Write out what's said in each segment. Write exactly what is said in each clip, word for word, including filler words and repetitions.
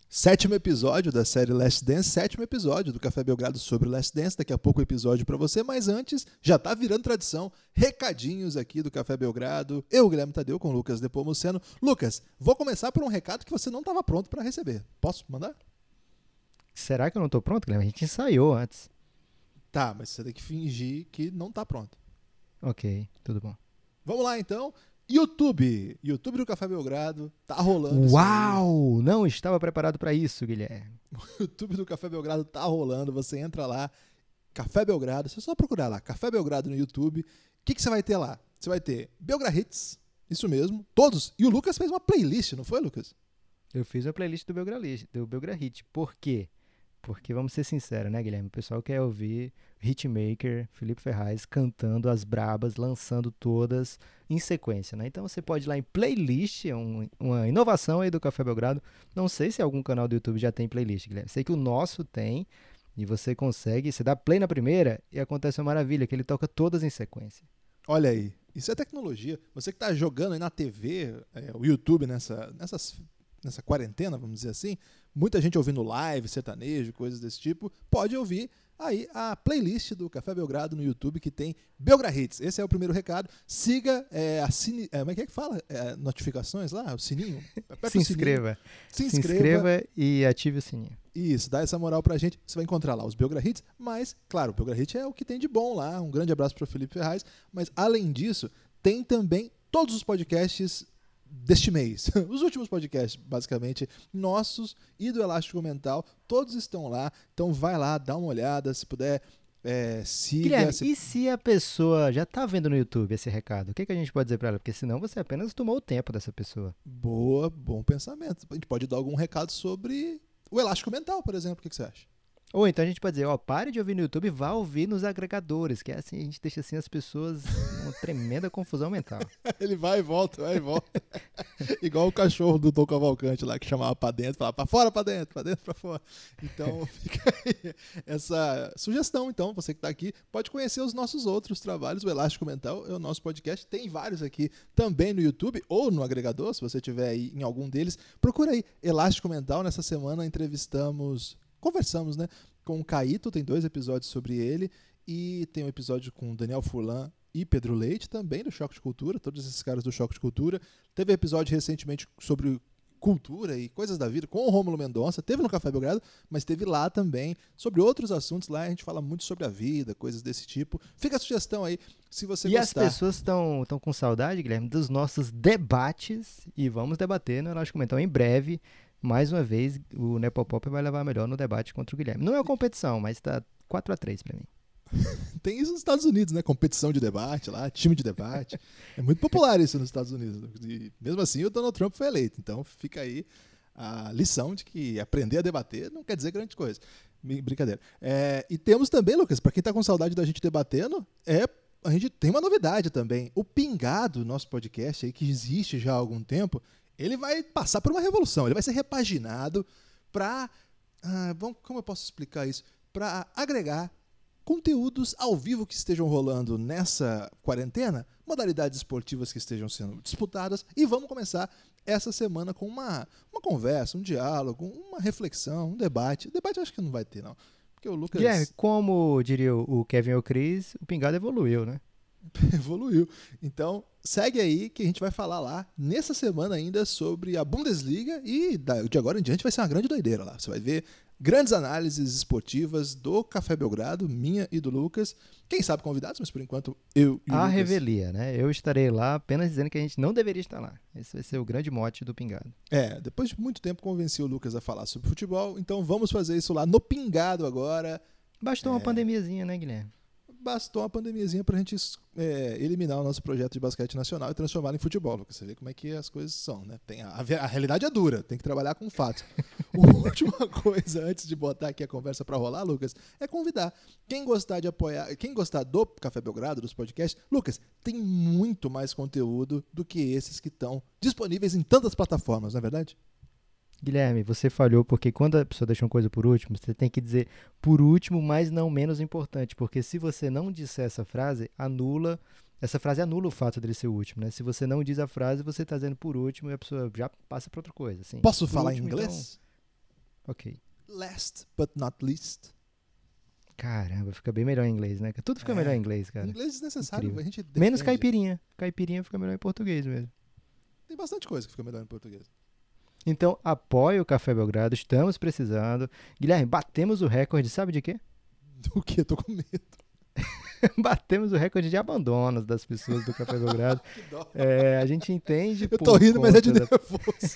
Sétimo episódio da série Last Dance, sétimo episódio do Café Belgrado sobre Last Dance. Daqui a pouco o episódio para você, mas antes, já tá virando tradição, recadinhos aqui do Café Belgrado. Eu, Guilherme Tadeu, com o Lucas Nepomuceno. Lucas, vou começar por um recado que você não estava pronto para receber. Posso mandar? Será que eu não tô pronto, Guilherme? A gente ensaiou antes. Tá, mas você tem que fingir que não tá pronto. Ok, tudo bom. Vamos lá, então. YouTube. YouTube do Café Belgrado. Tá rolando. Uau! Não estava preparado para isso, Guilherme. O YouTube do Café Belgrado tá rolando. Você entra lá, Café Belgrado. Você só procurar lá, Café Belgrado no YouTube. O que, que você vai ter lá? Você vai ter Belgra Hits. Isso mesmo. Todos. E o Lucas fez uma playlist, não foi, Lucas? Eu fiz a playlist do Belgra, do Belgra Hit. Por quê? Porque, vamos ser sinceros, né, Guilherme? O pessoal quer ouvir Hitmaker, Felipe Ferraz, cantando as brabas, lançando todas em sequência, né? Então você pode ir lá em playlist, é um, uma inovação aí do Café Belgrado. Não sei se algum canal do YouTube já tem playlist, Guilherme. Sei que o nosso tem e você consegue, você dá play na primeira e acontece uma maravilha, que ele toca todas em sequência. Olha aí, isso é tecnologia. Você que tá jogando aí na T V, é, o YouTube nessa, nessas... nessa quarentena, vamos dizer assim, muita gente ouvindo live, sertanejo, coisas desse tipo, pode ouvir aí a playlist do Café Belgrado no YouTube, que tem Belgra Hits. Esse é o primeiro recado. Siga, é, assine, é, como é que é que fala? É, notificações lá, o sininho. Se inscreva. Se inscreva. Se inscreva e ative o sininho. Isso, dá essa moral pra gente. Você vai encontrar lá os Belgra Hits, mas, claro, o Belgra Hits é o que tem de bom lá. Um grande abraço para o Felipe Ferraz. Mas, além disso, tem também todos os podcasts deste mês. Os últimos podcasts, basicamente, nossos e do Elástico Mental, todos estão lá. Então vai lá, dá uma olhada, se puder, é, siga. Guilherme, se... e se a pessoa já está vendo no YouTube esse recado? O que, que a gente pode dizer para ela? Porque senão você apenas tomou o tempo dessa pessoa. Boa, bom pensamento. A gente pode dar algum recado sobre o Elástico Mental, por exemplo. O que, que você acha? Ou então a gente pode dizer, ó, pare de ouvir no YouTube e vá ouvir nos agregadores, que é assim, a gente deixa assim as pessoas numa tremenda confusão mental. Ele vai e volta, vai e volta. Igual o cachorro do Tom Cavalcante lá, que chamava pra dentro, falava pra fora, pra dentro, pra dentro, pra fora. Então, fica aí essa sugestão, então, você que tá aqui, pode conhecer os nossos outros trabalhos. O Elástico Mental é o nosso podcast, tem vários aqui também no YouTube ou no agregador, se você tiver aí em algum deles. Procura aí, Elástico Mental. Nessa semana entrevistamos... Conversamos, né, com o Caíto, tem dois episódios sobre ele, e tem um episódio com o Daniel Furlan e Pedro Leite, também do Choque de Cultura, todos esses caras do Choque de Cultura. Teve episódio recentemente sobre cultura e coisas da vida com o Rômulo Mendonça, teve no Café Belgrado, mas teve lá também sobre outros assuntos. Lá a gente fala muito sobre a vida, coisas desse tipo. Fica a sugestão aí, se você e gostar. E as pessoas estão com saudade, Guilherme, dos nossos debates, e vamos debater no Elástico Mental em breve. Mais uma vez, o Nepopop vai levar melhor no debate contra o Guilherme. Não é uma competição, mas tá quatro a três pra mim. Tem isso nos Estados Unidos, né? Competição de debate lá, time de debate. É muito popular isso nos Estados Unidos. E mesmo assim, o Donald Trump foi eleito. Então fica aí a lição de que aprender a debater não quer dizer grande coisa. Brincadeira. É, e temos também, Lucas, para quem tá com saudade da gente debatendo, é, a gente tem uma novidade também. O Pingado, nosso podcast aí, que existe já há algum tempo, ele vai passar por uma revolução, ele vai ser repaginado para, ah, como eu posso explicar isso? Para agregar conteúdos ao vivo que estejam rolando nessa quarentena, modalidades esportivas que estejam sendo disputadas, e vamos começar essa semana com uma, uma conversa, um diálogo, uma reflexão, um debate. Debate eu acho que não vai ter, não. Porque o Lucas... Guilherme, como diria o Kevin ou Chris, o Pingado evoluiu, né? Evoluiu. Então, segue aí que a gente vai falar lá nessa semana ainda sobre a Bundesliga e de agora em diante vai ser uma grande doideira lá. Você vai ver grandes análises esportivas do Café Belgrado, minha e do Lucas. Quem sabe convidados, mas por enquanto eu e o a Lucas... revelia, né? Eu estarei lá apenas dizendo que a gente não deveria estar lá. Esse vai ser o grande mote do Pingado. É, depois de muito tempo convenci o Lucas a falar sobre futebol, então vamos fazer isso lá no Pingado agora. Bastou é... uma pandemiazinha, né, Guilherme? Bastou uma pandemiazinha pra gente é, eliminar o nosso projeto de basquete nacional e transformá-lo em futebol. Você vê como é que as coisas são, né? Tem a, a, a realidade é dura, tem que trabalhar com fatos. A última coisa, antes de botar aqui a conversa pra rolar, Lucas, é convidar. Quem gostar de apoiar, quem gostar do Café Belgrado, dos podcasts, Lucas, tem muito mais conteúdo do que esses que estão disponíveis em tantas plataformas, não é verdade? Guilherme, você falhou porque quando a pessoa deixa uma coisa por último, você tem que dizer por último, mas não menos importante, porque se você não disser essa frase, anula, essa frase anula o fato dele ser o último, né? Se você não diz a frase, você está dizendo por último e a pessoa já passa para outra coisa. Assim, Posso falar último, em inglês? Ok. Last but not least. Caramba, fica bem melhor em inglês, né? Tudo fica é, melhor em inglês, cara. Inglês é desnecessário, a gente defende. Menos caipirinha. Caipirinha fica melhor em português mesmo. Tem bastante coisa que fica melhor em português. Então, apoie o Café Belgrado, estamos precisando. Guilherme, batemos o recorde, sabe de quê? Do quê? Tô com medo. Batemos o recorde de abandonos das pessoas do Café Belgrado. É, a gente entende Eu tô rindo, mas é de da... nervoso.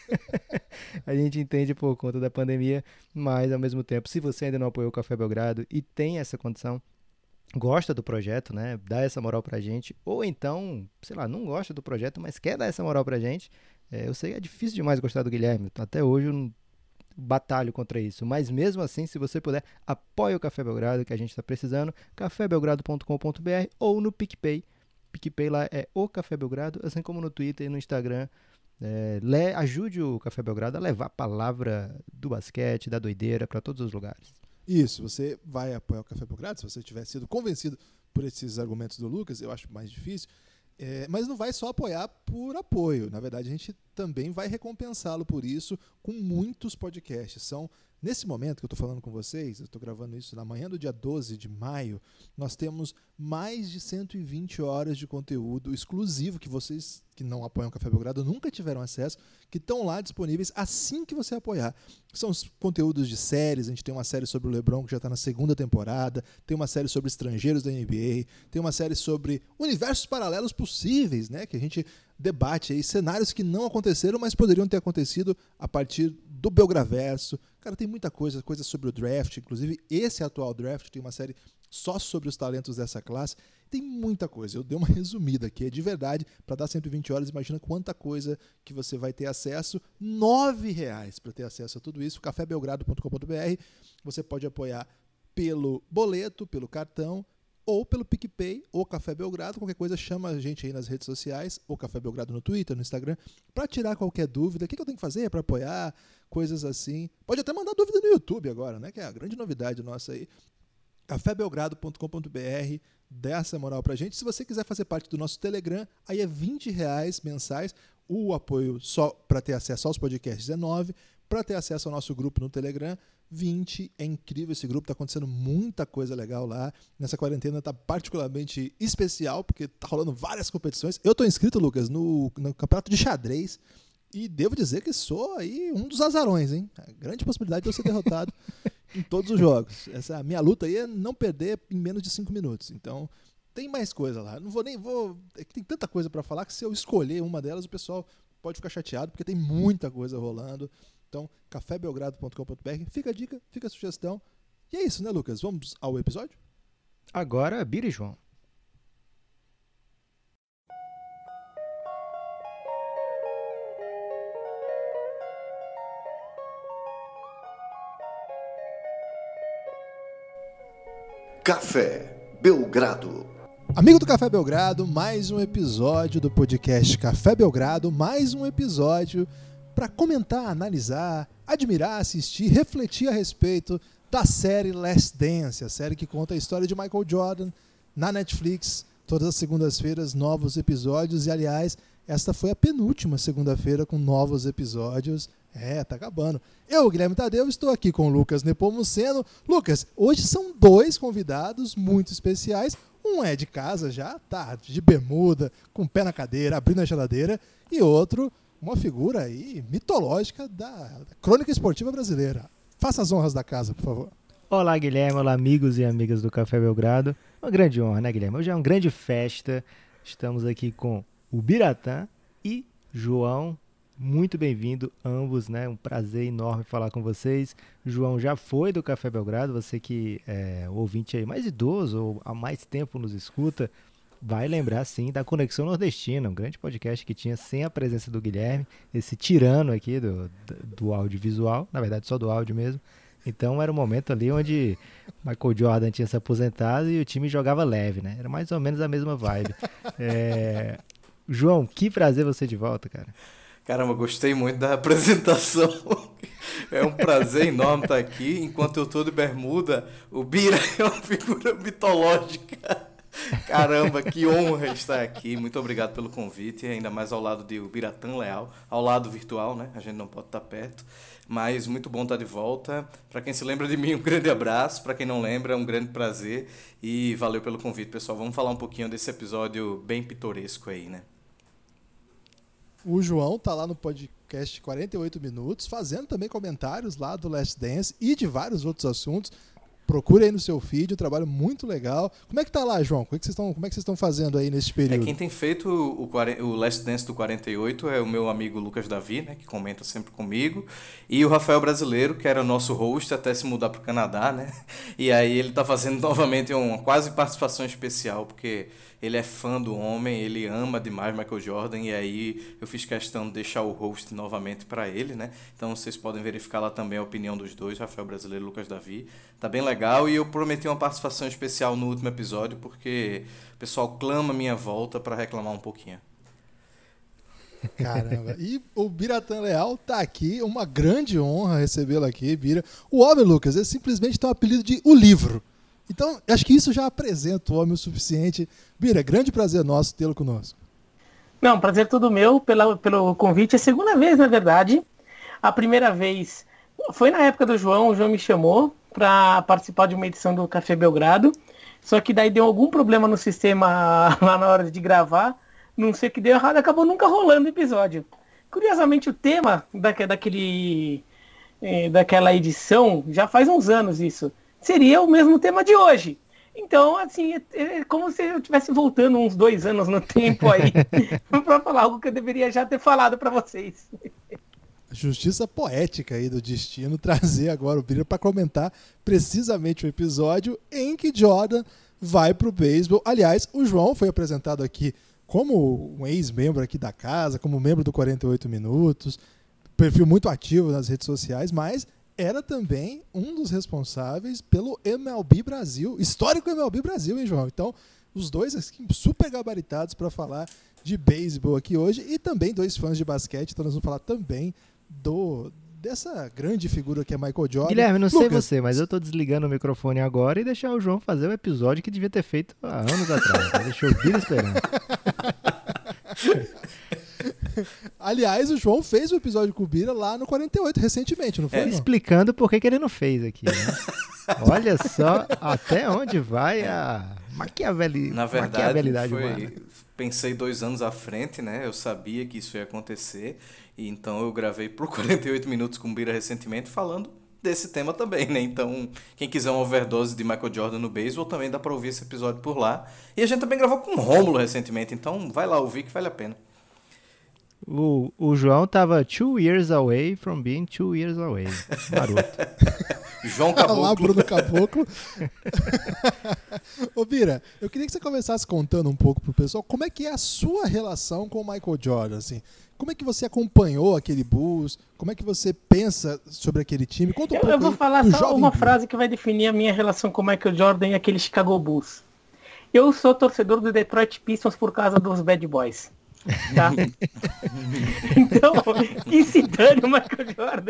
A gente entende por conta da pandemia, mas ao mesmo tempo, se você ainda não apoiou o Café Belgrado e tem essa condição, gosta do projeto, né? Dá essa moral pra gente, ou então, sei lá, não gosta do projeto, mas quer dar essa moral pra gente. É, eu sei que é difícil demais gostar do Guilherme. Até hoje eu não batalho contra isso, mas mesmo assim, se você puder, apoie o Café Belgrado, que a gente está precisando, café belgrado ponto com ponto b r ou no PicPay. PicPay lá é o Café Belgrado, assim como no Twitter e no Instagram. É, le, ajude o Café Belgrado a levar a palavra do basquete, da doideira para todos os lugares. Isso, você vai apoiar o Café Belgrado, se você tiver sido convencido por esses argumentos do Lucas, eu acho mais difícil. É, mas não vai só apoiar por apoio. Na verdade, a gente também vai recompensá-lo por isso com muitos podcasts. São, nesse momento que eu estou falando com vocês, eu estou gravando isso na manhã do dia doze de maio, nós temos mais de cento e vinte horas de conteúdo exclusivo que vocês que não apoiam o Café Belgrado nunca tiveram acesso, que estão lá disponíveis assim que você apoiar. São os conteúdos de séries, a gente tem uma série sobre o LeBron que já está na segunda temporada, tem uma série sobre estrangeiros da N B A, tem uma série sobre universos paralelos possíveis, né, que a gente debate aí, cenários que não aconteceram, mas poderiam ter acontecido a partir do Belgraverso. Cara, tem muita coisa, coisa sobre o draft, inclusive esse atual draft, tem uma série só sobre os talentos dessa classe. Tem muita coisa, eu dei uma resumida aqui, é de verdade, para dar cento e vinte horas, imagina quanta coisa que você vai ter acesso, nove reais para ter acesso a tudo isso, café belgrado ponto com ponto b r, você pode apoiar pelo boleto, pelo cartão, ou pelo PicPay, ou Café Belgrado, qualquer coisa chama a gente aí nas redes sociais, ou Café Belgrado no Twitter, no Instagram, para tirar qualquer dúvida, o que eu tenho que fazer para apoiar, coisas assim, pode até mandar dúvida no YouTube agora, né, que é a grande novidade nossa aí, café belgrado ponto com ponto b r, dê essa moral pra gente. Se você quiser fazer parte do nosso Telegram, aí é vinte reais mensais, o apoio só para ter acesso aos podcasts é nove, para ter acesso ao nosso grupo no Telegram, vinte. É incrível esse grupo, tá acontecendo muita coisa legal lá. Nessa quarentena tá particularmente especial, porque tá rolando várias competições. Eu tô inscrito, Lucas, no, no campeonato de xadrez, e devo dizer que sou aí um dos azarões, hein? A grande possibilidade de eu ser derrotado em todos os jogos. Essa minha luta aí é não perder em menos de cinco minutos. Então, tem mais coisa lá. Não vou nem vou, é que tem tanta coisa para falar que se eu escolher uma delas, o pessoal pode ficar chateado, porque tem muita coisa rolando. Então, café belgrado ponto com ponto b r. Fica a dica, fica a sugestão. E é isso, né, Lucas? Vamos ao episódio? Agora, Bira e João. Café Belgrado. Amigo do Café Belgrado, mais um episódio do podcast Café Belgrado, mais um episódio para comentar, analisar, admirar, assistir, refletir a respeito da série Last Dance, a série que conta a história de Michael Jordan na Netflix. Todas as segundas-feiras, novos episódios. E, aliás, esta foi a penúltima segunda-feira com novos episódios. É, tá acabando. Eu, Guilherme Tadeu, estou aqui com o Lucas Nepomuceno. Lucas, hoje são dois convidados muito especiais. Um é de casa já, tá de bermuda, com o pé na cadeira, abrindo a geladeira. E outro, uma figura aí mitológica da, da crônica esportiva brasileira. Faça as honras da casa, por favor. Olá, Guilherme. Olá, amigos e amigas do Café Belgrado. Uma grande honra, né, Guilherme? Hoje é uma grande festa. Estamos aqui com o Biratã e João. Muito bem-vindo, ambos, né? Um prazer enorme falar com vocês. O João já foi do Café Belgrado, você que é o ouvinte aí mais idoso ou há mais tempo nos escuta, vai lembrar sim da Conexão Nordestina, um grande podcast que tinha sem a presença do Guilherme, esse tirano aqui do, do audiovisual, na verdade só do áudio mesmo. Então era um momento ali onde Michael Jordan tinha se aposentado e o time jogava leve, né? Era mais ou menos a mesma vibe. É... João, que prazer você de volta, cara. Caramba, gostei muito da apresentação. É um prazer enorme estar aqui. Enquanto eu tô de bermuda, o Bira é uma figura mitológica Caramba, que honra estar aqui. Muito obrigado pelo convite, ainda mais ao lado de Biratã Leal, ao lado virtual, né? A gente não pode estar perto, mas muito bom estar de volta. Para quem se lembra de mim, um grande abraço. Para quem não lembra, um grande prazer e valeu pelo convite, pessoal. Vamos falar um pouquinho desse episódio bem pitoresco aí, né? O João tá lá no podcast quarenta e oito minutos, fazendo também comentários lá do Last Dance e de vários outros assuntos. Procure aí no seu feed, um trabalho muito legal. Como é que tá lá, João? Como é que vocês estão, como é que vocês estão fazendo aí nesse período? É, quem tem feito o, o Last Dance do quarenta e oito é o meu amigo Lucas Davi, né, que comenta sempre comigo, e o Rafael Brasileiro, que era o nosso host até se mudar para o Canadá, né? E aí ele tá fazendo novamente uma quase participação especial, porque ele é fã do homem, ele ama demais Michael Jordan, e aí eu fiz questão de deixar o host novamente para ele, né? Então vocês podem verificar lá também a opinião dos dois, Rafael Brasileiro e Lucas Davi. Tá bem legal, e eu prometi uma participação especial no último episódio, porque o pessoal clama minha volta para reclamar um pouquinho. Caramba, e o Biratã Leal tá aqui, uma grande honra recebê-lo aqui, Bira. O homem, Lucas, ele simplesmente tem o apelido de O Livro. Então, acho que isso já apresenta o homem o suficiente. Bira, grande prazer nosso tê-lo conosco. Não, prazer todo meu pela, pelo convite. É a segunda vez, na verdade. A primeira vez foi na época do João, o João me chamou para participar de uma edição do Café Belgrado. Só que daí deu algum problema no sistema lá na hora de gravar. Não sei o que deu errado, acabou nunca rolando o episódio. Curiosamente, o tema daque, daquele, eh, daquela edição, já faz uns anos isso, seria o mesmo tema de hoje. Então, assim, é, é como se eu estivesse voltando uns dois anos no tempo aí para falar algo que eu deveria já ter falado para vocês. Justiça poética aí do destino trazer agora o Bira para comentar precisamente o episódio em que Jordan vai pro beisebol. Aliás, o João foi apresentado aqui como um ex-membro aqui da casa, como membro do quarenta e oito minutos, perfil muito ativo nas redes sociais, mas era também um dos responsáveis pelo M L B Brasil, histórico M L B Brasil, hein, João? Então, os dois assim, super gabaritados para falar de beisebol aqui hoje e também dois fãs de basquete, então nós vamos falar também do, dessa grande figura que é Michael Jordan. Guilherme, não sei Lucas, você, mas eu tô desligando o microfone agora e deixar o João fazer o episódio que devia ter feito há anos atrás. Tá? Deixou o Bira esperando. Aliás, o João fez o episódio com o Bira lá no quarenta e oito, recentemente, não foi? É, não? explicando por que, que ele não fez aqui. Né? Olha só até onde vai a maquiaveli... Na verdade, maquiavelidade foi, humana. pensei dois anos à frente, né? Eu sabia que isso ia acontecer, e então eu gravei por quarenta e oito minutos com o Bira recentemente falando desse tema também, né? Então, quem quiser uma overdose de Michael Jordan no beisebol, também dá pra ouvir esse episódio por lá. E a gente também gravou com o Rômulo recentemente, então vai lá ouvir que vale a pena. O, o João tava two years away from being two years away. Maroto. João Olha lá, Caboclo. Bruno Caboclo. Ô, Bira, eu queria que você começasse contando um pouco pro pessoal como é que é a sua relação com o Michael Jordan, assim. Como é que você acompanhou aquele Bulls? Como é que você pensa sobre aquele time? Conta um Eu, pouco eu vou aí falar do só jovem uma Bira. frase que vai definir a minha relação com o Michael Jordan e aquele Chicago Bulls. Eu sou torcedor do Detroit Pistons por causa dos Bad Boys. Tá? Então, que se dane o Michael Jordan.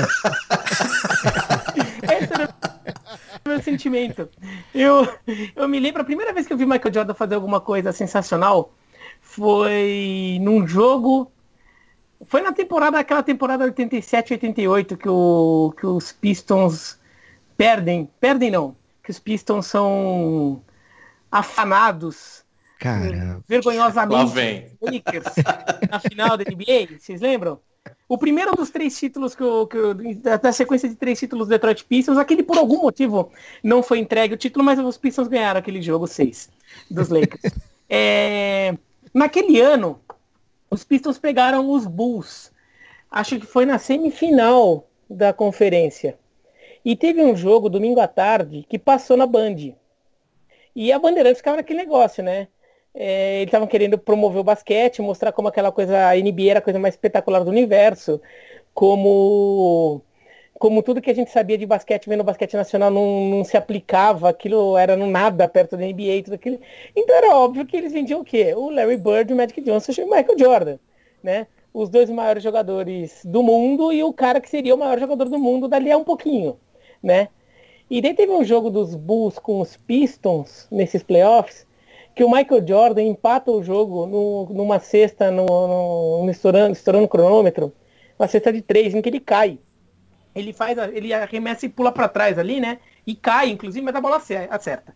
Esse era o meu sentimento. Eu, eu me lembro, a primeira vez que eu vi o Michael Jordan fazer alguma coisa sensacional foi num jogo. Foi na temporada, aquela temporada oitenta e sete, oitenta e oito que, o, que os Pistons perdem. Perdem não. Que os Pistons são afanados. Caramba. Vergonhosamente. Lá vem. Lakers, na final da N B A, vocês lembram? O primeiro dos três títulos que eu, que eu, da sequência de três títulos do Detroit Pistons, aquele por algum motivo não foi entregue o título, mas os Pistons ganharam aquele jogo seis dos Lakers. É, naquele ano, os Pistons pegaram os Bulls. Acho que foi na semifinal da conferência. E teve um jogo domingo à tarde que passou na Band. E a Bandeirantes ficava naquele negócio, né? É, eles estavam querendo promover o basquete, mostrar como aquela coisa, a N B A era a coisa mais espetacular do universo, como, como tudo que a gente sabia de basquete, vendo o basquete nacional, não, não se aplicava, aquilo era no nada perto da N B A e tudo aquilo. Então era óbvio que eles vendiam o quê? O Larry Bird, o Magic Johnson e o Michael Jordan, né? Os dois maiores jogadores do mundo e o cara que seria o maior jogador do mundo dali a um pouquinho, né? E daí teve um jogo dos Bulls com os Pistons, nesses playoffs, que o Michael Jordan empata o jogo no, numa cesta, no, no, no estourando, estourando o cronômetro, uma cesta de três, em que ele cai. Ele faz, a- ele arremessa e pula pra trás ali, né? E cai, inclusive, mas a bola acer- acerta.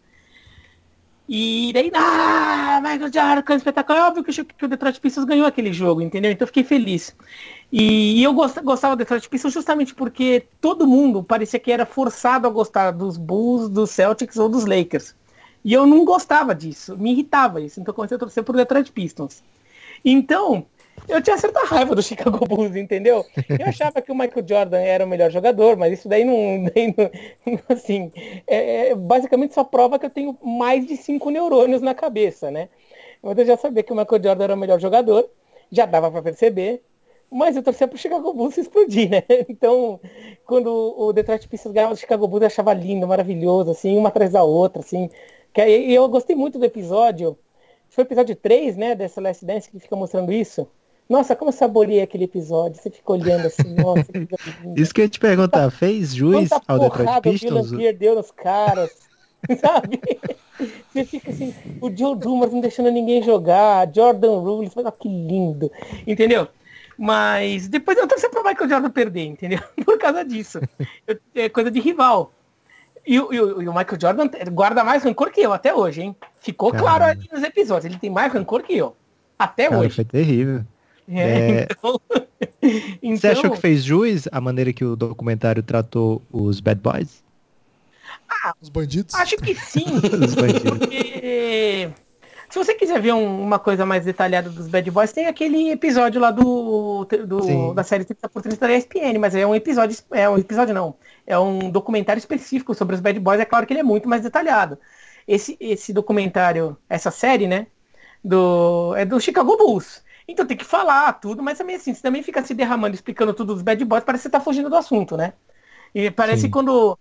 E daí, ah, Michael Jordan, que espetacular. É óbvio que o, que o Detroit Pistons ganhou aquele jogo, entendeu? Então eu fiquei feliz. E, e eu gost, gostava do Detroit Pistons justamente porque todo mundo parecia que era forçado a gostar dos Bulls, dos Celtics ou dos Lakers. E eu não gostava disso, me irritava isso. Então eu comecei a torcer pro Detroit Pistons. Então, eu tinha certa raiva do Chicago Bulls, entendeu? Eu achava que o Michael Jordan era o melhor jogador, mas isso daí não, daí não assim, é, é, basicamente só prova que eu tenho mais de cinco neurônios na cabeça, né? Mas eu já sabia que o Michael Jordan era o melhor jogador, já dava pra perceber, mas eu torcia pro Chicago Bulls explodir, né? Então, quando o Detroit Pistons ganhava do Chicago Bulls, eu achava lindo, maravilhoso, assim, uma atrás da outra, assim. Que aí- E eu gostei muito do episódio, foi o episódio três, né, dessa Last Dance, que fica mostrando isso. Nossa, como eu saboreei aquele episódio. Você fica olhando assim, nossa, que coisa linda. Isso que eu ia te perguntar, fez jus Quanta ao Detroit porrada o Dylan Pistons? Pierre deu nos caras, sabe? Você fica assim, o Joe Dumars não deixando ninguém jogar, Jordan Rules, olha que lindo, entendeu? Mas depois eu torci pro Michael Jordan perder, entendeu? Por causa disso. Eu- é coisa de rival. E, o- e o e o Michael Jordan guarda mais rancor que eu até hoje, hein? Ficou claro Caramba. ali nos episódios. Ele tem mais rancor que eu. Até Cara, hoje. foi terrível. É, É, então, Você achou então, que fez jus a maneira que o documentário tratou os bad boys? Os bandidos. acho que sim. Os bandidos. Porque se você quiser ver um- uma coisa mais detalhada dos Bad Boys, tem aquele episódio lá do, do- Sim. da série trinta por trinta da E S P N, mas é um episódio, é um episódio não, é um documentário específico sobre os Bad Boys, é claro que ele é muito mais detalhado. Esse, esse documentário, essa série, né, do, é do Chicago Bulls. Então tem que falar tudo, mas também assim, você também fica se derramando, explicando tudo dos Bad Boys, parece que você tá fugindo do assunto, né? E parece Sim. quando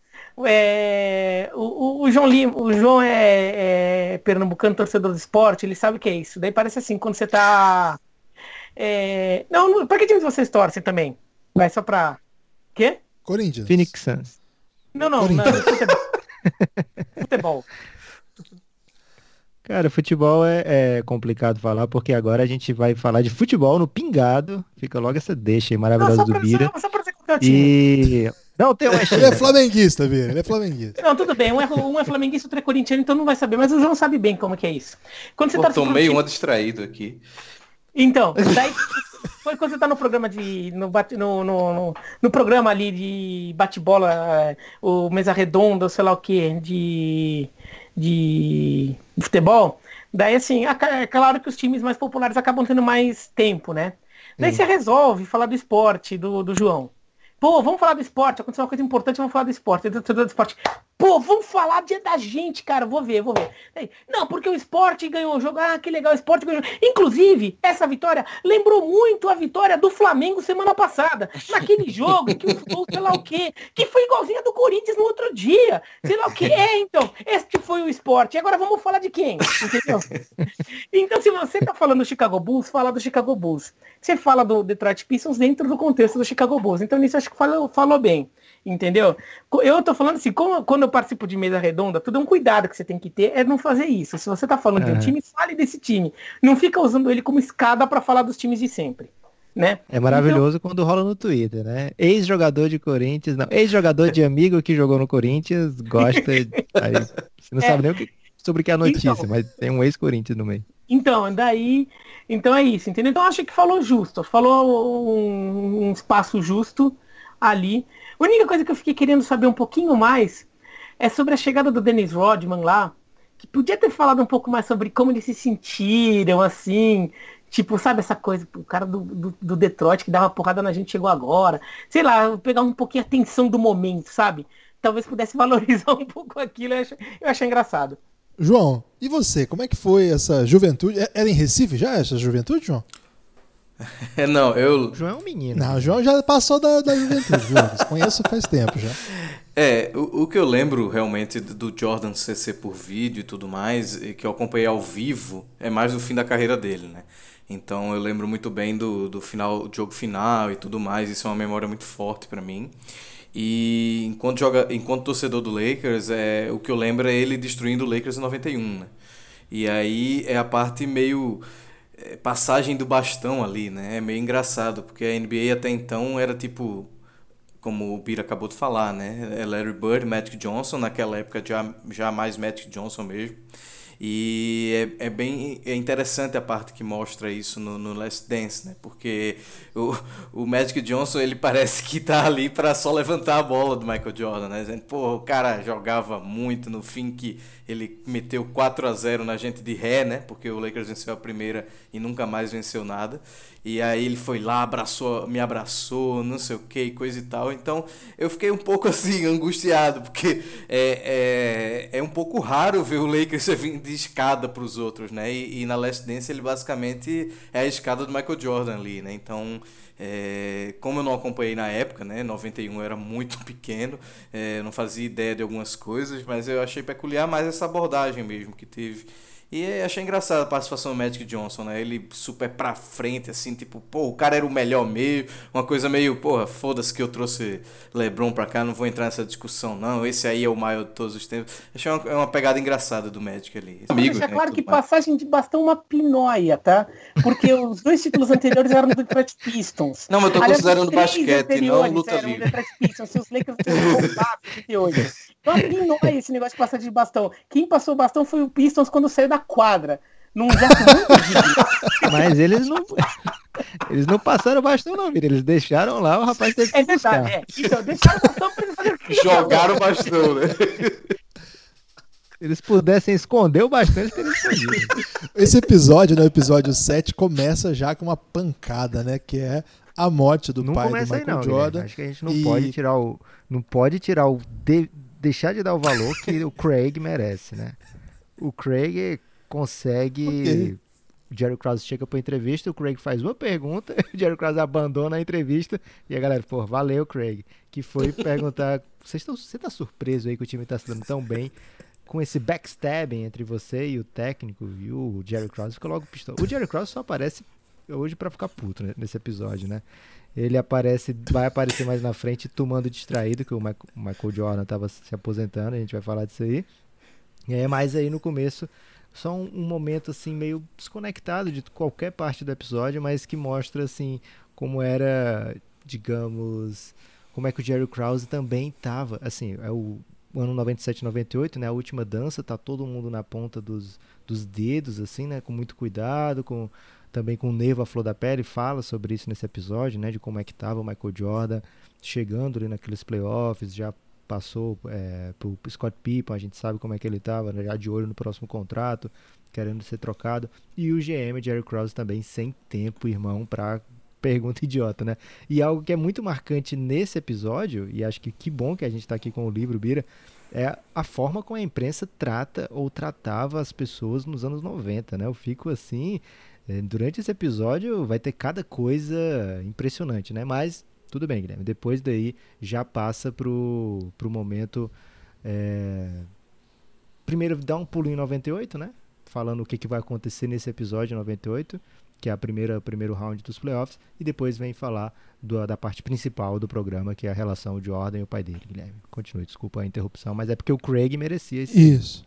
é, o, o- o João Lima, o João é, é pernambucano, torcedor do esporte, ele sabe o que é isso. Daí parece assim, quando você tá. É, não, não, pra que time vocês torcem também? Vai só pra. Quê? Corinthians. Phoenix Suns. Não, não, não, Corinthians. futebol. Futebol. Cara, futebol é, é complicado falar, porque agora a gente vai falar de futebol no Pingado. Fica logo essa deixa aí Não, maravilhosa só do pra, Bira. só, só pra dizer qual que é o time. E. Não, tem uma Ele é flamenguista, Vira. Ele é flamenguista. Não, tudo bem, um é, um é flamenguista, outro é corintiano, então não vai saber, mas o João sabe bem como que é isso. Quando você Pô, torce pro tomei time- uma distraído aqui. Então, daí foi quando você tá no programa de. No, bate- no, no, no, no programa ali de bate-bola, eh, o mesa redonda, ou sei lá o que, de, de futebol. Daí assim, a- é claro que os times mais populares acabam tendo mais tempo, né? Daí você resolve falar do esporte do, do João. Pô, vamos falar do esporte, aconteceu uma coisa importante, vamos falar do esporte. Eu tô do esporte. Pô, vamos falar de, da gente, cara, vou ver, vou ver. Daí, não, porque o esporte ganhou o jogo, ah, que legal, o esporte ganhou. Inclusive, essa vitória lembrou muito a vitória do Flamengo semana passada, naquele jogo que o sei lá o quê, que foi igualzinha do Corinthians no outro dia, sei lá o quê. É, então, este foi o esporte. E agora vamos falar de quem? Entendeu? Então, se você tá falando do Chicago Bulls, fala do Chicago Bulls. Você fala do Detroit Pistons dentro do contexto do Chicago Bulls. Então, nisso acho que falou, falou bem. Entendeu? Eu tô falando assim, como, quando eu participo de mesa redonda, tudo é um cuidado que você tem que ter, é não fazer isso. Se você tá falando de um Aham. time, fale desse time. Não fica usando ele como escada pra falar dos times de sempre. Né? É maravilhoso quando rola no Twitter, né? Ex-jogador de Corinthians, não, ex-jogador de amigo que jogou no Corinthians, gosta, aí você não É. sabe nem o que, sobre que é a notícia, Então. mas tem um ex-Corinthians no meio. Então, daí. Então é isso, entendeu? Então eu acho que falou justo. Falou um, um espaço justo ali. A única coisa que eu fiquei querendo saber um pouquinho mais é sobre a chegada do Dennis Rodman lá. Que podia ter falado um pouco mais sobre como eles se sentiram, assim. Tipo, sabe essa coisa, o cara do, do, do Detroit que dava porrada na gente chegou agora. Sei lá, pegar um pouquinho a tensão do momento, sabe? Talvez pudesse valorizar um pouco aquilo, eu achei, eu achei engraçado. João, e você? Como é que foi essa juventude? É- Era em Recife já essa juventude, João? É, não, eu. O João é um menino. Não, o João já passou da, da juventude, viu? Lucas? Conheço faz tempo já. É, o, o que eu lembro realmente do Jordan C C por vídeo e tudo mais, e que eu acompanhei ao vivo, é mais do fim da carreira dele, né? Então eu lembro muito bem do, do final, do jogo final e tudo mais, isso é uma memória muito forte pra mim. E enquanto, joga, enquanto torcedor do Lakers, é, o que eu lembro é ele destruindo o Lakers em noventa e um, né? E aí é a parte meio é, passagem do bastão ali, né? É meio engraçado, porque a N B A até então era tipo, como o Bira acabou de falar, né? É Larry Bird, Magic Johnson, naquela época já, já mais Magic Johnson mesmo. E é, é bem é interessante a parte que mostra isso no, no Last Dance, né? Porque o, o Magic Johnson, ele parece que tá ali para só levantar a bola do Michael Jordan, né? Dizendo, pô, o cara jogava muito, no fim que ele meteu quatro a zero na gente de ré, né? Porque o Lakers venceu a primeira e nunca mais venceu nada. E aí ele foi lá, abraçou, me abraçou, não sei o que, coisa e tal. Então eu fiquei um pouco assim, angustiado, porque é, é, é um pouco raro ver o Lakers vindo de escada para os outros, né? E, e na Last Dance ele basicamente é a escada do Michael Jordan ali, né? Então, é, como eu não acompanhei na época, né? noventa e um eu era muito pequeno, é, não fazia ideia de algumas coisas, mas eu achei peculiar mais essa abordagem mesmo que teve. E achei engraçado a participação do Magic Johnson, né? Ele super pra frente, assim, tipo, pô, o cara era o melhor meio, uma coisa meio, porra, foda-se que eu trouxe LeBron pra cá, não vou entrar nessa discussão, não, esse aí é o maior de todos os tempos. Achei uma, uma pegada engraçada do Magic ali. Amigos, é né, claro que mais. Passagem de bastão é uma pinóia, tá? Porque os dois títulos anteriores eram do Detroit Pistons. Não, mas eu tô Aliás, considerando basquete, não luta eram livre. Detroit Pistons, se os Lakers tivessem voltado em hoje. Então é pinóia esse negócio de passagem de bastão. Quem passou o bastão foi o Pistons quando saiu da quadra. Num gesto muito ridículo. Mas eles não. Eles não passaram o bastão, não, Vira. Eles deixaram lá, o rapaz teve que É verdade, é. Então, deixaram o bastão pra eles fazerem o que jogaram o bastão, né? Se eles pudessem esconder o bastão, eles teriam escondido. Esse episódio, no né, episódio sete, começa já com uma pancada, né? Que é a morte do não pai do Michael aí, não, Jordan. Guilherme. Acho que a gente não e... pode tirar o. Não pode tirar o. De, deixar de dar o valor que o Craig merece, né? O Craig consegue. Okay. O Jerry Krause chega pra entrevista, o Craig faz uma pergunta, o Jerry Krause abandona a entrevista e a galera, pô, valeu, Craig. Que foi perguntar. Vocês tão, você tá surpreso aí que o time tá se dando tão bem? Com esse backstabbing entre você e o técnico, e o Jerry Krause fica logo pistola. O Jerry Krause só aparece hoje pra ficar puto, né, nesse episódio, né? Ele aparece, vai aparecer mais na frente tomando distraído, que o Michael, o Michael Jordan tava se aposentando, a gente vai falar disso aí. E é mais aí no começo, só um, um momento assim meio desconectado de qualquer parte do episódio, mas que mostra assim como era, digamos, como é que o Jerry Krause também tava, assim, é o o ano noventa e sete, noventa e oito, né, a última dança, tá todo mundo na ponta dos, dos dedos, assim, né, com muito cuidado, com, também com o nervo à flor da pele, fala sobre isso nesse episódio, né, de como é que tava o Michael Jordan chegando ali naqueles playoffs, já passou é, pro Scott Pippen, a gente sabe como é que ele tava, né, já de olho no próximo contrato, querendo ser trocado, e o G M, Jerry Krause, também sem tempo, irmão, pra pergunta idiota, né? E algo que é muito marcante nesse episódio, e acho que que bom que a gente tá aqui com o livro, Bira, é a forma como a imprensa trata ou tratava as pessoas nos anos noventa, né? Eu fico assim, durante esse episódio vai ter cada coisa impressionante, né? Mas tudo bem, Guilherme, depois daí já passa pro, pro momento é... primeiro dá um pulo em noventa e oito, né? Falando o que, que vai acontecer nesse episódio noventa e oito, que é a primeira, o primeiro round dos playoffs, e depois vem falar do, da parte principal do programa, que é a relação de Jordan e o pai dele, Guilherme. Continue, desculpa a interrupção, mas é porque o Craig merecia esse... Isso.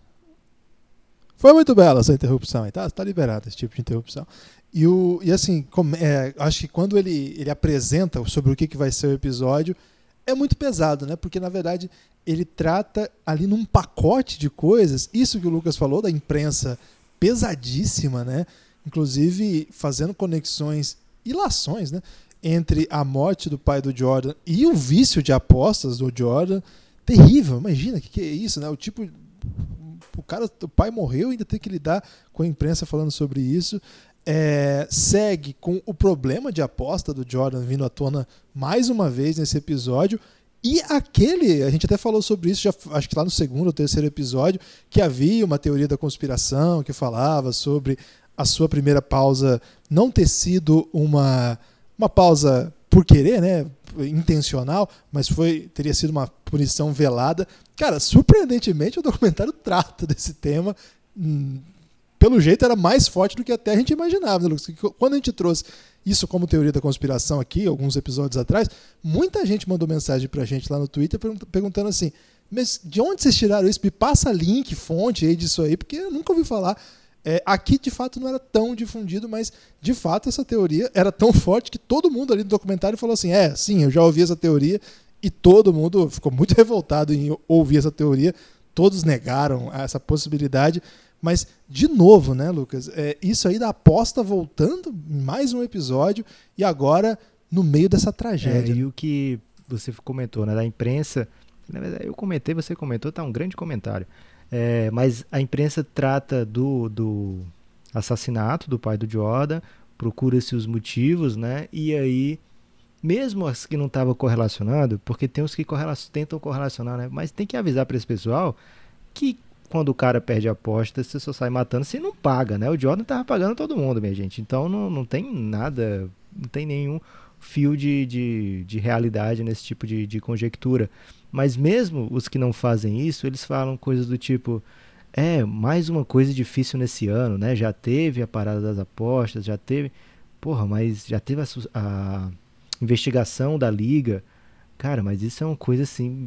Foi muito bela essa interrupção, tá, tá liberado esse tipo de interrupção. E, o, e assim, como, é, acho que quando ele, ele apresenta sobre o que, que vai ser o episódio, é muito pesado, né? Porque, na verdade, ele trata ali num pacote de coisas, isso que o Lucas falou, da imprensa pesadíssima, né? Inclusive fazendo conexões e lações, né, entre a morte do pai do Jordan e o vício de apostas do Jordan. Terrível, imagina o que, que é isso, né? O tipo, o cara, o pai morreu e ainda tem que lidar com a imprensa falando sobre isso. É, segue com o problema de aposta do Jordan vindo à tona mais uma vez nesse episódio. E aquele, a gente até falou sobre isso, já, acho que lá no segundo ou terceiro episódio, que havia uma teoria da conspiração que falava sobre a sua primeira pausa não ter sido uma, uma pausa por querer, né, intencional, mas foi, teria sido uma punição velada. Cara, surpreendentemente o documentário trata desse tema, hum, pelo jeito era mais forte do que até a gente imaginava, né, Lucas? Quando a gente trouxe isso como teoria da conspiração aqui, alguns episódios atrás, muita gente mandou mensagem pra gente lá no Twitter perguntando assim, mas de onde vocês tiraram isso? Me passa link, fonte aí disso aí, porque eu nunca ouvi falar. É, aqui, de fato, não era tão difundido, mas, de fato, essa teoria era tão forte que todo mundo ali no documentário falou assim, é, sim, eu já ouvi essa teoria, e todo mundo ficou muito revoltado em ouvir essa teoria, todos negaram essa possibilidade, mas, de novo, né, Lucas, é, isso aí da aposta voltando em mais um episódio, e agora no meio dessa tragédia. É, e o que você comentou, né, da imprensa, na verdade, eu comentei, você comentou, tá um grande comentário. É, mas a imprensa trata do, do assassinato do pai do Jordan, procura-se os motivos, né? E aí, mesmo as que não estavam correlacionando, porque tem os que correla- tentam correlacionar, né? Mas tem que avisar para esse pessoal que quando o cara perde a aposta, você só sai matando, você não paga, né? O Jordan tava pagando todo mundo, minha gente. Então não, não tem nada, não tem nenhum fio de, de, de realidade nesse tipo de, de conjectura. Mas mesmo os que não fazem isso, eles falam coisas do tipo, é, mais uma coisa difícil nesse ano, né? Já teve a parada das apostas, já teve... Porra, mas já teve a, a investigação da liga. Cara, mas isso é uma coisa, assim,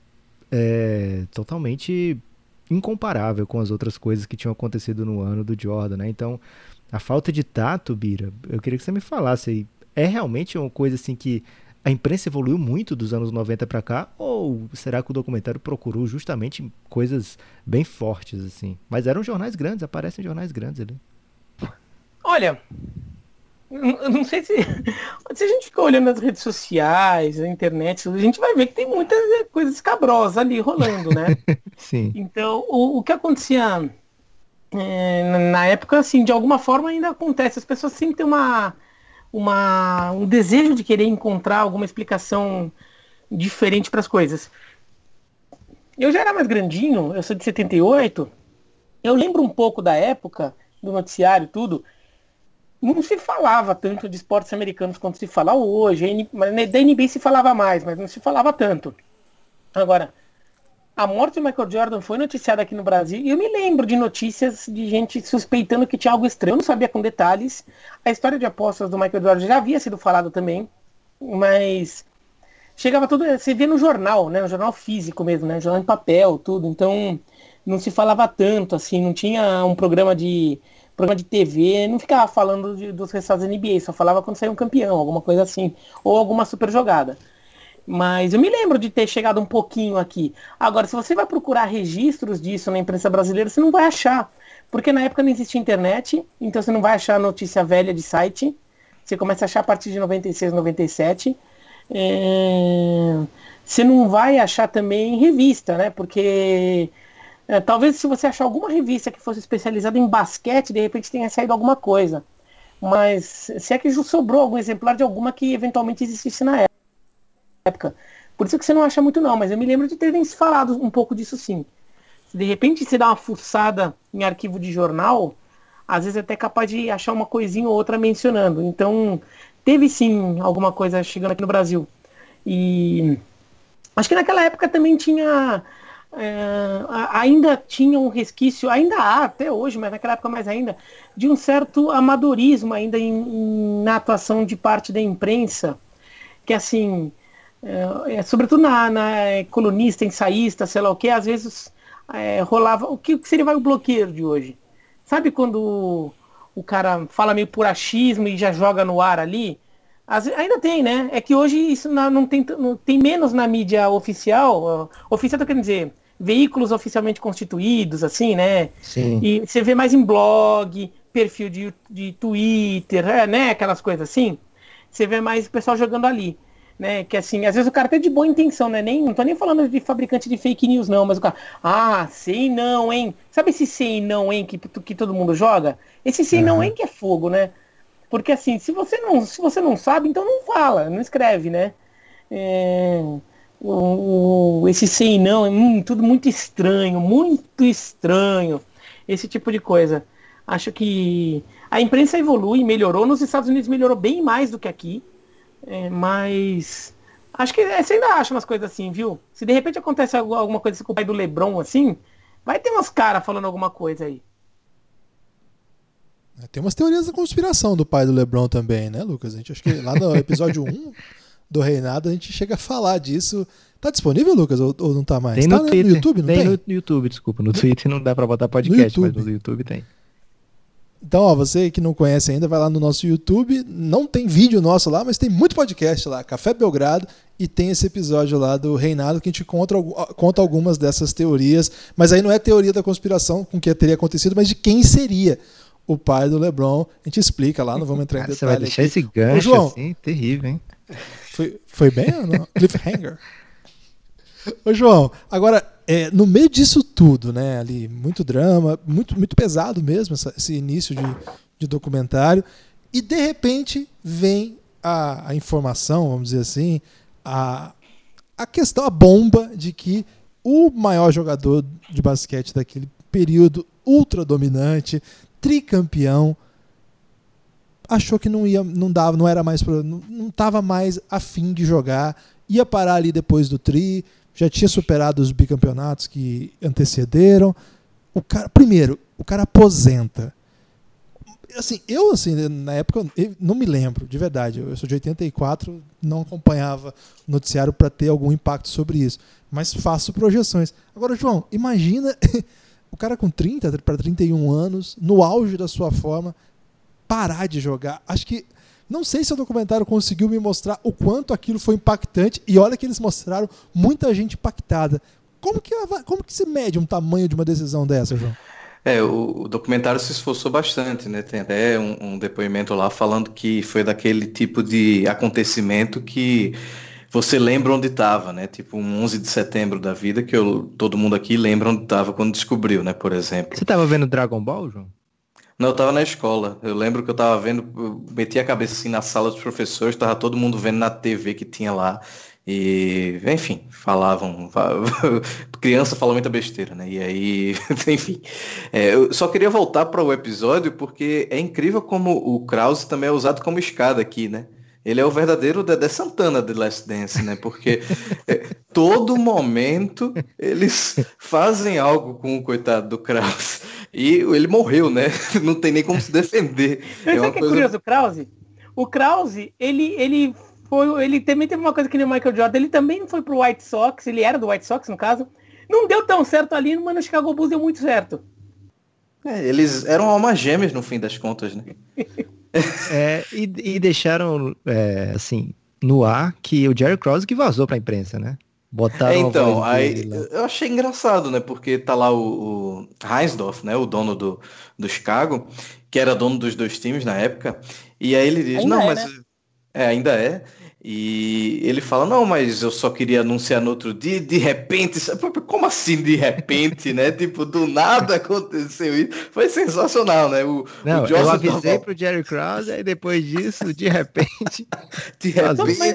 é, totalmente incomparável com as outras coisas que tinham acontecido no ano do Jordan, né? Então, a falta de tato, Bira, eu queria que você me falasse aí, é realmente uma coisa, assim, que a imprensa evoluiu muito dos anos noventa para cá, ou será que o documentário procurou justamente coisas bem fortes, assim? Mas eram jornais grandes, aparecem jornais grandes ali. Olha, eu não sei se... Se a gente ficar olhando nas redes sociais, na internet, a gente vai ver que tem muitas coisas escabrosas ali rolando, né? Sim. Então, o, o que acontecia é, na época, assim, de alguma forma ainda acontece. As pessoas sempre têm uma... Uma, um desejo de querer encontrar alguma explicação diferente para as coisas. Eu já era mais grandinho, eu sou de setenta e oito, eu lembro um pouco da época, do noticiário e tudo, não se falava tanto de esportes americanos quanto se fala hoje, da N B A se falava mais, mas não se falava tanto. Agora, a morte do Michael Jordan foi noticiada aqui no Brasil e eu me lembro de notícias de gente suspeitando que tinha algo estranho. Eu não sabia com detalhes. A história de apostas do Michael Jordan já havia sido falado também, mas chegava tudo, você via no jornal, né, no jornal físico mesmo, né, jornal em papel, tudo. Então não se falava tanto, assim, não tinha um programa de programa de T V, não ficava falando de, dos resultados da N B A, só falava quando saiu um campeão, alguma coisa assim, ou alguma super jogada. Mas eu me lembro de ter chegado um pouquinho aqui. Agora, se você vai procurar registros disso na imprensa brasileira, você não vai achar. Porque na época não existia internet, então você não vai achar notícia velha de site. Você começa a achar a partir de noventa e seis, noventa e sete. É... Você não vai achar também em revista, né? Porque é, talvez se você achar alguma revista que fosse especializada em basquete, de repente tenha saído alguma coisa. Mas se é que sobrou algum exemplar de alguma que eventualmente existisse na época. época. Por isso que você não acha muito não, mas eu me lembro de terem se falado um pouco disso sim. Se de repente você dá uma fuçada em arquivo de jornal, às vezes é até capaz de achar uma coisinha ou outra mencionando. Então, teve sim alguma coisa chegando aqui no Brasil. E acho que naquela época também tinha... É, ainda tinha um resquício, ainda há até hoje, mas naquela época mais ainda, de um certo amadorismo ainda em, em, na atuação de parte da imprensa, que assim... É, é, sobretudo na, na é, colunista, ensaísta, sei lá o que, às vezes é, rolava. O que, o que seria vai o bloqueio de hoje? Sabe quando o, o cara fala meio por achismo e já joga no ar ali? Às, ainda tem, né? É que hoje isso não, não, tem, não tem menos na mídia oficial. Oficial, tô querendo dizer, veículos oficialmente constituídos, assim, né? Sim. E você vê mais em blog, perfil de, de Twitter, é, né? Aquelas coisas assim. Você vê mais o pessoal jogando ali. Né, que assim, às vezes o cara até de boa intenção, né? Nem, não tô nem falando de fabricante de fake news, não, mas o cara, ah, sei não, hein? Sabe esse sei não, hein, que, que todo mundo joga? Esse sei uhum. não, hein, que é fogo, né? Porque assim, se você não, se você não sabe, então não fala, não escreve, né? É, o, o, esse sei não, é hum, tudo muito estranho, muito estranho, esse tipo de coisa. Acho que a imprensa evolui, melhorou, nos Estados Unidos melhorou bem mais do que aqui. É, mas acho que é, você ainda acha umas coisas assim, viu? Se de repente acontece alguma coisa com o pai do LeBron assim, vai ter uns caras falando alguma coisa aí. Tem umas teorias da conspiração do pai do LeBron também, né, Lucas? A gente acho que lá no episódio um do Reinado a gente chega a falar disso. Tá disponível, Lucas, ou, ou não tá mais? Tem tá no, no Twitter, YouTube, não tem? Tem no YouTube, desculpa. No Twitter não dá pra botar podcast, no mas no YouTube tem. Então, ó, você que não conhece ainda, vai lá no nosso YouTube. Não tem vídeo nosso lá, mas tem muito podcast lá, Café Belgrado, e tem esse episódio lá do Reinado que a gente conta, conta algumas dessas teorias. Mas aí não é teoria da conspiração com o que teria acontecido, mas de quem seria o pai do LeBron. A gente explica lá, não vamos entrar em detalhe. Você vai deixar aqui. esse gancho. Ô, João, assim, terrível, hein? Foi, foi bem ou não? Cliffhanger. Ô, João, agora, é, no meio disso tudo, né, ali, muito drama, muito, muito pesado mesmo, essa, esse início de, de documentário, e de repente vem a, a informação, vamos dizer assim, a, a questão, a bomba de que o maior jogador de basquete daquele período, ultra dominante, tricampeão, achou que não ia, não dava, não era mais, não, não tava mais a fim de jogar, ia parar ali depois do tri, já tinha superado os bicampeonatos que antecederam. O cara, primeiro, o cara aposenta. Assim, eu assim, na época eu não me lembro, de verdade. Eu sou de oitenta e quatro, não acompanhava o noticiário para ter algum impacto sobre isso, mas faço projeções. Agora, João, imagina o cara com trinta para trinta e um anos, no auge da sua forma, parar de jogar. Acho que não sei se o documentário conseguiu me mostrar o quanto aquilo foi impactante, e olha que eles mostraram muita gente impactada. Como que, como que se mede um tamanho de uma decisão dessa, João? É, o, o documentário se esforçou bastante, né? Tem até um, um depoimento lá falando que foi daquele tipo de acontecimento que você lembra onde estava, né? Tipo um onze de setembro da vida, que eu, todo mundo aqui lembra onde estava quando descobriu, né? Por exemplo. Você estava vendo Dragon Ball, João? Não, eu tava na escola. Eu lembro que eu tava vendo, eu meti a cabeça assim na sala dos professores, tava todo mundo vendo na T V que tinha lá. E, enfim, falavam. Criança fala muita besteira, né? E aí, enfim. É, eu só queria voltar para o episódio porque é incrível como o Krause também é usado como escada aqui, né? Ele é o verdadeiro Dedé Santana de Last Dance, né? Porque é, todo momento eles fazem algo com o coitado do Krause. E ele morreu, né? Não tem nem como se defender. Mas é sabe o que é curioso, o Krause? O Krause, ele, ele, foi, ele também teve uma coisa que nem o Michael Jordan. Ele também foi pro White Sox, ele era do White Sox, no caso. Não deu tão certo ali, mas no Chicago Bulls deu muito certo. É, eles eram almas gêmeas no fim das contas, né? É, e, e deixaram, é, assim, no ar que o Jerry Krause que vazou pra imprensa, né? Botaram É, então, a voz aí dele lá. eu achei engraçado, né? Porque tá lá o, o Reinsdorf, né? O dono do, do Chicago, que era dono dos dois times na época. E aí ele diz, Ainda não, é, mas... né? É, ainda é. E ele fala, não, mas eu só queria anunciar no outro dia, de repente, como assim de repente, né? Tipo, do nada aconteceu isso. Foi sensacional, né? O, Não, o eu Joseph avisei tava- pro Jerry Krause, aí depois disso, de repente, de vazou. repente,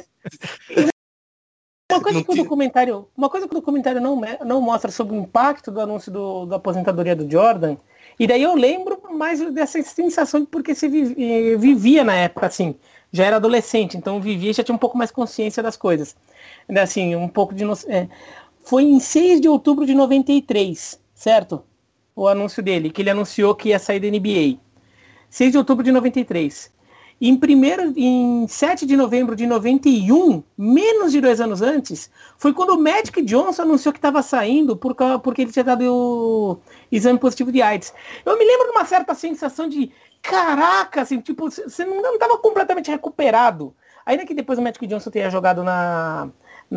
Uma coisa não que o tinha- documentário, uma coisa que o documentário não, me- não mostra sobre o impacto do anúncio do, da aposentadoria do Jordan, e daí eu lembro mais dessa sensação de porque você vi- eh, vivia na época, assim, já era adolescente, então vivia e já tinha um pouco mais consciência das coisas. Né, assim, um pouco de... no- é, foi em seis de outubro de noventa e três, certo? O anúncio dele, que ele anunciou que ia sair da N B A. seis de outubro de noventa e três. Em, primeiro, em sete de novembro de noventa e um, menos de dois anos antes, foi quando o Magic Johnson anunciou que estava saindo por, causa- porque ele tinha dado o exame positivo de AIDS. Eu me lembro de uma certa sensação de, caraca, assim, tipo, você não estava completamente recuperado. Ainda que depois o Magic Johnson tenha jogado na...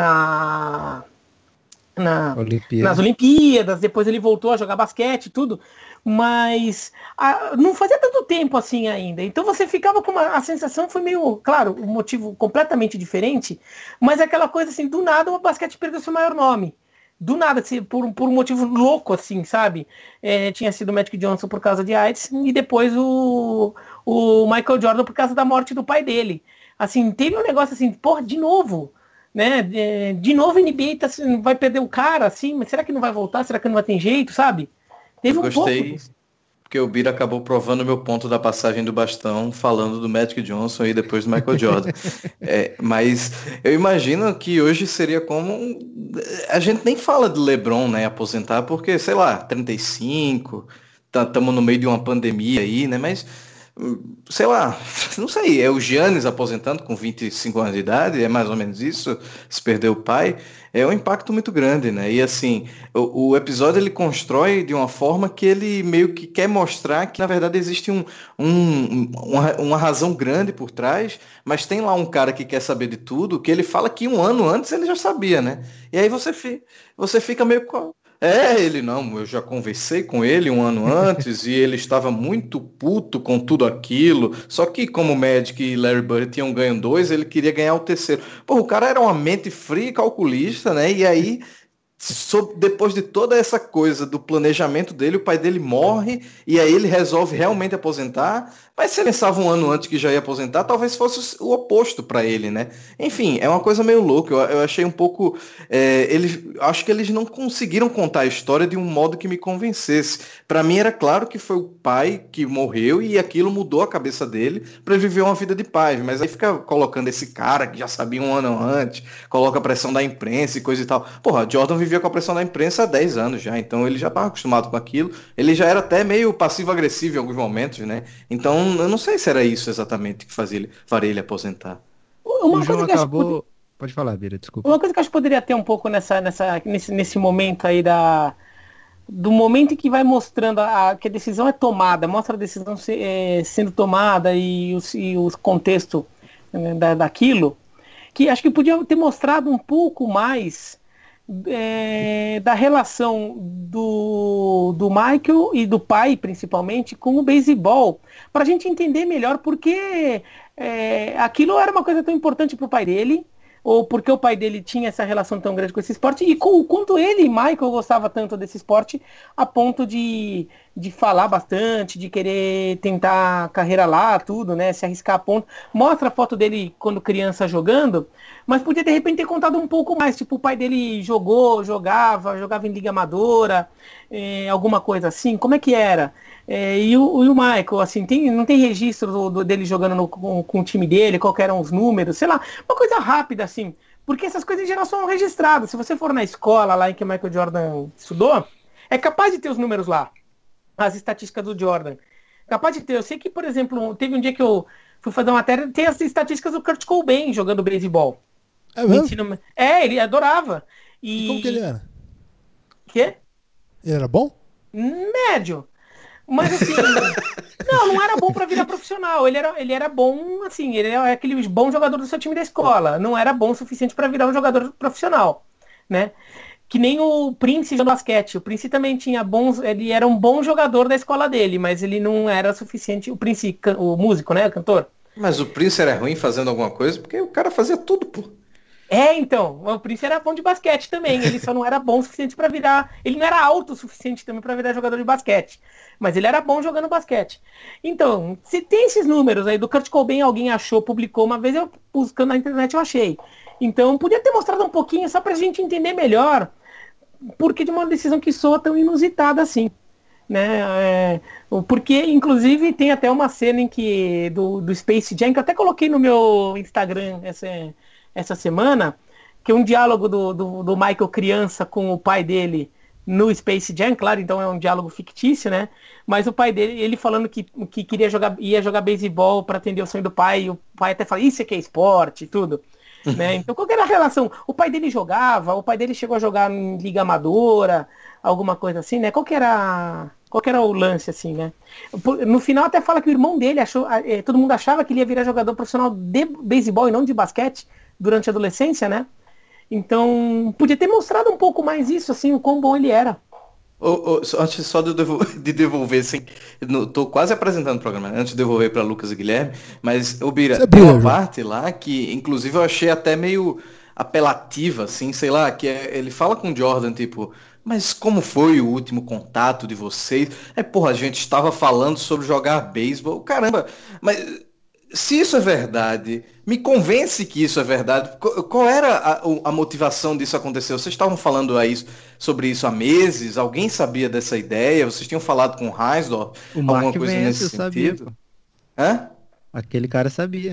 na na, Olimpíada. nas Olimpíadas, depois ele voltou a jogar basquete e tudo, mas a, não fazia tanto tempo assim ainda. Então você ficava com uma a sensação, foi meio, claro, um motivo completamente diferente, mas aquela coisa assim, do nada o basquete perdeu seu maior nome. Do nada, assim, por, por um motivo louco, assim, sabe? É, tinha sido o Magic Johnson por causa de AIDS e depois o, o Michael Jordan por causa da morte do pai dele. Assim, teve um negócio assim, porra, de novo, né? De, de novo a N B A tá, assim, vai perder o cara, assim, mas será que não vai voltar? Será que não vai ter jeito, sabe? Teve eu um gostei, pouco disso. porque o Bira acabou provando meu ponto da passagem do bastão, falando do Magic Johnson e depois do Michael Jordan. É, mas eu imagino que hoje seria como... um- A gente nem fala de LeBron, né, aposentar, porque, sei lá, trinta e cinco, estamos no meio de uma pandemia aí, né, mas sei lá, não sei, é o Giannis aposentando com vinte e cinco anos de idade, é mais ou menos isso, se perdeu o pai, é um impacto muito grande, né? E assim, o, o episódio ele constrói de uma forma que ele meio que quer mostrar que na verdade existe um, um, uma, uma razão grande por trás, mas tem lá um cara que quer saber de tudo, que ele fala que um ano antes ele já sabia, né? E aí você, fi, você fica meio... É, ele não, eu já conversei com ele um ano antes e ele estava muito puto com tudo aquilo, só que como o Magic e Larry Bird tinham ganho dois, ele queria ganhar o terceiro. Pô, o cara era uma mente fria e calculista, né, e aí, so, depois de toda essa coisa do planejamento dele, o pai dele morre e aí ele resolve realmente aposentar, mas se ele pensava um ano antes que já ia aposentar, talvez fosse o oposto para ele, né? Enfim, é uma coisa meio louca. Eu, eu achei um pouco... É, eles, acho que eles não conseguiram contar a história de um modo que me convencesse. Para mim era claro que foi o pai que morreu e aquilo mudou a cabeça dele para ele viver uma vida de paz. Mas aí fica colocando esse cara que já sabia um ano antes, coloca a pressão da imprensa e coisa e tal. Porra, Jordan vivia com a pressão da imprensa há dez anos já, então ele já estava acostumado com aquilo. Ele já era até meio passivo-agressivo em alguns momentos, né? Então eu não sei se era isso exatamente que fazia ele, faria ele aposentar. Uma o João coisa que acabou... acho que... Pode falar, Bira, desculpa. Uma coisa que eu acho que poderia ter um pouco nessa, nessa, nesse, nesse momento aí da... do momento em que vai mostrando a, que a decisão é tomada, mostra a decisão se, é, sendo tomada e os, e os contextos, né, da, daquilo, que acho que podia ter mostrado um pouco mais é, da relação do, do Michael e do pai, principalmente, com o beisebol, para a gente entender melhor porque é, aquilo era uma coisa tão importante para o pai dele, ou porque o pai dele tinha essa relação tão grande com esse esporte, e com o quanto ele, Michael, gostava tanto desse esporte, a ponto de, de falar bastante, de querer tentar carreira lá, tudo, né, se arriscar a ponto. Mostra a foto dele quando criança jogando, mas podia de repente ter contado um pouco mais, tipo, o pai dele jogou, jogava, jogava em liga amadora, é, alguma coisa assim, como é que era? É, e, o, e o Michael, assim, tem, não tem registro do, do, dele jogando no, com, com o time dele, qual que eram os números, sei lá, uma coisa rápida, assim, porque essas coisas em geral são registradas. Se você for na escola lá em que o Michael Jordan estudou, é capaz de ter os números lá, as estatísticas do Jordan. Capaz de ter. Eu sei que, por exemplo, teve um dia que eu fui fazer uma matéria, tem as estatísticas do Kurt Cobain jogando beisebol. É mesmo? É, ele adorava. E... E como que ele era? Quê? Ele era bom? Médio. Mas assim, não, não era bom pra virar profissional. Ele era, ele era bom, assim, ele era aquele bom jogador do seu time da escola. Não era bom o suficiente pra virar um jogador profissional, né? Que nem o Prince no basquete. O Prince também tinha bons, ele era um bom jogador da escola dele, mas ele não era suficiente. O Prince, o músico, né, o cantor. Mas o Prince era ruim fazendo alguma coisa, porque o cara fazia tudo, pô. É, então, o Prince era bom de basquete também, ele só não era bom o suficiente pra virar, ele não era alto o suficiente também pra virar jogador de basquete, mas ele era bom jogando basquete. Então, se tem esses números aí do Kurt Cobain, alguém achou, publicou, uma vez eu buscando na internet eu achei. Então, podia ter mostrado um pouquinho só pra gente entender melhor porque de uma decisão que soa tão inusitada assim, né? É, porque, inclusive, tem até uma cena em que do, do Space Jam, que eu até coloquei no meu Instagram essa essa semana, que é um diálogo do, do, do Michael criança com o pai dele no Space Jam, claro, então é um diálogo fictício, né? Mas o pai dele, ele falando que, que queria jogar, ia jogar beisebol para atender o sonho do pai, e o pai até fala, isso aqui é esporte e tudo. Né? Então qual que era a relação? O pai dele jogava, o pai dele chegou a jogar em liga amadora, alguma coisa assim, né? Qual que era, qual que era o lance, assim, né? No final até fala que o irmão dele achou, eh, todo mundo achava que ele ia virar jogador profissional de beisebol e não de basquete durante a adolescência, né? Então, podia ter mostrado um pouco mais isso, assim, o quão bom ele era. Oh, oh, só- antes só de eu devolver, de devolver, assim, no- tô quase apresentando o programa, né? Antes de devolver para Lucas e Guilherme, mas, ô Bira, Você é tem boa, uma João. parte lá que, inclusive, eu achei até meio apelativa, assim, sei lá, que é- ele fala com o Jordan, tipo, mas como foi o último contato de vocês? É, porra, a gente estava falando sobre jogar beisebol, caramba, mas se isso é verdade, me convence que isso é verdade. Qu- Qual era a, o- a motivação disso acontecer? Vocês estavam falando aí sobre isso há meses? Alguém sabia dessa ideia? Vocês tinham falado com o Heinsdorf? O Alguma Mark coisa Vance, nesse eu sabia, sentido? pô. Hã? Aquele cara sabia.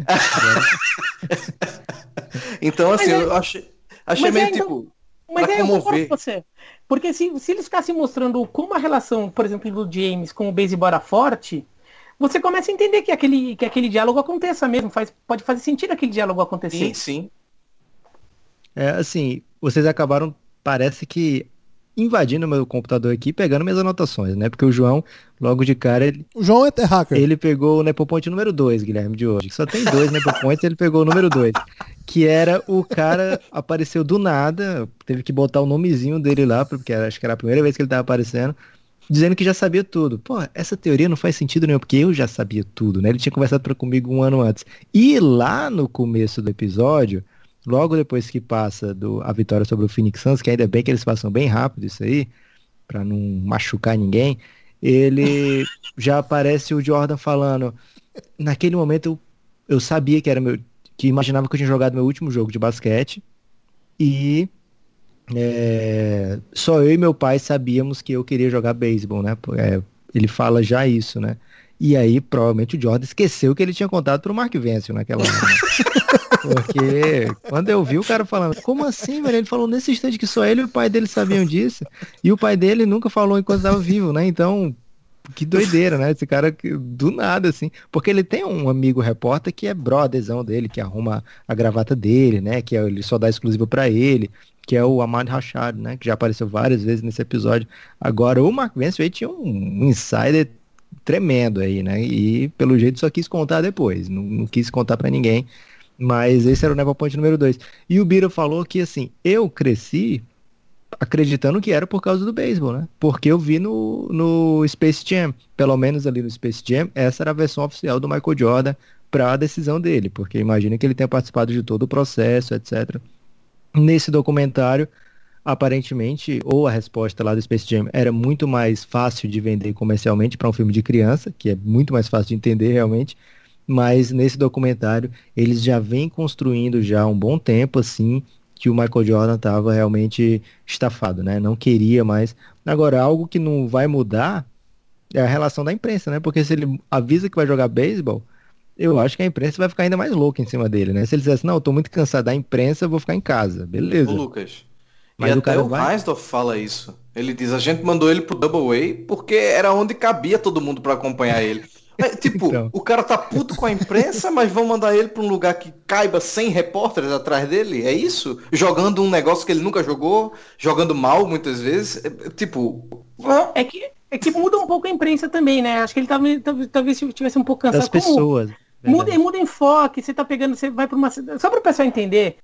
Então, assim, Mas é- eu achei, achei mas meio é, então- tipo, Mas pra é, eu concordo comover. com você. Porque se, se eles ficassem mostrando como a relação, por exemplo, do James com o beisebol era forte, você começa a entender que aquele, que aquele diálogo aconteça mesmo, faz, pode fazer sentido aquele diálogo acontecer. Sim, sim. É, assim, vocês acabaram, parece que, invadindo meu computador aqui, pegando minhas anotações, né? Porque o João, logo de cara, ele, O João é hacker. ele pegou o Nepoponte número dois, Guilherme, de hoje. Só tem dois Nepopontes, ele pegou o número dois. Que era o cara, apareceu do nada, teve que botar o nomezinho dele lá, porque era, acho que era a primeira vez que ele tava aparecendo, dizendo que já sabia tudo. Pô, essa teoria não faz sentido nenhum, porque eu já sabia tudo, né? Ele tinha conversado pra comigo um ano antes. E lá no começo do episódio, logo depois que passa do, a vitória sobre o Phoenix Suns, que ainda bem que eles passam bem rápido isso aí, pra não machucar ninguém, ele já aparece o Jordan falando, naquele momento eu, eu sabia que era meu, que imaginava que eu tinha jogado meu último jogo de basquete e é, só eu e meu pai sabíamos que eu queria jogar beisebol, né? É, ele fala já isso, né? E aí, provavelmente, o Jordan esqueceu que ele tinha contado pro Mark Vencio naquela hora. Né? Porque quando eu vi o cara falando, como assim, velho? Ele falou nesse instante que só ele e o pai dele sabiam disso. E o pai dele nunca falou enquanto estava vivo, né? Então, que doideira, né? Esse cara que, do nada, assim. Porque ele tem um amigo repórter que é brotherzão dele, que arruma a gravata dele, né? Que é, ele só dá exclusivo pra ele. Que é o Ahmad Rashad, né? Que já apareceu várias vezes nesse episódio. Agora, o Mark Vencio aí tinha um insider tremendo aí, né? E pelo jeito só quis contar depois, não, não quis contar pra ninguém, mas esse era o Nepoponte número dois. E o Bira falou que assim, eu cresci acreditando que era por causa do beisebol, né? Porque eu vi no, no Space Jam, pelo menos ali no Space Jam, essa era a versão oficial do Michael Jordan para a decisão dele, porque imagina que ele tenha participado de todo o processo, etcétera. Nesse documentário, aparentemente, ou a resposta lá do Space Jam era muito mais fácil de vender comercialmente para um filme de criança, que é muito mais fácil de entender realmente, mas nesse documentário eles já vêm construindo já há um bom tempo, assim, que o Michael Jordan estava realmente estafado, né? Não queria mais. Agora, algo que não vai mudar é a relação da imprensa, né? Porque se ele avisa que vai jogar beisebol, eu acho que a imprensa vai ficar ainda mais louca em cima dele, né? Se ele dissesse, não, eu tô muito cansado da imprensa, eu vou ficar em casa. Beleza. Ô, Lucas, Mas e o até cara o vai... Reinsdorf fala isso. Ele diz, a gente mandou ele pro Double A porque era onde cabia todo mundo pra acompanhar ele. É, tipo, Então. o cara tá puto com a imprensa, mas vão mandar ele pra um lugar que caiba cem repórteres atrás dele? É isso? Jogando um negócio que ele nunca jogou, jogando mal muitas vezes. É, tipo... É que, é que muda um pouco a imprensa também, né? Acho que ele tava, talvez tivesse um pouco cansado. Das pessoas. Como muda, muda enfoque, você tá pegando, você vai pra uma... Só para o pessoal entender,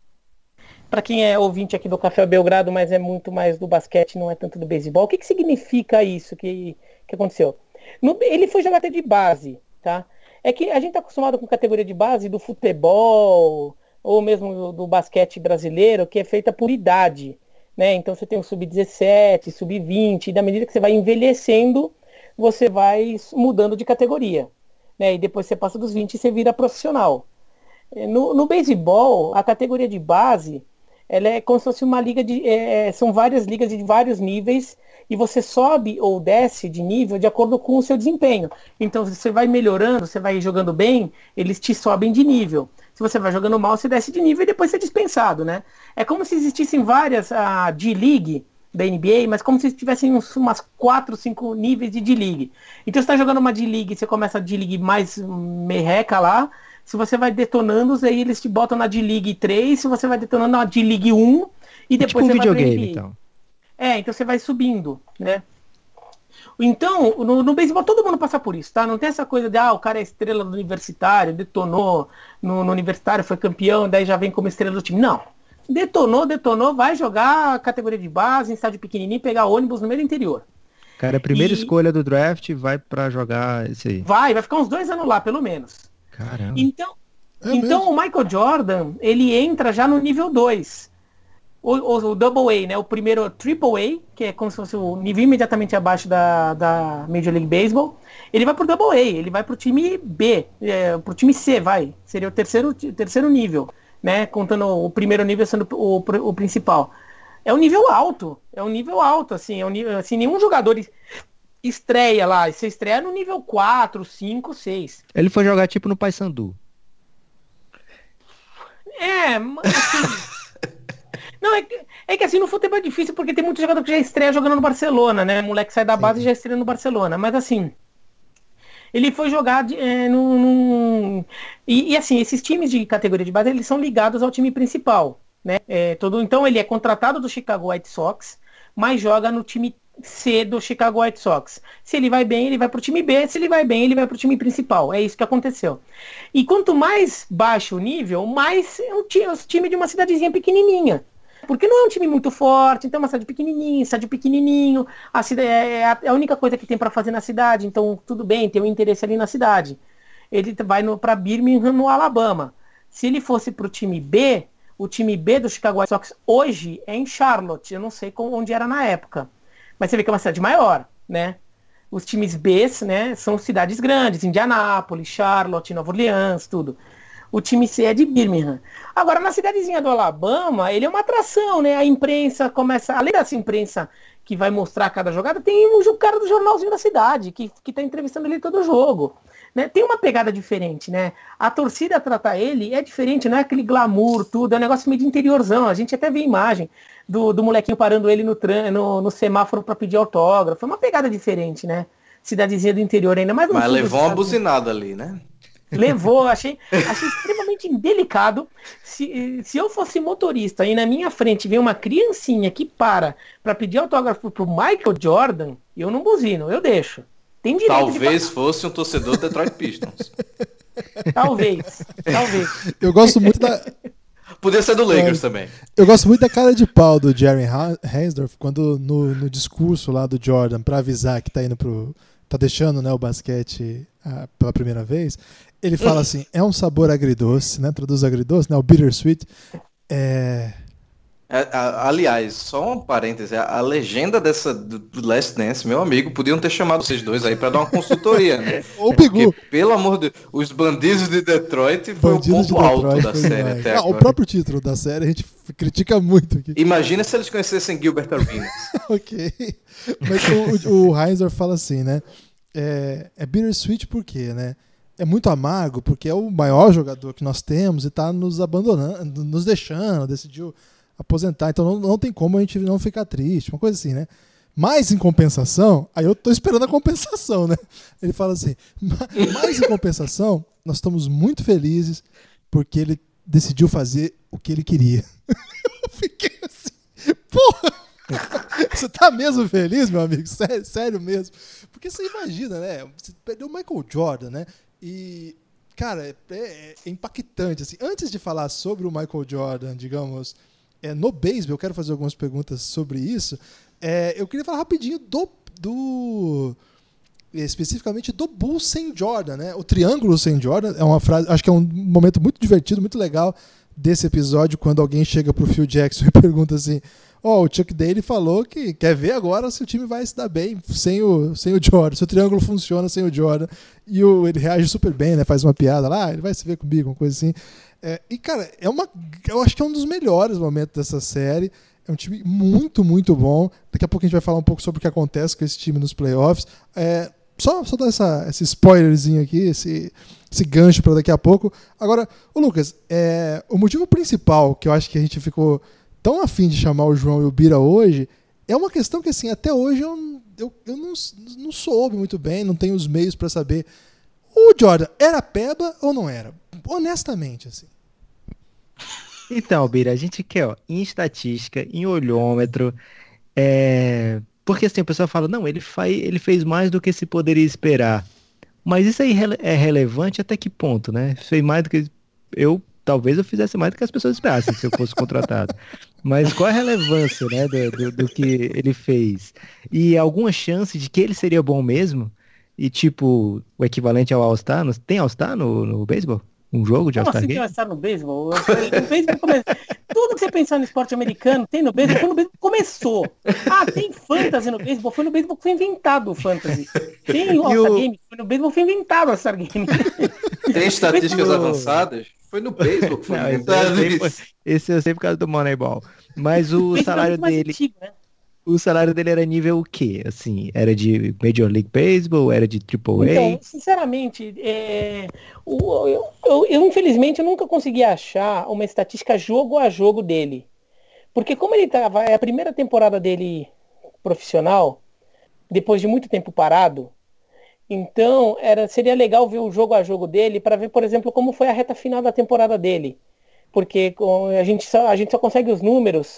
para quem é ouvinte aqui do Café Belgrado, mas é muito mais do basquete, não é tanto do beisebol, o que, que significa isso que, que aconteceu? No, ele foi jogador de base, tá? É que a gente tá acostumado com categoria de base do futebol, ou mesmo do, do basquete brasileiro, que é feita por idade, né? Então você tem o sub dezessete, sub vinte, e da medida que você vai envelhecendo, você vai mudando de categoria, né? E depois você passa dos vinte e você vira profissional. No, no beisebol, a categoria de base, ela é como se fosse uma liga de... É, são várias ligas de vários níveis, e você sobe ou desce de nível de acordo com o seu desempenho. Então, se você vai melhorando, você vai jogando bem, eles te sobem de nível. Se você vai jogando mal, você desce de nível e depois você é dispensado, né? É como se existissem várias a D-League da N B A, mas como se tivessem uns, umas quatro, cinco níveis de D-League. Então, você está jogando uma D-League, você começa a D-League mais merreca lá. Se você vai detonando, aí eles te botam na D-League três, se você vai detonando na D-League um, e depois tipo um você videogame, vai pra N B A. então. É, então você vai subindo, né? Então, no, no beisebol todo mundo passa por isso, tá? Não tem essa coisa de, ah, o cara é estrela do universitário, detonou no, no universitário, foi campeão, daí já vem como estrela do time. Não. Detonou, detonou, vai jogar categoria de base, em estádio pequenininho, pegar ônibus no meio do interior. Cara, a primeira E- escolha do draft vai pra jogar esse aí. Vai, vai ficar uns dois anos lá, pelo menos. Caramba. Então, É então mesmo. o Michael Jordan, ele entra já no nível dois. O, o, o Double A, né? O primeiro Triple A, que é como se fosse o nível imediatamente abaixo da, da Major League Baseball. Ele vai pro Double A, ele vai pro time B, é, pro time C, vai. Seria o terceiro, terceiro nível, né? Contando o primeiro nível sendo o, o principal. É um nível alto, é um nível alto, assim, é um nível, assim, nenhum jogador estreia lá, você estreia no nível quatro, cinco, seis. Ele foi jogar tipo no Paysandu. É, assim, não, é que, é que assim, no futebol é difícil porque tem muito jogador que já estreia jogando no Barcelona, né? O moleque sai da base e já estreia no Barcelona. Mas assim, Ele foi jogar de, é, num... num... E, e assim, esses times de categoria de base, eles são ligados ao time principal, né? É, todo... Então ele é contratado do Chicago White Sox, mas joga no time C do Chicago White Sox. Se ele vai bem, ele vai pro time B. Se ele vai bem, ele vai pro time principal. É isso que aconteceu. E quanto mais baixo o nível, mais é um time, um time de uma cidadezinha pequenininha. Porque não é um time muito forte, então é uma cidade pequenininha, estádio pequenininho, a cidade é a, é a única coisa que tem para fazer na cidade, então tudo bem, tem um interesse ali na cidade. Ele vai para Birmingham, no Alabama. Se ele fosse para o time B, o time B do Chicago White Sox hoje é em Charlotte, eu não sei como, onde era na época, mas você vê que é uma cidade maior, né? Os times B, né, são cidades grandes, Indianápolis, Charlotte, Nova Orleans, tudo. O time C é de Birmingham. Agora, na cidadezinha do Alabama, ele é uma atração, né? A imprensa começa... Além dessa imprensa que vai mostrar cada jogada, tem um cara do jornalzinho da cidade, que, que tá entrevistando ele todo jogo. Né? Tem uma pegada diferente, né? A torcida tratar ele é diferente, não é aquele glamour, tudo. É um negócio meio de interiorzão. A gente até vê imagem do, do molequinho parando ele no, tran, no, no semáforo para pedir autógrafo. É uma pegada diferente, né? Cidadezinha do interior ainda. Mas, Mas levou uma buzinada ali, né? Levou, achei, achei extremamente indelicado. Se, se eu fosse motorista e na minha frente vem uma criancinha que para para pedir autógrafo pro Michael Jordan, eu não buzino, eu deixo. Tem direito. Talvez de fosse um torcedor do Detroit Pistons. Talvez, talvez. Eu gosto muito da... Podia ser do Lakers é, também. Eu gosto muito da cara de pau do Jerry Reinsdorf quando no, no discurso lá do Jordan para avisar que tá indo pro... tá deixando, né, o basquete ah, pela primeira vez, ele fala assim, é um sabor agridoce, né, traduz agridoce, né, o bittersweet. É... É, a, aliás, só um parêntese, a, a legenda dessa do, do Last Dance, meu amigo, podiam ter chamado vocês dois aí pra dar uma consultoria, né? Ou Bigu. Pelo amor de Deus, os bandidos de Detroit foi bandidos o ponto alto da série até ah, agora. O próprio título da série a gente critica muito aqui. Imagina se eles conhecessem Gilbert Arenas. Ok. Mas o, o, o Reinsdorf fala assim, né? É, é bittersweet por quê, né? É muito amargo porque é o maior jogador que nós temos e tá nos abandonando, nos deixando, decidiu aposentar, então não, não tem como a gente não ficar triste, uma coisa assim, né? Mas em compensação, aí eu tô esperando a compensação, né? Ele fala assim, mas em compensação, nós estamos muito felizes porque ele decidiu fazer o que ele queria. Eu fiquei assim, porra! Você tá mesmo feliz, meu amigo? Sério, sério mesmo? Porque você imagina, né? Você perdeu o Michael Jordan, né? E, cara, é, é, é impactante, assim. Antes de falar sobre o Michael Jordan, digamos... É, no beisebol, eu quero fazer algumas perguntas sobre isso. É, eu queria falar rapidinho do, do especificamente do Bulls sem Jordan, né? O triângulo sem Jordan é uma frase, acho que é um momento muito divertido, muito legal desse episódio, quando alguém chega pro Phil Jackson e pergunta assim: ó, oh, o Chuck Daly falou que quer ver agora se o time vai se dar bem sem o, sem o Jordan, se o triângulo funciona sem o Jordan. E o, ele reage super bem, né? Faz uma piada lá, ele vai se ver comigo, uma coisa assim. É, e, cara, é uma, eu acho que é um dos melhores momentos dessa série. É um time muito, muito bom. Daqui a pouco a gente vai falar um pouco sobre o que acontece com esse time nos playoffs. É, só, só dar essa, esse spoilerzinho aqui, esse, esse gancho para daqui a pouco. Agora, ô Lucas, é, o motivo principal que eu acho que a gente ficou tão afim de chamar o João e o Bira hoje é uma questão que, assim, até hoje eu, eu, eu não, não soube muito bem, não tenho os meios para saber. O Jordan era peba ou não era? Honestamente, assim. Então, Bira, a gente quer, ó, em estatística, em olhômetro, é... porque assim, o pessoal fala, não, ele, fa... ele fez mais do que se poderia esperar. Mas isso aí é relevante até que ponto, né? Fez mais do que... Eu, talvez eu fizesse mais do que as pessoas esperassem se eu fosse contratado. Mas qual é a relevância, né, do, do, do que ele fez? E alguma chance de que ele seria bom mesmo? E tipo, o equivalente ao All-Star? Tem All-Star no, no beisebol? Um jogo de All-Star Game? Como assim tem All-Star no beisebol? O beisebol come... Tudo que você pensar no esporte americano tem no beisebol. Quando o beisebol começou. Ah, tem fantasy no beisebol. Foi no beisebol que foi inventado o fantasy. Tem o All-Star o... Game. Foi no beisebol que foi inventado o All-Star Game. Tem estatísticas avançadas? Foi no beisebol que foi Não, inventado esse, foi, esse eu sei por causa do Moneyball. Mas o, o salário dele... Antigo, né? O salário dele era nível o quê? Assim, era de Major League Baseball? Era de Triple A? Então, sinceramente, é, o, eu, eu, eu infelizmente eu nunca consegui achar uma estatística jogo a jogo dele. Porque como ele tava, é a primeira temporada dele profissional, depois de muito tempo parado, Então, era, seria legal ver o jogo a jogo dele para ver, por exemplo, como foi a reta final da temporada dele. Porque com- a gente só, a gente só consegue os números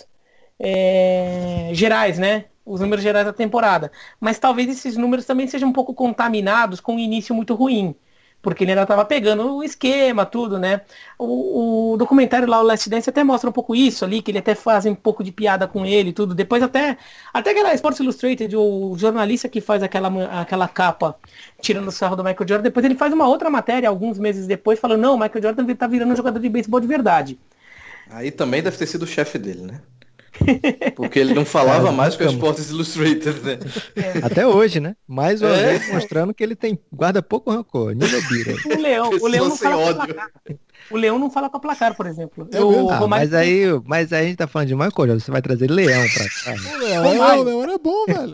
é, gerais, né? Os números gerais da temporada. Mas talvez esses números também sejam um pouco contaminados com um início muito ruim. Porque ele ainda estava pegando o esquema, tudo, né? O, o documentário lá, o Last Dance, até mostra um pouco isso ali, que ele até faz um pouco de piada com ele, tudo. Depois até, até aquela Sports Illustrated, o jornalista que faz aquela, aquela capa tirando o sarro do Michael Jordan, depois ele faz uma outra matéria, alguns meses depois, falando, não, o Michael Jordan tá virando um jogador de beisebol de verdade. Aí também deve ter sido o chefe dele, né? Porque ele não falava Cara, mais que o nunca- Sports Illustrated, né? Até hoje, né? Mais uma É. vez mostrando que ele tem guarda pouco rancor. Nível Bira. O Leão, o Pessoa Leão não sem fala com a ódio. placar. O Leão não fala com a placar, por exemplo. É o mesmo? Ah, Romário mas aí, mas aí a gente tá falando de Michael Jordan, você vai trazer leão pra cá. O Leão, Romário. o Leão era bom, velho.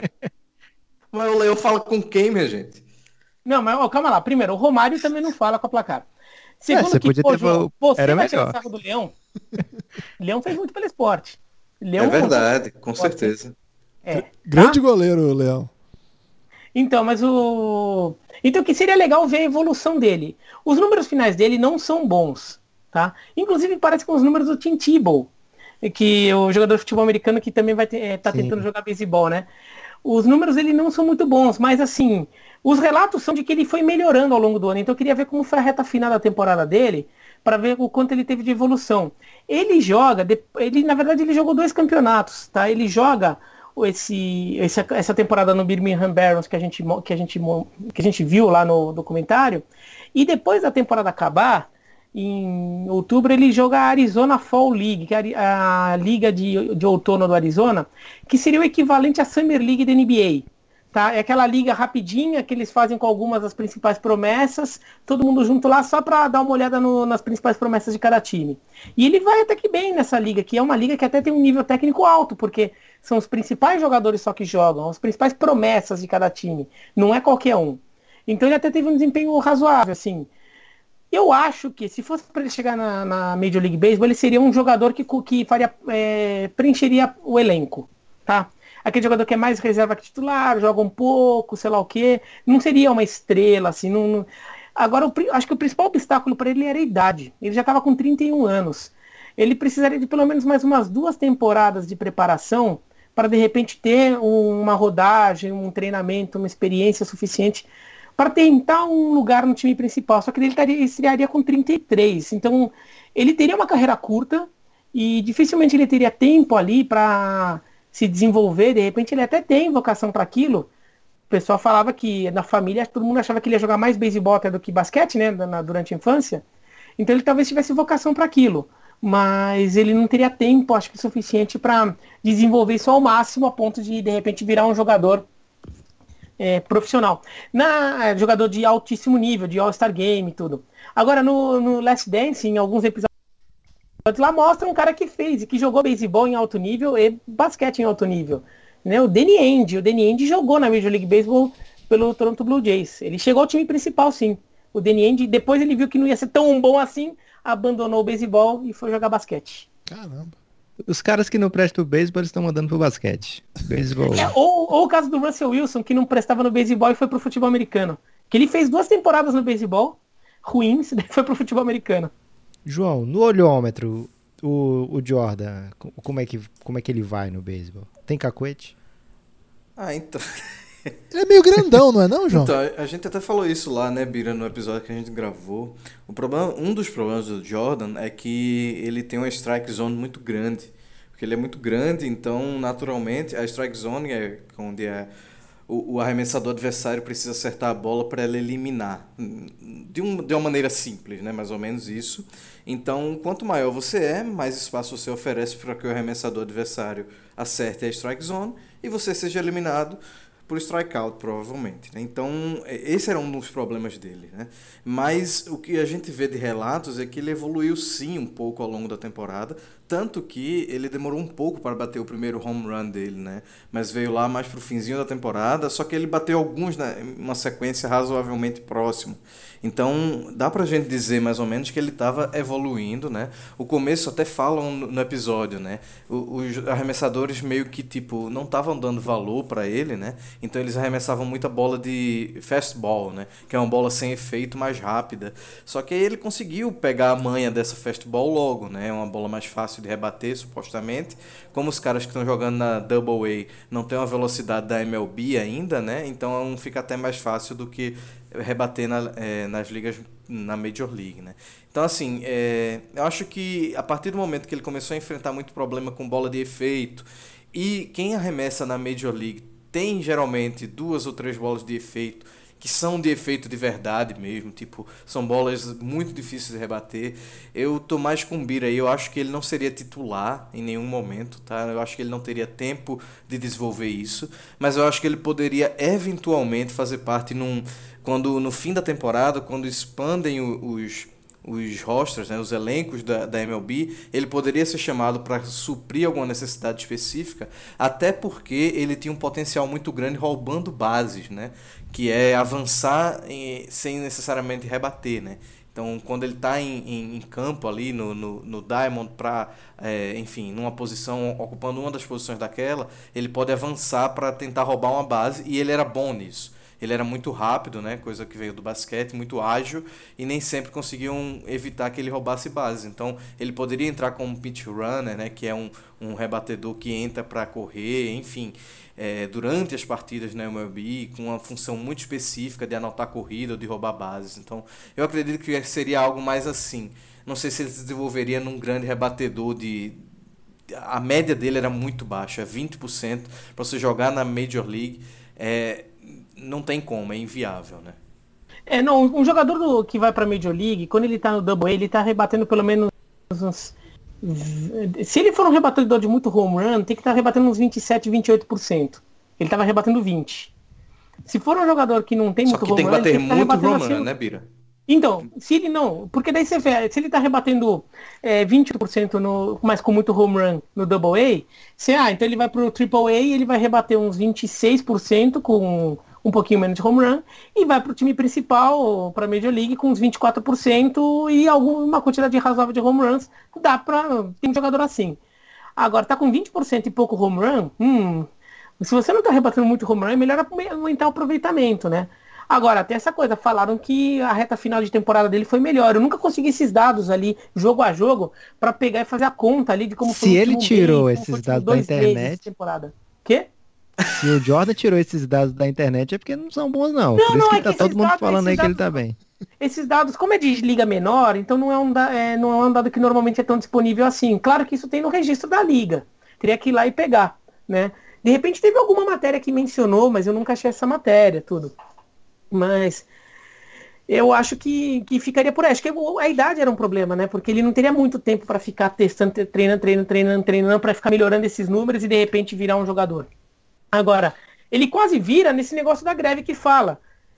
Mas o Leão fala com quem, minha gente? Não, mas ó, calma lá. Primeiro, o Romário também não fala com a placar. Segundo, você que, podia pô, ter João, falado- você era vai tirar melhor. sarro do Leão. Leão fez muito pelo esporte. Leão É verdade, com certeza. É. Grande goleiro, o Leão. Então, mas o. Então que seria legal ver a evolução dele. Os números finais dele não são bons, tá? Inclusive parece com os números do Tim Tebow, que é o jogador de futebol americano que também vai ter, é, tá Sim. tentando jogar beisebol, né? Os números dele não são muito bons, mas assim, os relatos são de que ele foi melhorando ao longo do ano. Então eu queria ver como foi a reta final da temporada dele, para ver o quanto ele teve de evolução. Ele joga, de- ele na verdade ele jogou dois campeonatos, tá? Ele joga esse, esse- essa temporada no Birmingham Barons que a gente mo- que a gente mo- que a gente viu lá no documentário, e depois da temporada acabar, em outubro ele joga a Arizona Fall League, que é a, ri- a liga de, de outono do Arizona, que seria o equivalente à Summer League da N B A. Tá? É aquela liga rapidinha que eles fazem com algumas das principais promessas, todo mundo junto lá só para dar uma olhada no- nas principais promessas de cada time. E ele vai até que bem nessa liga, que é uma liga que até tem um nível técnico alto, porque são os principais jogadores só que jogam, as principais promessas de cada time, não é qualquer um. Então ele até teve um desempenho razoável, assim. Eu acho que se fosse para ele chegar na, na Major League Baseball, ele seria um jogador que, que faria, é, preencheria o elenco, tá? Aquele jogador que é mais reserva que titular, joga um pouco, sei lá o quê. Não seria uma estrela, assim. Não, não... Agora, o pri- acho que o principal obstáculo para ele era a idade. Ele já estava com trinta e um anos. Ele precisaria de pelo menos mais umas duas temporadas de preparação para, de repente, ter um- uma rodagem, um treinamento, uma experiência suficiente para tentar um lugar no time principal. Só que ele estaria, estrearia com trinta e três. Então, ele teria uma carreira curta e dificilmente ele teria tempo ali para se desenvolver. De repente, ele até tem vocação para aquilo. O pessoal falava que na família todo mundo achava que ele ia jogar mais beisebol até do que basquete, né, na- durante a infância. Então, ele talvez tivesse vocação para aquilo. Mas ele não teria tempo, acho que, suficiente para desenvolver isso ao máximo, a ponto de, de repente, virar um jogador é, profissional. Na, é, jogador de altíssimo nível, de All-Star Game e tudo. Agora, no, no Last Dance, em alguns episódios lá, mostra um cara que fez e que jogou beisebol em alto nível e basquete em alto nível. Né? O Danny Ainge. O Danny Ainge jogou na Major League Baseball pelo Toronto Blue Jays. Ele chegou ao time principal, sim. O Danny Ainge, depois ele viu que não ia ser tão bom assim, abandonou o beisebol e foi jogar basquete. Caramba. Os caras que não prestam o beisebol, eles estão mandando pro basquete. Beisebol. É, ou, ou o caso do Russell Wilson, que não prestava no beisebol e foi pro futebol americano. Que ele fez duas temporadas no beisebol, ruins, e foi pro futebol americano. João, no olhômetro, o, o Jordan, co- como é, que, como é que ele vai no beisebol? Tem cacuete? Ah, então. Ele é meio grandão, não é não, João? Então, a gente até falou isso lá, né, Bira, no episódio que a gente gravou. O problema, um dos problemas do Jordan é que ele tem uma strike zone muito grande. Porque ele é muito grande, então, naturalmente, a strike zone é onde é, o, o arremessador adversário precisa acertar a bola para ela eliminar. De, um, de uma maneira simples, né, mais ou menos isso. Então, quanto maior você é, mais espaço você oferece para que o arremessador adversário acerte a strike zone e você seja eliminado por strikeout, provavelmente. Né? Então, esse era um dos problemas dele. Né? Mas o que a gente vê de relatos é que ele evoluiu sim um pouco ao longo da temporada, tanto que ele demorou um pouco para bater o primeiro home run dele, né? Mas veio lá mais pro finzinho da temporada, só que ele bateu alguns, né, em uma sequência razoavelmente próximo. Então, dá pra gente dizer mais ou menos que ele estava evoluindo, né? O começo até falam no no episódio, né? O- Os arremessadores meio que, tipo, não estavam dando valor pra ele, né? Então eles arremessavam muita bola de fastball, né? Que é uma bola sem efeito, mais rápida. Só que aí ele conseguiu pegar a manha dessa fastball logo, né? É uma bola mais fácil de rebater, supostamente. Como os caras que estão jogando na Double A não tem uma velocidade da M L B ainda, né? Então fica até mais fácil do que rebater na, eh, nas ligas na Major League, né? Então, assim, eh, eu acho que a partir do momento que ele começou a enfrentar muito problema com bola de efeito, e quem arremessa na Major League tem geralmente duas ou três bolas de efeito que são de efeito de verdade mesmo, tipo, são bolas muito difíceis de rebater. Eu tô mais com o Bira aí, eu acho que ele não seria titular em nenhum momento, tá? Eu acho que ele não teria tempo de desenvolver isso, mas eu acho que ele poderia eventualmente fazer parte num quando no fim da temporada, quando expandem o- os os rosters, né, os elencos da, da M L B, ele poderia ser chamado para suprir alguma necessidade específica, até porque ele tinha um potencial muito grande roubando bases, né, que é avançar em- sem necessariamente rebater, né. Então, quando ele está em, em, em campo ali no, no, no Diamond para, enfim, numa posição, ocupando uma das posições daquela, ele pode avançar para tentar roubar uma base, e ele era bom nisso. Ele era muito rápido, né? Coisa que veio do basquete, muito ágil, e nem sempre conseguiam evitar que ele roubasse bases. Então, ele poderia entrar como pitch runner, né? Que é um, um rebatedor que entra para correr, enfim, é, durante as partidas na M L B, com uma função muito específica de anotar corrida ou de roubar bases. Então, eu acredito que seria algo mais assim. Não sei se ele se desenvolveria num grande rebatedor de... A média dele era muito baixa, vinte por cento para você jogar na Major League. É, não tem como, é inviável, né? É, não, um jogador do- que vai pra Major League, quando ele tá no Double A, ele tá rebatendo pelo menos uns... Se ele for um rebatedor de muito home run, tem que estar rebatendo uns vinte e sete, vinte e oito por cento. Ele tava rebatendo vinte. Se for um jogador que não tem Só muito que home tem que run, ele bater tem que tá muito rebatendo home run, assim... né, Bira? Então, se ele não, porque daí você vê, se ele tá rebatendo é, vinte por cento no, mas com muito home run no Double A, você, ah, então ele vai pro Triple A e ele vai rebater uns vinte e seis por cento com um pouquinho menos de home run e vai pro time principal, pra Major League com uns vinte e quatro por cento e alguma quantidade razoável de home runs, dá pra, tem um jogador assim. Agora, tá com vinte por cento e pouco home run, hum, se você não tá rebatendo muito home run, é melhor aumentar o aproveitamento, né? Agora, até essa coisa, falaram que a reta final de temporada dele foi melhor. Eu nunca consegui esses dados ali, jogo a jogo, pra pegar e fazer a conta ali de como foi Se o ele último tirou mês, como esses foi os dados da dois meses de internet, temporada. Quê? se o Jordan tirou esses dados da internet é porque não são bons não. Por Não, isso não, que é que tá todo esses mundo dados, falando aí esses que ele dados, tá bem. esses dados, como é de liga menor, então não é, um da, é, não é um dado que normalmente é tão disponível assim. Claro que isso tem no registro da liga. Teria que ir lá e pegar, né? De repente teve alguma matéria que mencionou, mas eu nunca achei essa matéria, tudo. Mas eu acho que, que ficaria por aí. Acho que a idade era um problema, né? Porque ele não teria muito tempo para ficar testando, treinando, treinando, treinando, treinando, para ficar melhorando esses números e de repente virar um jogador. Agora, ele quase vira nesse negócio da greve que fala,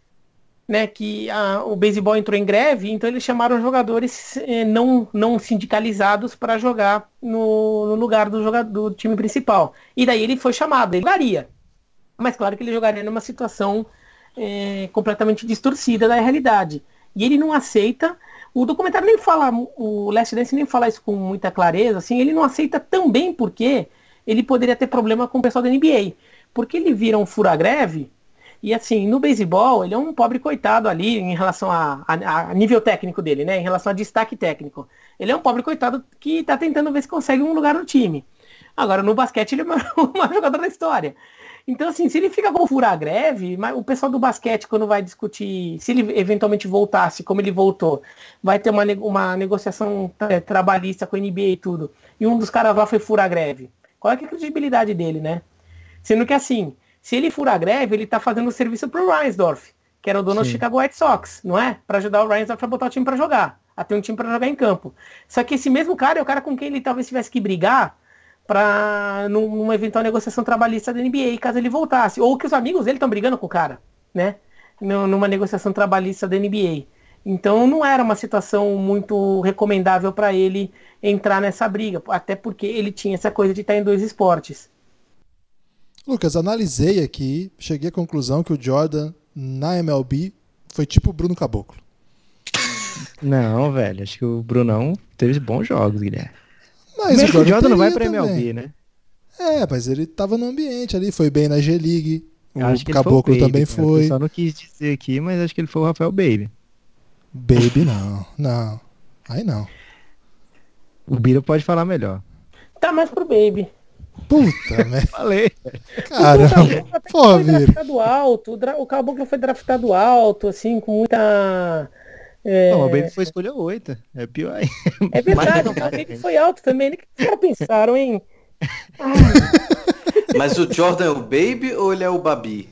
né? Que a, o beisebol entrou em greve, então eles chamaram jogadores eh, não, não sindicalizados para jogar no, no lugar do, jogador, do time principal. E daí ele foi chamado, ele jogaria. Mas claro que ele jogaria numa situação é, completamente distorcida da realidade. E ele não aceita. O documentário nem fala, o Last Dance nem fala isso com muita clareza, assim, ele não aceita também porque ele poderia ter problema com o pessoal da N B A. Porque ele vira um fura-greve, e assim, no beisebol, ele é um pobre coitado ali em relação a, a, a nível técnico dele, né? Em relação a destaque técnico. Ele é um pobre coitado que tá tentando ver se consegue um lugar no time. Agora, no basquete, ele é o maior jogador da história. Então, assim, se ele fica com furar a greve, o pessoal do basquete, quando vai discutir, se ele eventualmente voltasse, como ele voltou, vai ter uma, uma negociação é, trabalhista com a N B A e tudo, e um dos caras lá foi furar a greve. Qual é, que é a credibilidade dele, né? Sendo que, assim, se ele furar a greve, ele tá fazendo serviço pro Reinsdorf, que era o dono do Chicago White Sox, não é? Para ajudar o Reinsdorf a botar o time para jogar, a ter um time para jogar em campo. Só que esse mesmo cara é o cara com quem ele talvez tivesse que brigar para numa eventual negociação trabalhista da N B A, caso ele voltasse. Ou que os amigos dele estão brigando com o cara, né? Numa negociação trabalhista da N B A. Então não era uma situação muito recomendável para ele entrar nessa briga, até porque ele tinha essa coisa de estar em dois esportes. Lucas, analisei aqui, cheguei à conclusão que o Jordan na M L B foi tipo o Bruno Caboclo. Não, velho, acho que o Brunão teve bons jogos, Guilherme. Mas Mesmo o Jordan, o Jordan não vai teria pra M L B, também. né? É, mas ele tava no ambiente ali, foi bem na G-League. Eu acho O que ele Caboclo foi o Baby, também cara. O foi. pessoal não quis dizer aqui, mas acho que ele foi o Rafael Baby. Baby não, não. Aí não. O Bira pode falar melhor. Tá mais pro Baby. Puta, merda. Falei. Cara, Até porra, foi Vira. draftado alto, o, dra- o Caboclo foi draftado alto, assim, com muita... É, Não, o Baby foi escolha oito. É pior aí. é verdade, Mais- o Baby foi alto também. O que os caras pensaram, hein? Ah, Mas o Jordan é o Baby ou ele é o Babi?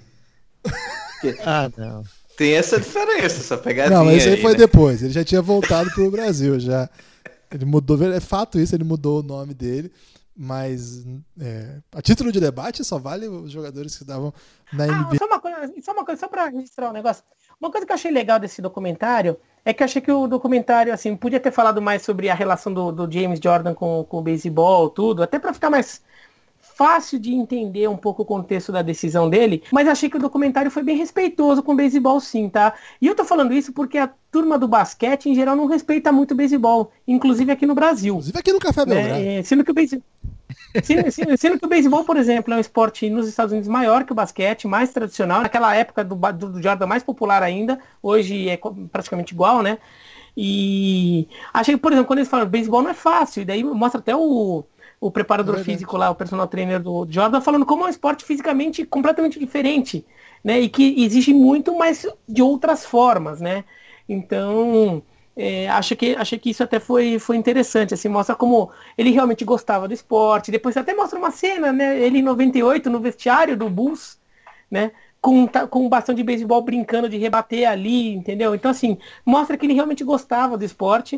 Ah, não. Tem essa diferença, essa pegadinha Não, mas isso aí aí, foi né? depois. Ele já tinha voltado pro Brasil já. Ele mudou, é fato isso, ele mudou o nome dele. Mas é, a título de debate só vale os jogadores que estavam na ah, N B A. só uma coisa, só uma coisa, só pra registrar um negócio. Uma coisa que eu achei legal desse documentário é que eu achei que o documentário, assim, podia ter falado mais sobre a relação do, do James Jordan com, com o beisebol, tudo, até pra ficar mais fácil de entender um pouco o contexto da decisão dele, mas achei que o documentário foi bem respeitoso com o beisebol, sim, tá? E eu tô falando isso porque a turma do basquete, em geral, não respeita muito o beisebol, inclusive aqui no Brasil. Inclusive aqui no Café Belgrado. Né? É, sendo que o beisebol... Sendo, sendo, sendo que o beisebol, por exemplo, é um esporte nos Estados Unidos maior que o basquete, mais tradicional, naquela época do, do, do Jordan mais popular ainda, hoje é praticamente igual, né? E achei que, por exemplo, quando eles falam beisebol não é fácil, e daí mostra até o, o preparador É físico lá, o personal trainer do Jordan, falando como é um esporte fisicamente completamente diferente, né? E que exige muito mais de outras formas, né? Então... É, acho que, achei que isso até foi, foi interessante, assim, mostra como ele realmente gostava do esporte, depois até mostra uma cena, né, ele em noventa e oito no vestiário do Bulls, né, com, com um bastão de beisebol brincando de rebater ali, entendeu? Então, assim, mostra que ele realmente gostava do esporte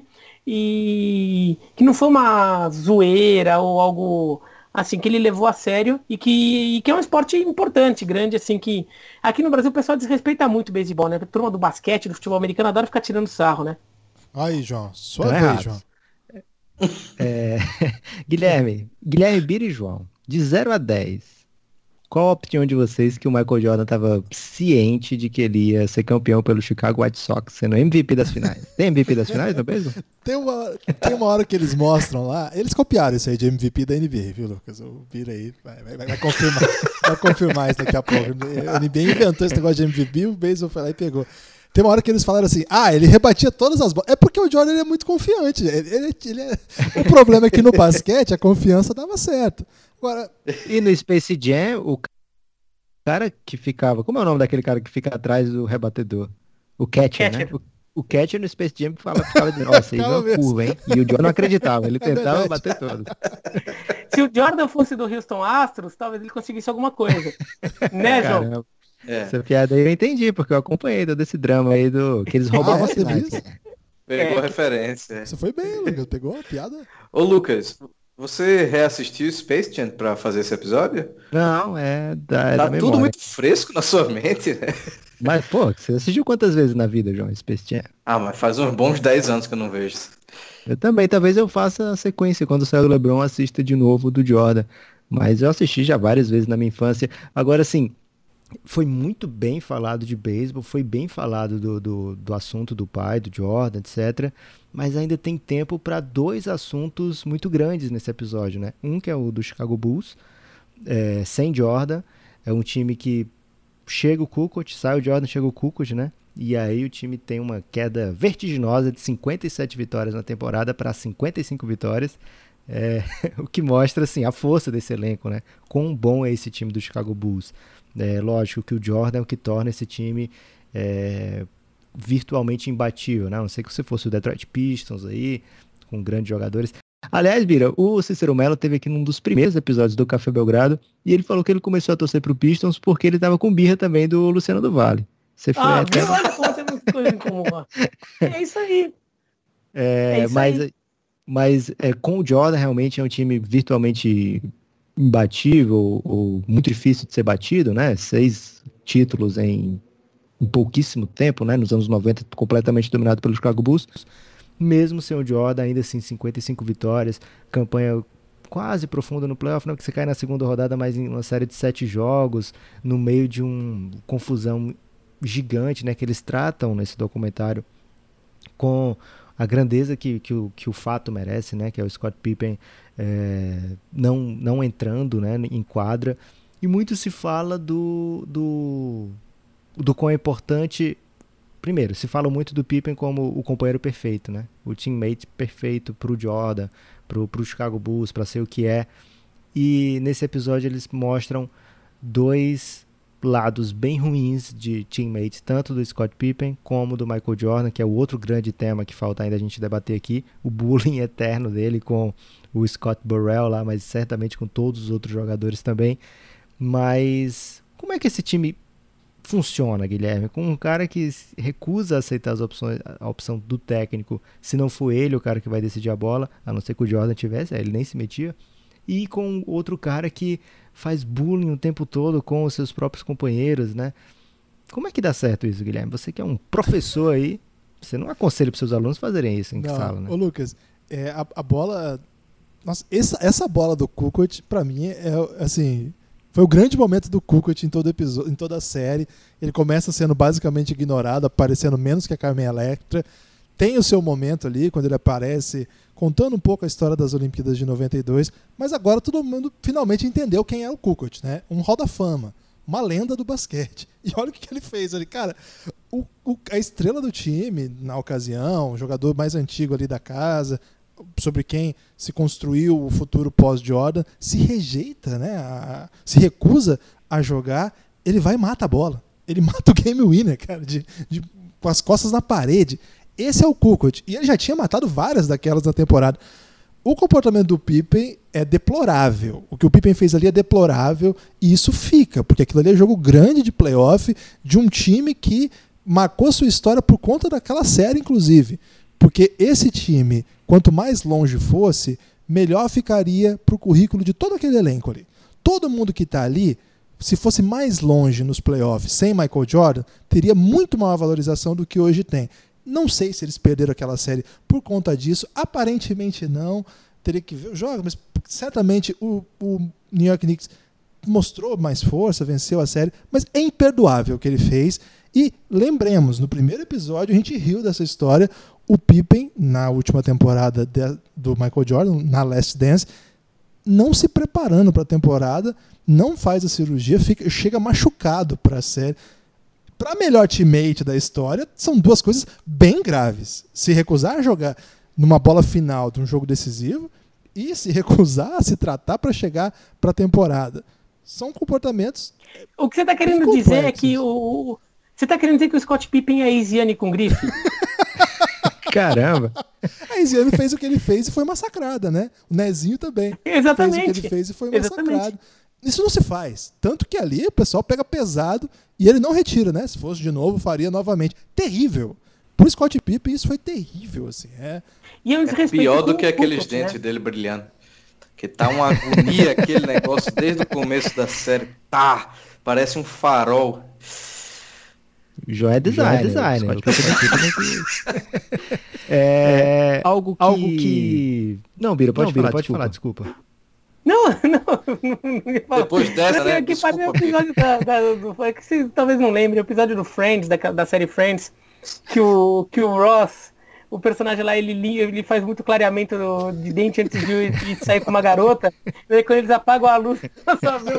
e que não foi uma zoeira ou algo assim, que ele levou a sério e que, e que é um esporte importante, grande, assim, que aqui no Brasil o pessoal desrespeita muito o beisebol, né, a turma do basquete, do futebol americano adora ficar tirando sarro, né? Aí, João, sua Tá vez, errado. João. É... Guilherme, Guilherme, Bira e João, de zero a dez, qual a opinião de vocês que o Michael Jordan estava ciente de que ele ia ser campeão pelo Chicago White Sox, sendo M V P das finais? Tem M V P das finais, não é mesmo? Tem uma, tem uma hora que eles mostram lá, eles copiaram isso aí de M V P da N B A, viu, Lucas? O Bira aí vai, vai, vai confirmar, vai confirmar isso daqui a pouco. A N B A inventou esse negócio de M V P, o Baseball foi lá e pegou. Tem uma hora que eles falaram assim, ah, ele rebatia todas as bolas. É porque o Jordan ele é muito confiante. Ele, ele, ele é... O problema é que no basquete a confiança dava certo. Agora, E no Space Jam, o cara que ficava... Como é o nome daquele cara que fica atrás do rebatedor? O catcher, Catcher. né? O, o catcher no Space Jam fala, ficava dizendo, ó, isso aí não Ficava é mesmo. curva, hein? E o Jordan não acreditava, ele É tentava verdade. bater todos. Se o Jordan fosse do Houston Astros, talvez ele conseguisse alguma coisa. Né, João? Caramba, É, essa piada aí eu entendi, porque eu acompanhei todo esse drama aí do... que eles roubavam Ah, é? as finais. Teve isso? pegou É. a referência. você foi bem, Lucas. Pegou a piada? Ô Lucas, você reassistiu Space Jam pra fazer esse episódio? Não, é da, é Tá da memória. tudo muito fresco na sua mente, né? Mas, pô, você assistiu quantas vezes na vida, João, Space Jam? Ah, mas faz uns bons dez anos que eu não vejo. Eu também, talvez eu faça a sequência, quando sair o LeBron, assista de novo do Jordan. Mas eu assisti já várias vezes na minha infância. Agora, assim, foi muito bem falado de beisebol, foi bem falado do, do, do assunto do pai, do Jordan, etcétera. Mas ainda tem tempo para dois assuntos muito grandes nesse episódio, né? Um que é o do Chicago Bulls, é, sem Jordan, é um time que chega o Kukoc, sai o Jordan, chega o Kukoc, né? E aí o time tem uma queda vertiginosa de cinquenta e sete vitórias na temporada para cinquenta e cinco vitórias. É, o que mostra assim, a força desse elenco, né? Quão bom é esse time do Chicago Bulls. É, lógico que o Jordan é o que torna esse time é, virtualmente imbatível, né? A não sei que você fosse o Detroit Pistons aí, com grandes jogadores. Aliás, Bira, o Cícero Mello teve aqui num dos primeiros episódios do Café Belgrado e ele falou que ele começou a torcer pro Pistons porque ele tava com birra também do Luciano do Vale. Você foi Ah, até... viu? Olha como temos coisas em comum. Ó. É isso aí. É, É isso mas aí. mas é, com o Jordan realmente é um time virtualmente imbatível ou muito difícil de ser batido, né? Seis títulos em em pouquíssimo tempo, né, nos anos noventa, completamente dominado pelo Chicago Bulls, mesmo sem o Jordan, ainda assim, cinquenta e cinco vitórias, campanha quase profunda no playoff, não que você cai na segunda rodada, mas em uma série de sete jogos, no meio de uma confusão gigante, né, que eles tratam nesse documentário com a grandeza que, que, o, que o fato merece, né, que é o Scott Pippen é, não, não entrando, né, em quadra, e muito se fala do, do, do quão importante. Primeiro, se fala muito do Pippen como o companheiro perfeito, né, o teammate perfeito pro Jordan, pro, pro Chicago Bulls, para ser o que é, e nesse episódio eles mostram dois lados bem ruins de teammates, tanto do Scott Pippen como do Michael Jordan, que é o outro grande tema que falta ainda a gente debater aqui, o bullying eterno dele com o Scott Burrell lá, mas certamente com todos os outros jogadores também. Mas como é que esse time funciona, Guilherme? Com um cara que recusa aceitar as opções, a opção do técnico, se não for ele o cara que vai decidir a bola, a não ser que o Jordan tivesse, ele nem se metia, e com outro cara que faz bullying o tempo todo com os seus próprios companheiros, né? Como é que dá certo isso, Guilherme? Você que é um professor aí, você não aconselha para seus alunos fazerem isso em não, sala, né? Ô Lucas, é, a, a bola... Nossa, essa, essa bola do Kukoc, pra mim, é assim... Foi o grande momento do Kukoc em todo episódio, em toda a série. Ele começa sendo basicamente ignorado, aparecendo menos que a Carmen Electra. Tem o seu momento ali, quando ele aparece... contando um pouco a história das Olimpíadas de noventa e dois, mas agora todo mundo finalmente entendeu quem é o Kukoc, né? Um Hall da Fama, uma lenda do basquete. E olha o que ele fez ali, cara. O, o, a estrela do time, na ocasião, o jogador mais antigo ali da casa, sobre quem se construiu o futuro pós-Jordan, se rejeita, né? A, se recusa a jogar, ele vai e mata a bola. Ele mata o game winner, cara, de, de, com as costas na parede. Esse é o Kukoc. E ele já tinha matado várias daquelas na temporada. O comportamento do Pippen é deplorável. O que o Pippen fez ali é deplorável e isso fica, porque aquilo ali é jogo grande de playoff de um time que marcou sua história por conta daquela série, inclusive. Porque esse time, quanto mais longe fosse, melhor ficaria para o currículo de todo aquele elenco ali. Todo mundo que está ali, se fosse mais longe nos playoffs sem Michael Jordan, teria muito maior valorização do que hoje tem. Não sei se eles perderam aquela série por conta disso. Aparentemente não. Teria que ver os jogos, mas certamente o, o New York Knicks mostrou mais força, venceu a série, mas é imperdoável o que ele fez. E lembremos, no primeiro episódio a gente riu dessa história. O Pippen, na última temporada de, do Michael Jordan, na Last Dance, não se preparando para a temporada, não faz a cirurgia, fica, chega machucado para a série. Para melhor teammate da história, são duas coisas bem graves. Se recusar a jogar numa bola final de um jogo decisivo e se recusar a se tratar para chegar para a temporada. São comportamentos. O que você está querendo complexos. dizer é que o. Você está querendo dizer que o Scott Pippen é Easyane com grife? Caramba! A Easyane fez o que ele fez e foi massacrada, né? O Nezinho também. Exatamente. Fez o que ele fez e foi massacrado. Exatamente. Isso não se faz. Tanto que ali o pessoal pega pesado e ele não retira, né? Se fosse de novo, faria novamente. Terrível. Pro Scott Pippen, isso foi terrível, assim. É, e é, um é pior do que aqueles Kukoc, dentes né? dele brilhando. Que tá uma agonia aquele negócio desde o começo da série. Tá, parece um farol. João é designer. designer. é, algo que... Algo que... Não, Bira, pode, não, Bira, falar, pode falar, desculpa. Não, não, não ia falar. Depois dessa, né? Que faz o episódio da, da, do, que você talvez não lembre, o episódio do Friends, da, da série Friends, que o, que o Ross, o personagem lá, ele, ele faz muito clareamento do, de dente antes de, de sair com uma garota, e aí quando eles apagam a luz, só vê o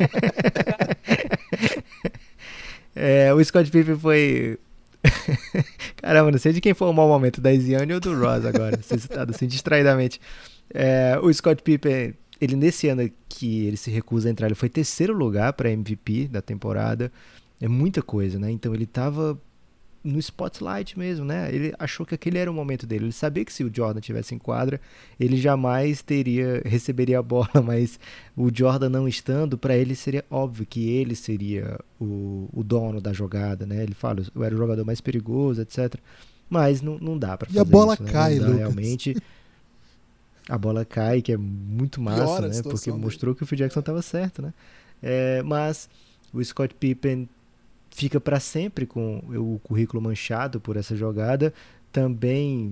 é, o Scott Pippen foi... Caramba, não sei de quem foi o mau momento, da Easyane ou do Ross agora, citado assim, distraidamente. É, o Scott Pippen... Ele, nesse ano que ele se recusa a entrar, ele foi terceiro lugar para M V P da temporada. É muita coisa, né? Então ele estava no spotlight mesmo, né? Ele achou que aquele era o momento dele. Ele sabia que se o Jordan tivesse em quadra, ele jamais teria, receberia a bola, mas o Jordan não estando, para ele seria óbvio que ele seria o, o dono da jogada, né? Ele fala, eu era o jogador mais perigoso, etcétera. Mas não, não dá para fazer isso. E a bola isso, cai, né? Não dá, Lucas. realmente... A bola cai, que é muito massa, né? Porque mostrou que o Phil Jackson estava certo, né? É, mas o Scott Pippen fica para sempre com o currículo manchado por essa jogada, também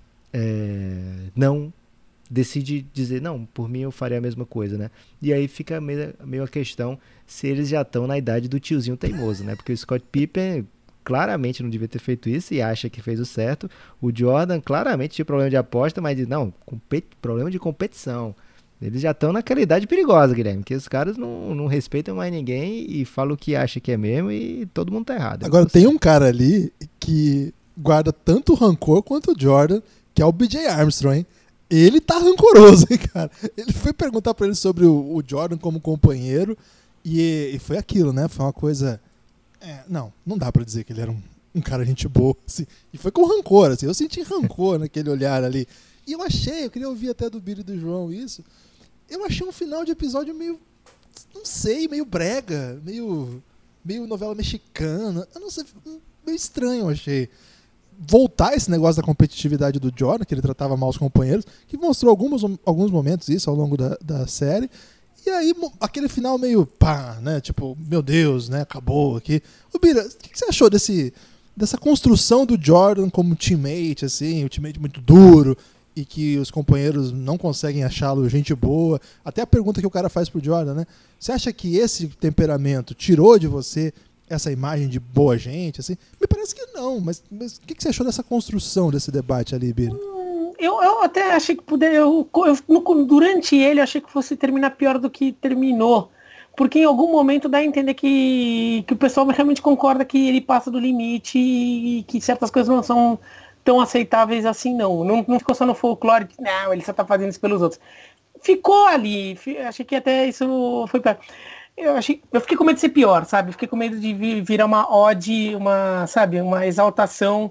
é, não decide dizer, não, por mim eu faria a mesma coisa, né? E aí fica meio, meio a questão se eles já estão na idade do tiozinho teimoso, né? Porque o Scott Pippen claramente não devia ter feito isso e acha que fez o certo. O Jordan claramente tinha problema de aposta, mas diz, não, problema de competição. Eles já estão naquela idade perigosa, Guilherme, que os caras não, não respeitam mais ninguém e falam o que acha que é mesmo e todo mundo tá errado. Agora tem um cara ali que guarda tanto rancor quanto o Jordan, que é o B J Armstrong, hein? Ele tá rancoroso, hein, cara? Ele foi perguntar pra ele sobre o, o Jordan como companheiro e, e foi aquilo, né? Foi uma coisa... É, não, não dá pra dizer que ele era um, um cara gente boa, assim. E foi com rancor, assim. Eu senti rancor naquele olhar ali. E eu achei, eu queria ouvir até do Billy e do João isso, eu achei um final de episódio meio, não sei, meio brega, meio, meio novela mexicana. Eu não sei, meio estranho eu achei. Voltar esse negócio da competitividade do Jordan, que ele tratava mal os companheiros, que mostrou alguns, alguns momentos isso ao longo da, da série, e aí aquele final meio pá, né, tipo, meu Deus, né, acabou aqui. Ô Bira, o que, que você achou desse, dessa construção do Jordan como teammate, assim, um teammate muito duro, e que os companheiros não conseguem achá-lo gente boa? Até a pergunta que o cara faz pro Jordan, né, você acha que esse temperamento tirou de você essa imagem de boa gente, assim? Me parece que não, mas, mas o que, que você achou dessa construção desse debate ali, Bira? Hum, eu, eu até achei que poderia, eu, eu, no, durante ele, eu achei que fosse terminar pior do que terminou, porque em algum momento dá a entender que, que o pessoal realmente concorda que ele passa do limite e que certas coisas não são tão aceitáveis assim, não. Não, não ficou só no folclore, que não, ele só tá fazendo isso pelos outros. Ficou ali, achei que até isso foi pior. Eu, achei, eu fiquei com medo de ser pior, sabe? Fiquei com medo de vir, virar uma ode, uma, sabe, uma exaltação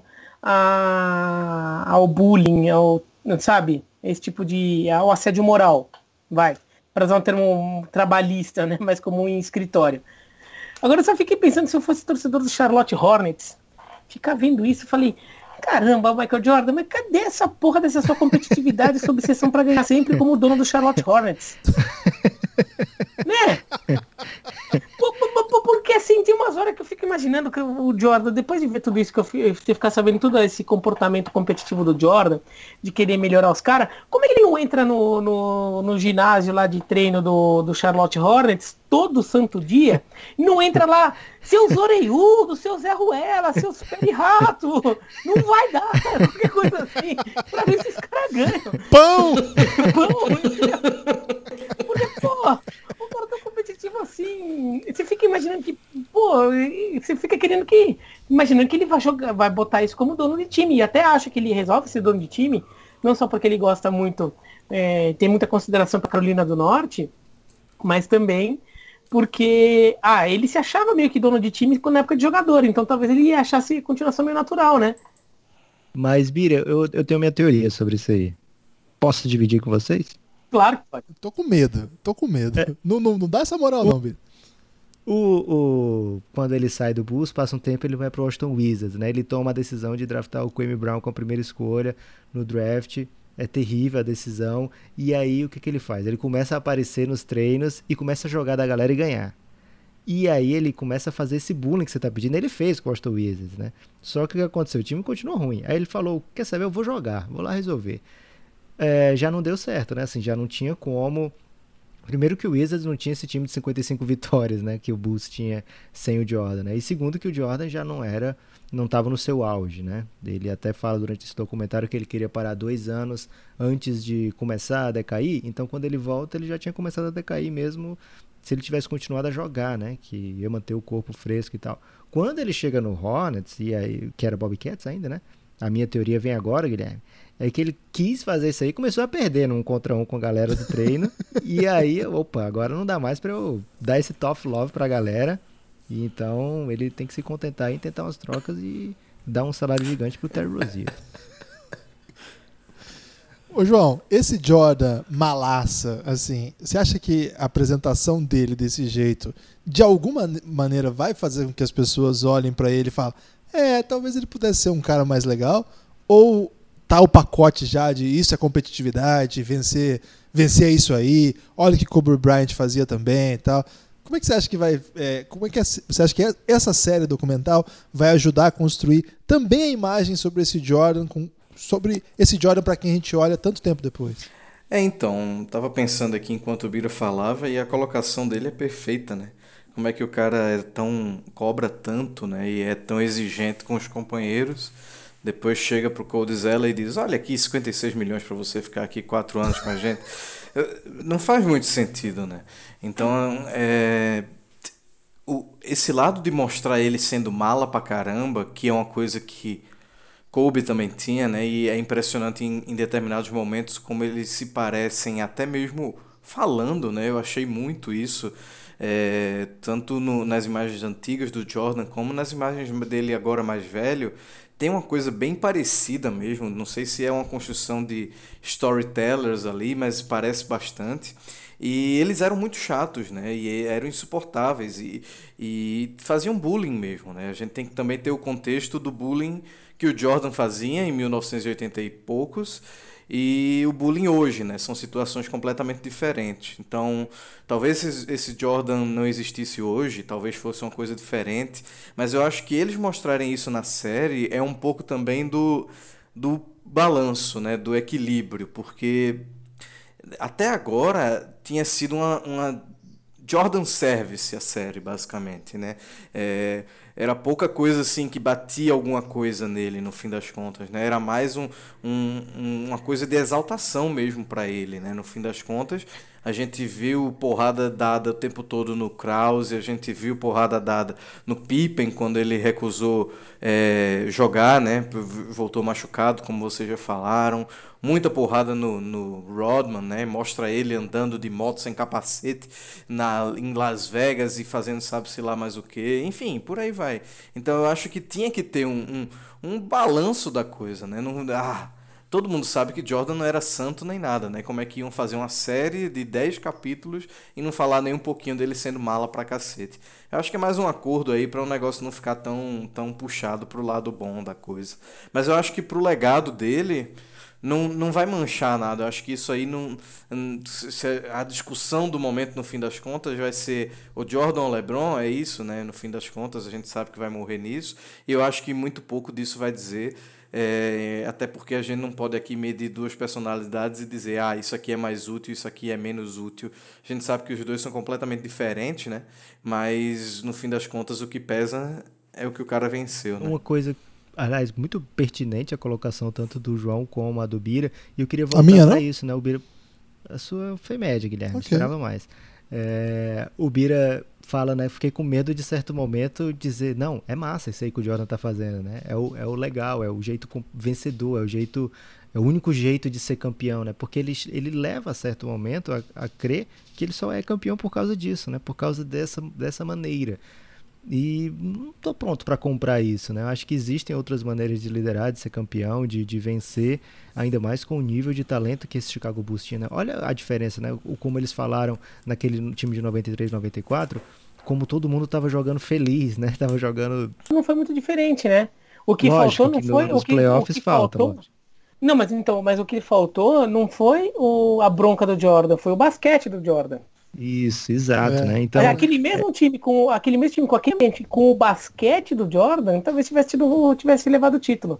a, ao bullying, ao, sabe? Esse tipo de... ao assédio moral, vai. Para usar um termo trabalhista, né? Mas como em escritório. Agora eu só fiquei pensando, se eu fosse torcedor do Charlotte Hornets, ficar vendo isso, eu falei... Caramba, Michael Jordan, mas cadê essa porra dessa sua competitividade e sua obsessão pra ganhar sempre como dono do Charlotte Hornets? Né? Porque assim, tem umas horas que eu fico imaginando que o Jordan, depois de ver tudo isso, que eu ficar sabendo todo esse comportamento competitivo do Jordan, de querer melhorar os caras, como é que ele não entra no, no, no ginásio lá de treino do, do Charlotte Hornets todo santo dia, e não entra lá, seus orelhudos, seus Zé Ruela, seus pé de rato, não vai dar, cara, qualquer coisa assim, pra ver se esses caras ganham. Pão! Pão! Porque, pô, um cara tão competitivo assim, você fica imaginando que, pô, você fica querendo que, imaginando que ele vai jogar, vai botar isso como dono de time, e até acha que ele resolve ser dono de time, não só porque ele gosta muito, é, tem muita consideração pra Carolina do Norte, mas também porque, ah, ele se achava meio que dono de time na época de jogador, então talvez ele achasse continuação meio natural, né? Mas, Bira, eu, eu tenho minha teoria sobre isso aí. Posso dividir com vocês? Claro que pode. Tô com medo, tô com medo. É. Não, não, não dá essa moral o, não, Bira. O, o, quando ele sai do Bulls, passa um tempo, ele vai pro Washington Wizards, né? Ele toma a decisão de draftar o Kwame Brown com a primeira escolha no draft. É terrível a decisão. E aí, o que, que ele faz? Ele começa a aparecer nos treinos e começa a jogar da galera e ganhar. E aí ele começa a fazer esse bullying que você tá pedindo. Ele fez com o Washington Wizards, né? Só que o que aconteceu? O time continuou ruim. Aí ele falou, quer saber, eu vou jogar, vou lá resolver. É, já não deu certo, né? Assim, já não tinha como... Primeiro que o Wizards não tinha esse time de cinquenta e cinco vitórias, né? Que o Bulls tinha sem o Jordan, né? E segundo que o Jordan já não era... não estava no seu auge, né? Ele até fala durante esse documentário que ele queria parar dois anos antes de começar a decair. Então, quando ele volta, ele já tinha começado a decair mesmo se ele tivesse continuado a jogar, né? Que ia manter o corpo fresco e tal. Quando ele chega no Hornets, e aí, que era Bobcats ainda, né? A minha teoria vem agora, Guilherme. É que ele quis fazer isso aí, começou a perder num contra um com a galera do treino. E aí, opa, agora não dá mais pra eu dar esse tough love pra galera. E então ele tem que se contentar em tentar umas trocas e dar um salário gigante pro Terry Rozier. Ô João, esse Jordan malaça, assim, você acha que a apresentação dele desse jeito, de alguma maneira vai fazer com que as pessoas olhem pra ele e falem, é, talvez ele pudesse ser um cara mais legal? Ou tá o pacote já de isso é competitividade, vencer, vencer é isso aí, olha o que Kobe Bryant fazia também e tal. Como é que você acha que vai... É, como é que é, você acha que essa série documental vai ajudar a construir também a imagem sobre esse Jordan, com, sobre esse Jordan para quem a gente olha tanto tempo depois? É, então, tava pensando aqui enquanto o Bira falava e a colocação dele é perfeita, né? Como é que o cara é tão, cobra tanto, né? E é tão exigente com os companheiros. Depois chega pro Coldzera e diz, olha aqui, cinquenta e seis milhões para você ficar aqui quatro anos com a gente. Não faz muito sentido, né? Então, é, o, esse lado de mostrar ele sendo mala pra caramba, que é uma coisa que Kobe também tinha, né? E é impressionante em, em determinados momentos como eles se parecem até mesmo falando, né? Eu achei muito isso, é, tanto no, nas imagens antigas do Jordan como nas imagens dele agora mais velho. Tem uma coisa bem parecida mesmo, não sei se é uma construção de storytellers ali, mas parece bastante. E eles eram muito chatos, né? E eram insuportáveis e, e faziam bullying mesmo, né? A gente tem que também ter o contexto do bullying que o Jordan fazia em mil novecentos e oitenta e poucos e o bullying hoje, né? São situações completamente diferentes. Então, talvez esse, esse Jordan não existisse hoje, talvez fosse uma coisa diferente, mas eu acho que eles mostrarem isso na série é um pouco também do, do balanço, né? Do equilíbrio, porque até agora tinha sido uma, uma Jordan Service a série, basicamente, né? É, era pouca coisa assim que batia alguma coisa nele no fim das contas, né? Era mais um, um, uma coisa de exaltação mesmo para ele, né? No fim das contas, a gente viu porrada dada o tempo todo no Krause, a gente viu porrada dada no Pippen quando ele recusou é, jogar, né? Voltou machucado, como vocês já falaram. Muita porrada no, no Rodman, né? Mostra ele andando de moto sem capacete na, em Las Vegas e fazendo sabe-se lá mais o que. Enfim, por aí vai. Então eu acho que tinha que ter um, um, um balanço da coisa, né? Não, ah, todo mundo sabe que Jordan não era santo nem nada, né? Como é que iam fazer uma série de dez capítulos e não falar nem um pouquinho dele sendo mala pra cacete. Eu acho que é mais um acordo aí para o negócio não ficar tão, tão puxado pro lado bom da coisa. Mas eu acho que pro legado dele... Não, não vai manchar nada. Eu acho que isso aí não. Se a discussão do momento, no fim das contas, vai ser o Jordan ou o LeBron, é isso, né? No fim das contas, a gente sabe que vai morrer nisso. E eu acho que muito pouco disso vai dizer. É, até porque a gente não pode aqui medir duas personalidades e dizer, ah, isso aqui é mais útil, isso aqui é menos útil. A gente sabe que os dois são completamente diferentes, né? Mas no fim das contas, o que pesa é o que o cara venceu, né? Uma coisa. Aliás, muito pertinente a colocação tanto do João como a do Bira. E eu queria voltar para isso, né? O Bira, a sua foi média, Guilherme, okay. Esperava mais. É, o Bira fala, né? Fiquei com medo de certo momento dizer, não, é massa isso aí que o Jordan tá fazendo, né? É o, é o legal, é o jeito vencedor, é o jeito, é o único jeito de ser campeão, né? Porque ele, ele leva a certo momento a, a crer que ele só é campeão por causa disso, né? Por causa dessa, dessa maneira. E não estou pronto para comprar isso, né? Eu acho que existem outras maneiras de liderar, de ser campeão, de, de vencer, ainda mais com o nível de talento que esse Chicago Bulls tinha, né? Olha a diferença, né? O, como eles falaram naquele time de noventa e três, noventa e quatro, como todo mundo estava jogando feliz, né? Tava jogando... Não foi muito diferente, né? O que Lógico, faltou não que foi... Nos o que, playoffs o que falta, faltou... Não, mas então, mas o que faltou não foi o, a bronca do Jordan, foi o basquete do Jordan. Isso, exato, é. né? Então, aquele mesmo time com aquele mesmo time com aquele com o basquete do Jordan, talvez tivesse tido, tivesse levado o título.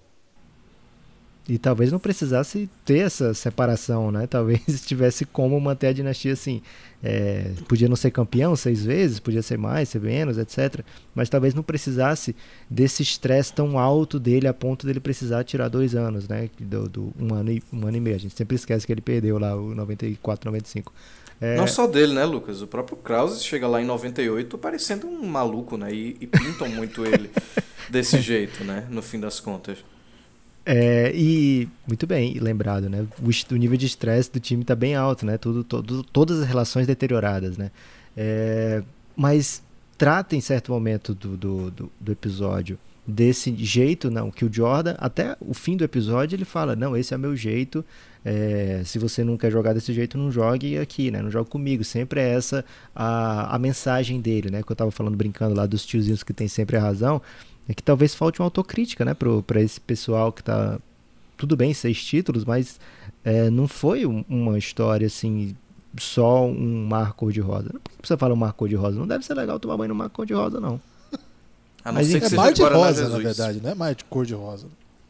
E talvez não precisasse ter essa separação, né? Talvez tivesse como manter a dinastia assim. É, podia não ser campeão seis vezes, podia ser mais, ser menos, etcétera. Mas talvez não precisasse desse estresse tão alto dele a ponto dele precisar tirar dois anos, né? Do, do um ano e um ano e meio. A gente sempre esquece que ele perdeu lá o noventa e quatro, noventa e cinco. É... Não só dele, né, Lucas? O próprio Krause chega lá em noventa e oito parecendo um maluco, né? E, e pintam muito ele desse jeito, né? No fim das contas. É, e muito bem lembrado, né? O, o nível de estresse do time está bem alto, né? Tudo, todo, todas as relações deterioradas, né? É, mas trata em certo momento do, do, do, do episódio desse jeito, não, que o Jordan, até o fim do episódio, ele fala, não, esse é o meu jeito, é, se você não quer jogar desse jeito, não jogue aqui, né, não jogue comigo, sempre é essa a, a mensagem dele, né, que eu tava falando, brincando lá dos tiozinhos que tem sempre a razão, é que talvez falte uma autocrítica, né, pro, pra esse pessoal que tá, tudo bem, seis títulos, mas é, não foi um, uma história, assim, só um mar cor-de-rosa. Por que você fala um mar cor-de-rosa? Não deve ser legal tomar banho no mar cor-de-rosa, não. A não Mas ser que É seja mar de Guaraná rosa, na Jesus. verdade, não é mar de cor de rosa.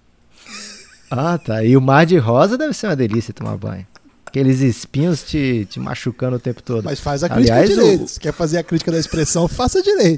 Ah, tá. E o mar de rosa deve ser uma delícia tomar banho. Aqueles espinhos te, te machucando o tempo todo. Mas faz a crítica Aliás, direito. o- Se quer fazer a crítica da expressão, faça direito.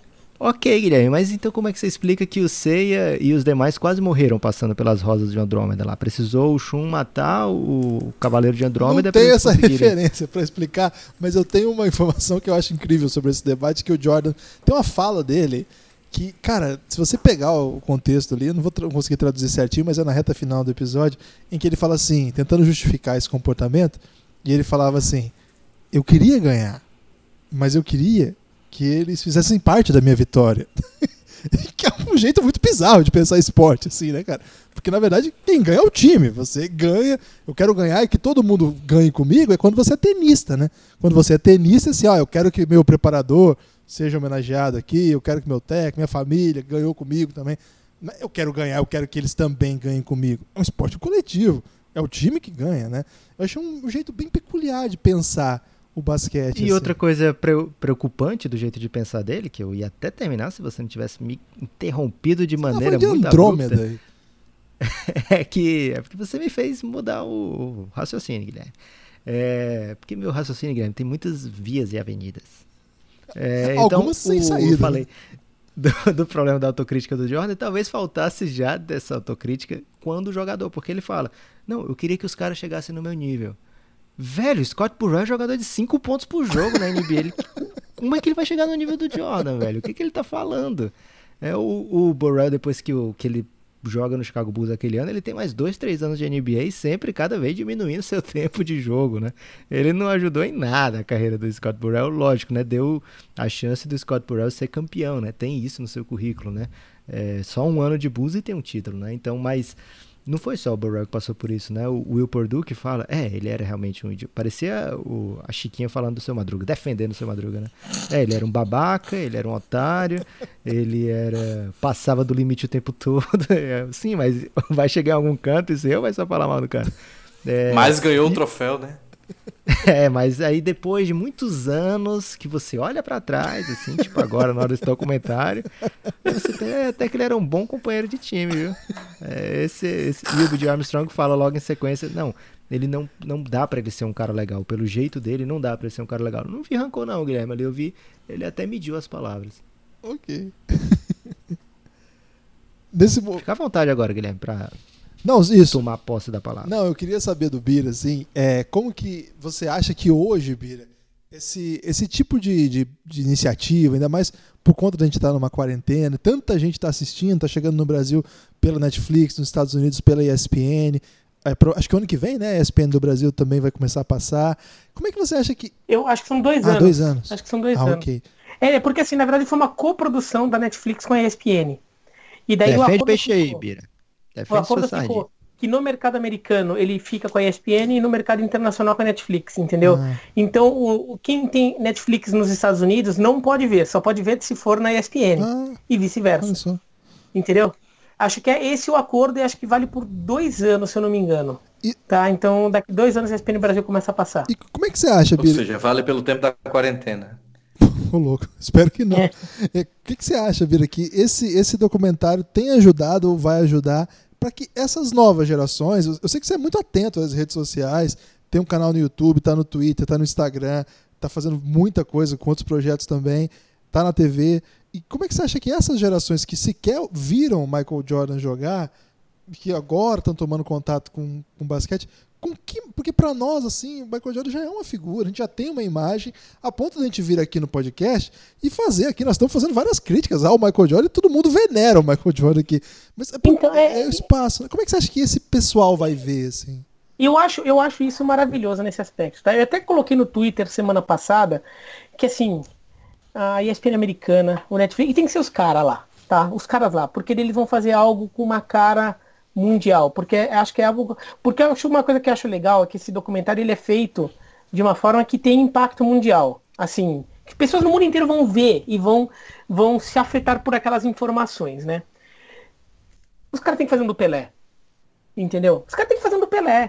Ok, Guilherme, mas então como é que você explica que o Seiya e os demais quase morreram passando pelas rosas de Andrômeda lá? Precisou o Shun matar o Cavaleiro de Andrômeda Não pra tenho eles essa conseguirem. referência para explicar, mas eu tenho uma informação que eu acho incrível sobre esse debate, que o Jordan tem uma fala dele que, cara, se você pegar o contexto ali, eu não vou tra- conseguir traduzir certinho, mas é na reta final do episódio, em que ele fala assim, tentando justificar esse comportamento, e ele falava assim, eu queria ganhar, mas eu queria que eles fizessem parte da minha vitória. Que é um jeito muito bizarro de pensar esporte, assim, né, cara? Porque, na verdade, quem ganha é o time. Você ganha, eu quero ganhar e que todo mundo ganhe comigo é quando você é tenista, né? Quando você é tenista, assim, ó, eu quero que meu preparador seja homenageado aqui, eu quero que meu técnico, minha família ganhou comigo também. Eu quero ganhar, eu quero que eles também ganhem comigo. É um esporte coletivo, é o time que ganha, né? Eu achei um jeito bem peculiar de pensar o basquete. E assim. outra coisa pre- preocupante do jeito de pensar dele, que eu ia até terminar se você não tivesse me interrompido de Tá maneira falando de muito Andrômeda abrupta, aí. é que é porque você me fez mudar o, o raciocínio, Guilherme. É, porque meu raciocínio, Guilherme, tem muitas vias e avenidas. É, Algumas então, sem o- saída, Eu falei do, do problema da autocrítica do Jordan, talvez faltasse já dessa autocrítica quando o jogador, porque ele fala, não, eu queria que os caras chegassem no meu nível. Velho, Scott Burrell é jogador de cinco pontos por jogo na N B A. Ele, como é que ele vai chegar no nível do Jordan, velho? O que, que ele tá falando? É, o, o Burrell, depois que, o, que ele joga no Chicago Bulls aquele ano, ele tem mais dois, três anos de N B A e sempre, cada vez, diminuindo seu tempo de jogo, né? Ele não ajudou em nada a carreira do Scott Burrell, lógico, né? Deu a chance do Scott Burrell ser campeão, né? Tem isso no seu currículo, né? É, só um ano de Bulls e tem um título, né? Então, mas... Não foi só o Burrell que passou por isso, né? O Will Perdue que fala, é, ele era realmente um idiota. Parecia o, a Chiquinha falando do Seu Madruga, defendendo o Seu Madruga, né? É, ele era um babaca, ele era um otário, ele era passava do limite o tempo todo. É, sim, mas vai chegar em algum canto e eu vai só falar mal do cara. É, Mas ganhou o troféu, né? é, mas aí depois de muitos anos que você olha pra trás, assim, tipo agora na hora desse documentário, você tem até que ele era um bom companheiro de time, viu? É, esse, esse e o B J Armstrong fala logo em sequência, não, ele não, não dá pra ele ser um cara legal, pelo jeito dele não dá pra ele ser um cara legal. Não vi rancor não, Guilherme, ali eu vi, ele até mediu as palavras. Ok. Nesse mo- Fica à vontade agora, Guilherme, pra Não, isso. tomar posse da palavra. Não, eu queria saber do Bira, assim, é, como que você acha que hoje, Bira, esse, esse tipo de, de, de iniciativa, ainda mais por conta da gente estar numa quarentena, tanta gente está assistindo, está chegando no Brasil pela Netflix, nos Estados Unidos pela E S P N, é, pro- acho que ano que vem, né, a E S P N do Brasil também vai começar a passar. Como é que você acha que... Eu acho que são dois Ah, anos. dois anos. Acho que são dois Ah, anos. ok. É, porque assim, na verdade foi uma coprodução da Netflix com a E S P N. E daí o Defende acordo peixe aí, ficou- Bira. O Defende acordo sua sardinha. ficou que no mercado americano ele fica com a E S P N e no mercado internacional com a Netflix, entendeu? Ah. Então, o, o- quem tem Netflix nos Estados Unidos não pode ver, só pode ver se for na E S P N Ah, e vice-versa, olha só. entendeu? Acho que é esse o acordo e acho que vale por dois anos, se eu não me engano. E- Tá, então daqui dois anos a E S P N Brasil começa a passar. E como é que você acha, Ou Bira? seja, vale pelo tempo da quarentena. Ô, louco, espero que não. É. É, O que, que você acha, Bira, que esse, esse documentário tem ajudado ou vai ajudar para que essas novas gerações... Eu eu sei que você é muito atento às redes sociais, tem um canal no YouTube, tá no Twitter, tá no Instagram, tá fazendo muita coisa com outros projetos também, tá na T V. E como é que você acha que essas gerações que sequer viram o Michael Jordan jogar, que agora estão tomando contato com, com basquete, com que, porque para nós, assim, o Michael Jordan já é uma figura, a gente já tem uma imagem, a ponto de a gente vir aqui no podcast e fazer aqui, nós estamos fazendo várias críticas ao Michael Jordan e todo mundo venera o Michael Jordan aqui. Mas é, por- Então, é- é o espaço, né? Como é que você acha que esse pessoal vai ver, assim? E eu acho, eu acho isso maravilhoso nesse aspecto, tá? Eu até coloquei no Twitter semana passada que, assim, a E S P N americana, o Netflix, e tem que ser os caras lá, tá? Os caras lá, porque eles vão fazer algo com uma cara mundial, porque acho que é algo... Porque eu acho uma coisa que eu acho legal é que esse documentário ele é feito de uma forma que tem impacto mundial, assim, que pessoas no mundo inteiro vão ver e vão, vão se afetar por aquelas informações, né? Os caras têm que fazer um do Pelé, entendeu? Os caras têm que fazer um do Pelé.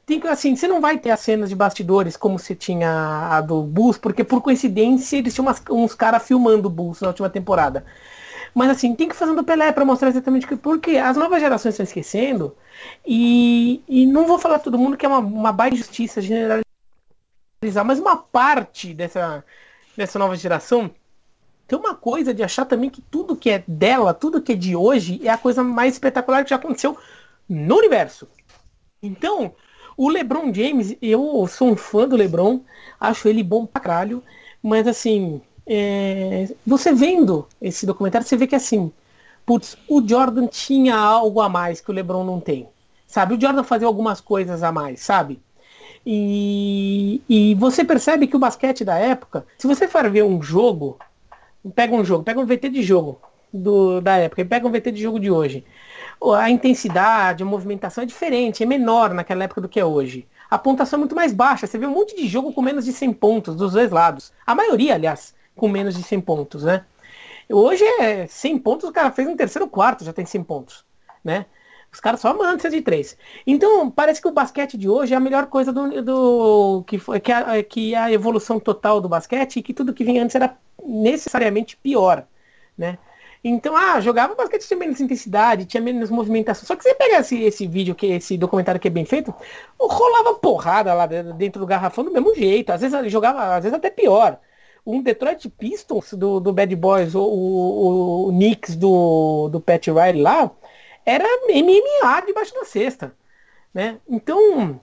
tem que, assim, você não vai ter as cenas de bastidores como você tinha a do Bulls, porque por coincidência eles tinham umas, uns caras filmando o Bulls na última temporada. Mas assim, tem que fazer um do Pelé para mostrar exatamente o que. Porque as novas gerações estão esquecendo. E, e não vou falar todo mundo que é uma, uma baita injustiça generalizar, mas uma parte dessa, dessa nova geração tem uma coisa de achar também que tudo que é dela, tudo que é de hoje, é a coisa mais espetacular que já aconteceu no universo. Então, o LeBron James, eu sou um fã do LeBron, acho ele bom pra caralho, mas assim. É, você vendo esse documentário, você vê que assim, putz, o Jordan tinha algo a mais que o LeBron não tem, sabe? O Jordan fazia algumas coisas a mais, sabe? E, e você percebe que o basquete da época, se você for ver um jogo, pega um jogo, pega um V T de jogo do, da época e pega um V T de jogo de hoje, a intensidade, a movimentação é diferente, é menor naquela época do que é hoje. A pontuação é muito mais baixa, você vê um monte de jogo com menos de cem pontos dos dois lados. A maioria, aliás, com menos de cem pontos, né? Hoje é cem pontos, o cara fez no terceiro quarto, já tem cem pontos, né? Os caras só mandam de três. Então, parece que o basquete de hoje é a melhor coisa do, do que foi que a, que a evolução total do basquete e que tudo que vinha antes era necessariamente pior, né? Então, ah, jogava basquete tinha menos intensidade, tinha menos movimentação. Só que você pega esse, esse vídeo, que esse documentário que é bem feito, rolava porrada lá dentro do garrafão do mesmo jeito. Às vezes jogava, às vezes até pior. Um Detroit Pistons do, do Bad Boys, ou o, o Knicks do, do Pat Riley lá, era M M A debaixo da cesta, né? Então,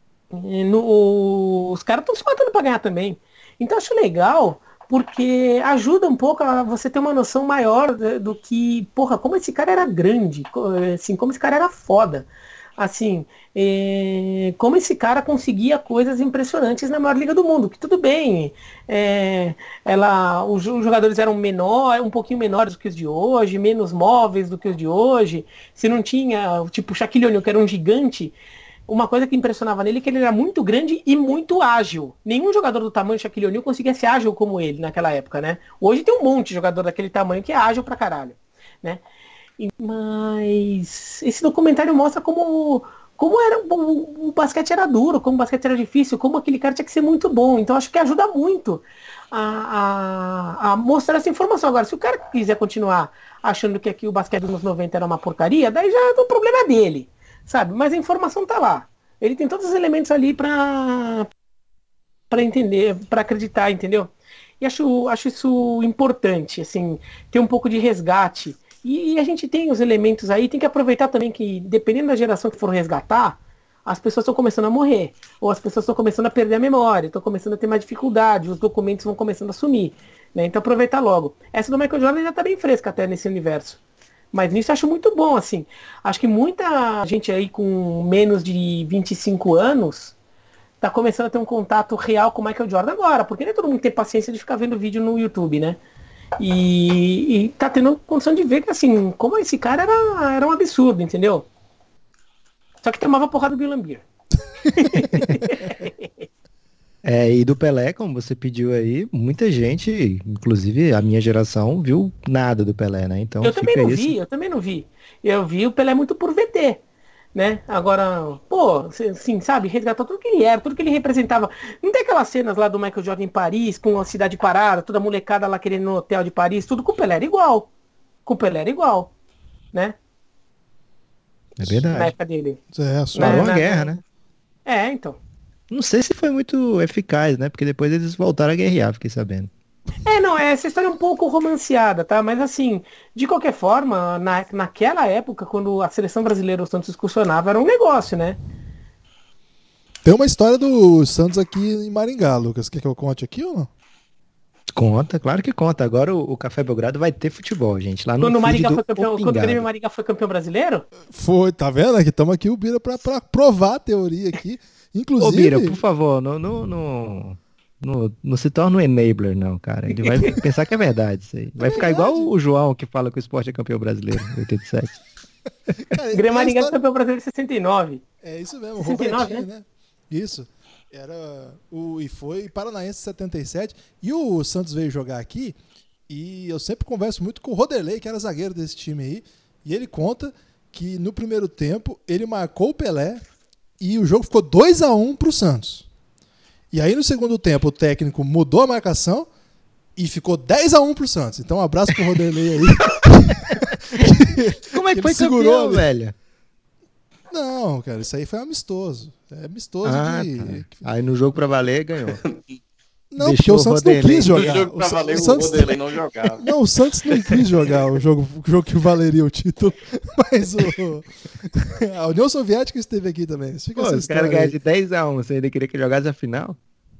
no, os caras estão se matando para ganhar também. Então acho legal, porque ajuda um pouco a você ter uma noção maior do, do que, porra, como esse cara era grande, assim, como esse cara era foda. Assim, é, como esse cara conseguia coisas impressionantes na maior liga do mundo, que tudo bem, é, ela, os jogadores eram menor, um pouquinho menores do que os de hoje, menos móveis do que os de hoje, se não tinha, tipo, o Shaquille O'Neal, que era um gigante, uma coisa que impressionava nele é que ele era muito grande e muito ágil. Nenhum jogador do tamanho do Shaquille O'Neal conseguia ser ágil como ele naquela época, né? Hoje tem um monte de jogador daquele tamanho que é ágil pra caralho, né? Mas esse documentário mostra como, como era, o, o basquete era duro, como o basquete era difícil, como aquele cara tinha que ser muito bom. Então acho que ajuda muito a, a, a mostrar essa informação. Agora, se o cara quiser continuar achando que aqui o basquete dos anos noventa era uma porcaria, daí já é o problema dele, sabe? Mas a informação tá lá. Ele tem todos os elementos ali pra, pra entender, pra acreditar, entendeu? E acho, acho isso importante, assim, ter um pouco de resgate. E a gente tem os elementos aí, tem que aproveitar também que, dependendo da geração que for resgatar, as pessoas estão começando a morrer. Ou as pessoas estão começando a perder a memória, estão começando a ter mais dificuldade, os documentos vão começando a sumir, né? Então aproveitar logo. Essa do Michael Jordan já está bem fresca até nesse universo. Mas nisso eu acho muito bom, assim. Acho que muita gente aí com menos de vinte e cinco anos está começando a ter um contato real com o Michael Jordan agora, porque nem todo mundo tem paciência de ficar vendo vídeo no YouTube, né? E, e tá tendo condição de ver que, assim, como esse cara era, era um absurdo, entendeu? Só que tomava porrada do Bill Laimbeer. É, e do Pelé, como você pediu aí, muita gente, inclusive a minha geração, viu nada do Pelé, né? Então eu também não isso. vi, eu também não vi. Eu vi o Pelé muito por V T, né? Agora, pô, assim, sabe, resgatou tudo que ele era, tudo que ele representava. Não tem aquelas cenas lá do Michael Jordan em Paris, com a cidade parada, toda a molecada lá querendo no hotel de Paris, tudo com o Pelé era igual. Com o Pelé era igual, né? É verdade. Na época dele. É, só Parou na, a guerra, né? É, então. Não sei se foi muito eficaz, né? Porque depois eles voltaram a guerrear, fiquei sabendo. É, não, essa história é um pouco romanceada, tá? Mas assim, de qualquer forma, na, naquela época, quando a seleção brasileira, o Santos excursionava, era um negócio, né? Tem uma história do Santos aqui em Maringá, Lucas. Quer que eu conte aqui ou não? Conta, claro que conta. Agora o, o Café Belgrado vai ter futebol, gente. Lá no Quando o Maringá feed foi do campeão, O quando o Grêmio Pingado. Maringá foi campeão brasileiro? Foi, tá vendo? Aqui estamos aqui o Bira pra, pra provar a teoria aqui. Inclusive. Ô, Bira, por favor, não, não, não, não, não se torna um enabler, não, cara. Ele vai pensar que é verdade isso aí. Vai É ficar verdade. igual o João que fala que o esporte é campeão brasileiro em oitenta e sete. Cara, Grêmio a Maringá foi história- campeão brasileiro em sessenta e nove. É isso mesmo, sessenta e nove, Robertinho, né? Isso. Era o, e foi Paranaense setenta e sete. E o Santos veio jogar aqui. E eu sempre converso muito com o Roderley, que era zagueiro desse time aí. E ele conta que no primeiro tempo ele marcou o Pelé e o jogo ficou dois a um pro Santos. E aí no segundo tempo o técnico mudou a marcação e ficou dez a um pro Santos. Então um abraço pro Roderley aí. Como é que Ele foi segurou campeão, ali. velho? Não, cara, isso aí foi amistoso. É amistoso Ah, de... tá. Aí no jogo pra valer, ganhou. Não, Deixou porque o o Santos não Roderley. quis No jogar. jogo O pra Sa- valer, o o Santos... Roderley não jogava. Não, o Santos não quis jogar o jogo, o jogo que valeria o título, mas o... a União Soviética esteve aqui também. Fica Pô, essa os caras história ganharam aí. de dez a um, você ainda queria que jogasse a final?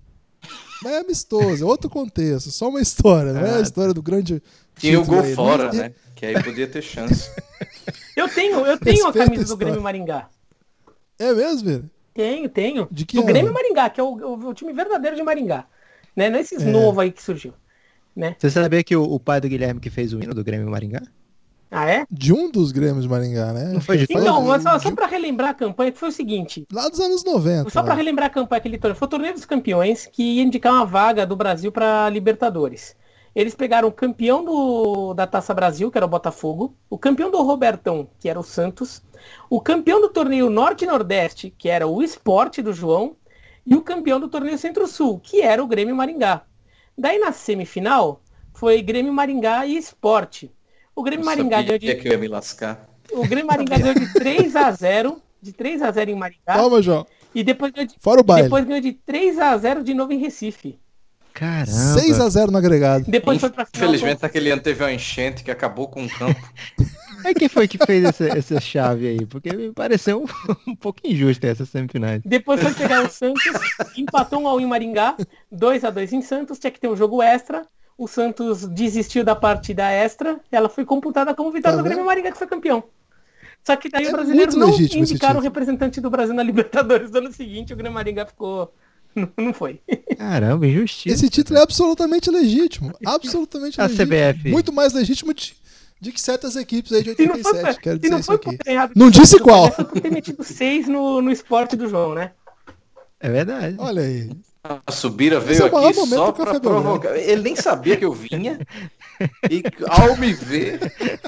Mas é amistoso, é outro contexto, só uma história, não é Ah, a história do grande Tinha o título gol aí. fora, E- né? Que aí podia ter chance. Eu tenho, eu tenho a Respeita a camisa do história. Grêmio Maringá. É mesmo, velho? Tenho, tenho. De que do ano? Grêmio Maringá, que é o, o- o time verdadeiro de Maringá. Né? Não é esses É. novos aí que surgiu. Né? Você sabia que o, o pai do Guilherme que fez o hino do Grêmio Maringá? Ah, é? De um dos Grêmios de Maringá, né? Não foi de Foi Então, de- mas só, só de- pra relembrar a campanha, que foi o seguinte. Lá dos anos noventa. Só pra lá. relembrar a campanha que ele torneio. Foi o torneio dos campeões que ia indicar uma vaga do Brasil pra Libertadores. Eles pegaram o campeão do, da Taça Brasil, que era o Botafogo, o campeão do Robertão, que era o Santos, o campeão do torneio Norte e Nordeste, que era o Sport do João, e o campeão do torneio Centro-Sul, que era o Grêmio Maringá. Daí na semifinal foi Grêmio Maringá e Sport. O Grêmio Eu Maringá sabia ganhou de, que eu ia me lascar. o Grêmio Maringá ganhou de três a zero, de três a zero em Maringá, Calma, João. e depois ganhou de, Fora o baile. depois ganhou de três a zero de novo em Recife. Caramba. seis a zero no agregado. Depois foi pra final. Infelizmente, naquele ano teve uma enchente que acabou com o campo. É quem foi que fez essa, essa chave aí? Porque me pareceu um, um pouco injusta essas semifinais. Depois foi pegar o Santos, empatou um a um em Maringá, dois a dois em Santos, tinha que ter um jogo extra. O Santos desistiu da partida extra, ela foi computada como vitória Tá do Grêmio vendo? Maringá, que foi campeão. Só que daí É os brasileiros muito não legítimo esse indicaram o título. representante do Brasil na Libertadores do ano seguinte, o Grêmio Maringá ficou... Não, não foi. Caramba, injustiça. Esse título é absolutamente legítimo. Absolutamente A legítimo. C B F. Muito mais legítimo de, de que certas equipes aí de Se não oitenta e foi, sete. Quero se dizer não isso foi por aqui. ter errado... Não disse qual. Foi por ter metido seis no, no esporte do João, né? É verdade. Olha aí. A Subira Esse veio é o maior aqui momento só do pra Café Belgrado. provocar. Ele nem sabia que eu vinha. E ao me ver,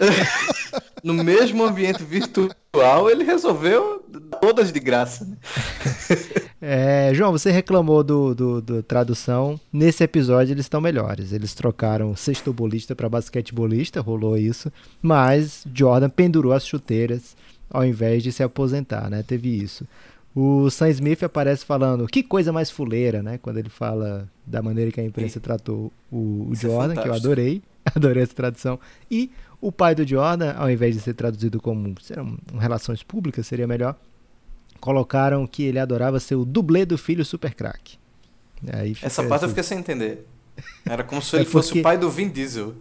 no mesmo ambiente virtual, ele resolveu todas de graça. É, João, você reclamou do, do, do tradução. Nesse episódio eles estão melhores. Eles trocaram sextobolista para basquetebolista, rolou isso. Mas Jordan pendurou as chuteiras ao invés de se aposentar, né? Teve isso. O Sam Smith aparece falando, que coisa mais fuleira, né? Quando ele fala da maneira que a imprensa tratou o, o Isso é Jordan, que eu fantástico. adorei. Adorei essa tradução. E o pai do Jordan, ao invés de ser traduzido como será um, um relações públicas, seria melhor, colocaram que ele adorava ser o dublê do filho super craque. Aí fica Essa parte eu esse- fiquei sem entender. Era como se É ele fosse porque- o pai do Vin Diesel.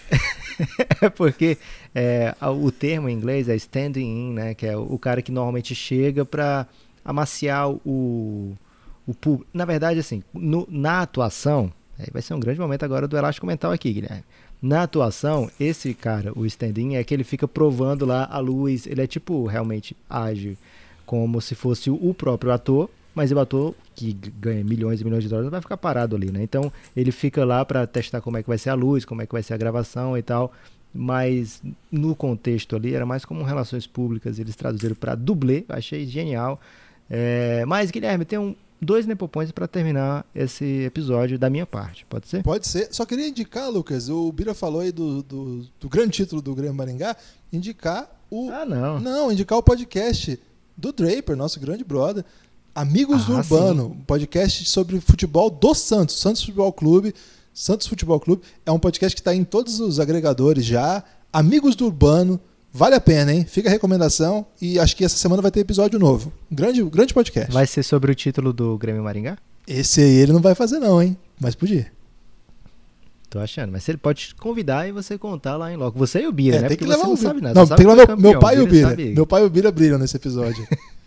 É porque é, a- o termo em inglês é standing in, né? Que é o, o cara que normalmente chega para amaciar o, o público. Na verdade, assim, no- na atuação, aí vai ser um grande momento agora do elástico mental aqui, Guilherme. Na atuação, esse cara, o stand-in, é que ele fica provando lá a luz. Ele é tipo, realmente age como se fosse o próprio ator, mas o ator que ganha milhões e milhões de dólares não vai ficar parado ali, né? Então ele fica lá para testar como é que vai ser a luz, como é que vai ser a gravação e tal, mas no contexto ali era mais como relações públicas, eles traduziram para dublê, achei genial. É, mas Guilherme, tem um, dois nepopões para terminar esse episódio da minha parte, pode ser? Pode ser. Só queria indicar, Lucas, o Bira falou aí do, do, do grande título do Grêmio Maringá, indicar o... Ah, não. Não, indicar o podcast do Draper, nosso grande brother, Amigos do Ah, Urbano, um podcast sobre futebol do Santos, Santos Futebol Clube. Santos Futebol Clube é um podcast que está em todos os agregadores já. Amigos do Urbano, vale a pena, hein? Fica a recomendação e acho que essa semana vai ter episódio novo. Um grande, grande podcast. Vai ser sobre o título do Grêmio Maringá? Esse aí ele não vai fazer não, hein? Mas podia. Tô achando, mas ele pode te convidar e você contar lá em loco. Você e o Bira, É, né? tem que Porque levar você o não Bira. sabe nada. Não, só tem que sabe levar foi meu campeão. pai e o Bira. sabe- Meu pai e o Bira brilham nesse episódio.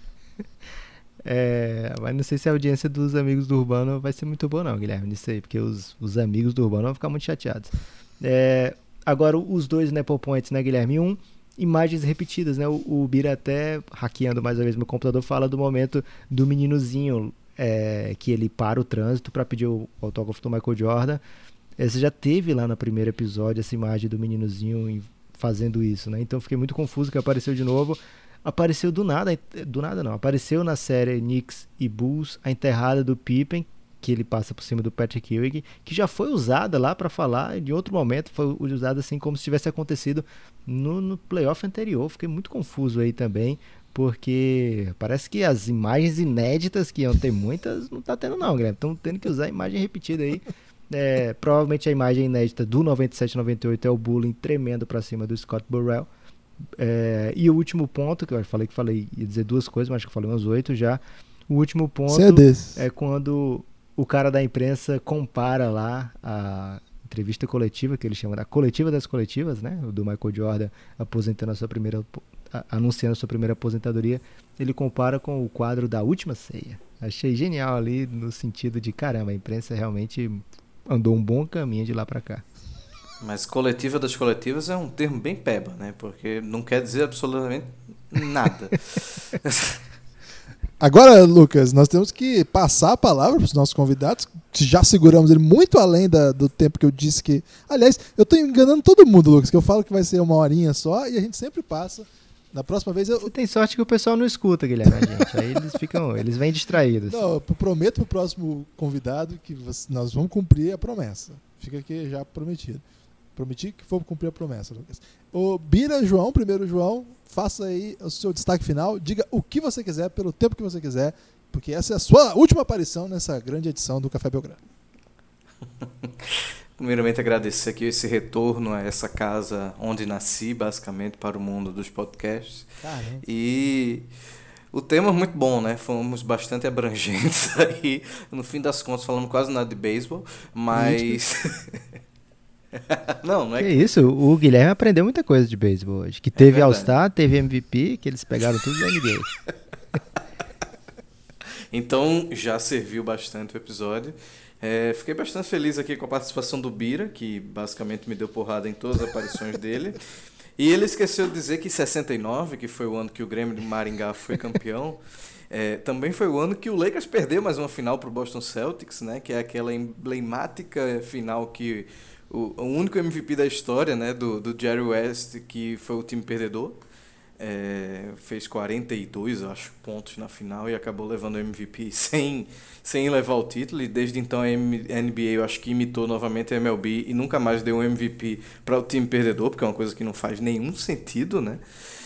É, mas não sei se a audiência dos amigos do Urbano vai ser muito boa não, Guilherme, nisso aí, porque os, os amigos do Urbano vão ficar muito chateados. É, agora, os dois Nepopoints, né, Guilherme? Um, imagens repetidas, né? O, o Bira até, hackeando mais uma vez meu computador, fala do momento do meninozinho é, que ele para o trânsito para pedir o autógrafo do Michael Jordan. Esse já teve lá no primeiro episódio essa imagem do meninozinho em- fazendo isso, né? Então fiquei muito confuso que apareceu de novo. apareceu do nada, do nada não, apareceu na série Knicks e Bulls a enterrada do Pippen, que ele passa por cima do Patrick Ewing, que já foi usada lá para falar, de outro momento foi usada assim como se tivesse acontecido no, no playoff anterior. Fiquei muito confuso aí também, porque parece que as imagens inéditas, que iam ter muitas, não tá tendo não, Guilherme. Estão tendo que usar a imagem repetida aí. É, provavelmente a imagem inédita do noventa e sete noventa e oito é o bullying tremendo para cima do Scott Burrell. É, e o último ponto, que eu falei que falei, ia dizer duas coisas, mas acho que eu falei umas oito já. O último ponto é, é quando o cara da imprensa compara lá a entrevista coletiva, que ele chama da coletiva das coletivas, né? O do Michael Jordan aposentando a sua primeira, anunciando a sua primeira aposentadoria. Ele compara com o quadro da Última Ceia. Achei genial ali, no sentido de, caramba, a imprensa realmente andou um bom caminho de lá pra cá. Mas coletiva das coletivas é um termo bem peba, né? Porque não quer dizer absolutamente nada. Agora, Lucas, nós temos que passar a palavra para os nossos convidados, que já seguramos ele muito além da, do tempo que eu disse que... Aliás, eu estou enganando todo mundo, Lucas, que eu falo que vai ser uma horinha só e a gente sempre passa. Na próxima vez eu... Você tem sorte que o pessoal não escuta, Guilherme, a gente. Aí eles ficam, eles vêm distraídos. Não, eu prometo para o próximo convidado que nós vamos cumprir a promessa. Fica aqui já prometido. Prometi que vou cumprir a promessa, Lucas. O Bira, João, primeiro João, faça aí o seu destaque final. Diga o que você quiser, pelo tempo que você quiser, porque essa é a sua última aparição nessa grande edição do Café Belgrado. Primeiramente, agradecer aqui esse retorno a essa casa onde nasci, basicamente, para o mundo dos podcasts. Caramba. E o tema é muito bom, né? Fomos bastante abrangentes aí. No fim das contas, falamos quase nada de beisebol, mas... não, não é que, que... isso, o Guilherme aprendeu muita coisa de beisebol hoje. Que teve é All-Star, teve M V P, que eles pegaram tudo da N B A. Então, já serviu bastante o episódio. É, fiquei bastante feliz aqui com a participação do Bira, que basicamente me deu porrada em todas as aparições dele. E ele esqueceu de dizer que em sessenta e nove, que foi o ano que o Grêmio de Maringá foi campeão, é, também foi o ano que o Lakers perdeu mais uma final para o Boston Celtics, né, que é aquela emblemática final que o, o único M V P da história, né, do, do Jerry West, que foi o time perdedor. É, fez quarenta e dois, acho, pontos na final e acabou levando o M V P sem, sem levar o título. E desde então a N B A, eu acho que imitou novamente a M L B e nunca mais deu um M V P para o time perdedor, porque é uma coisa que não faz nenhum sentido, né?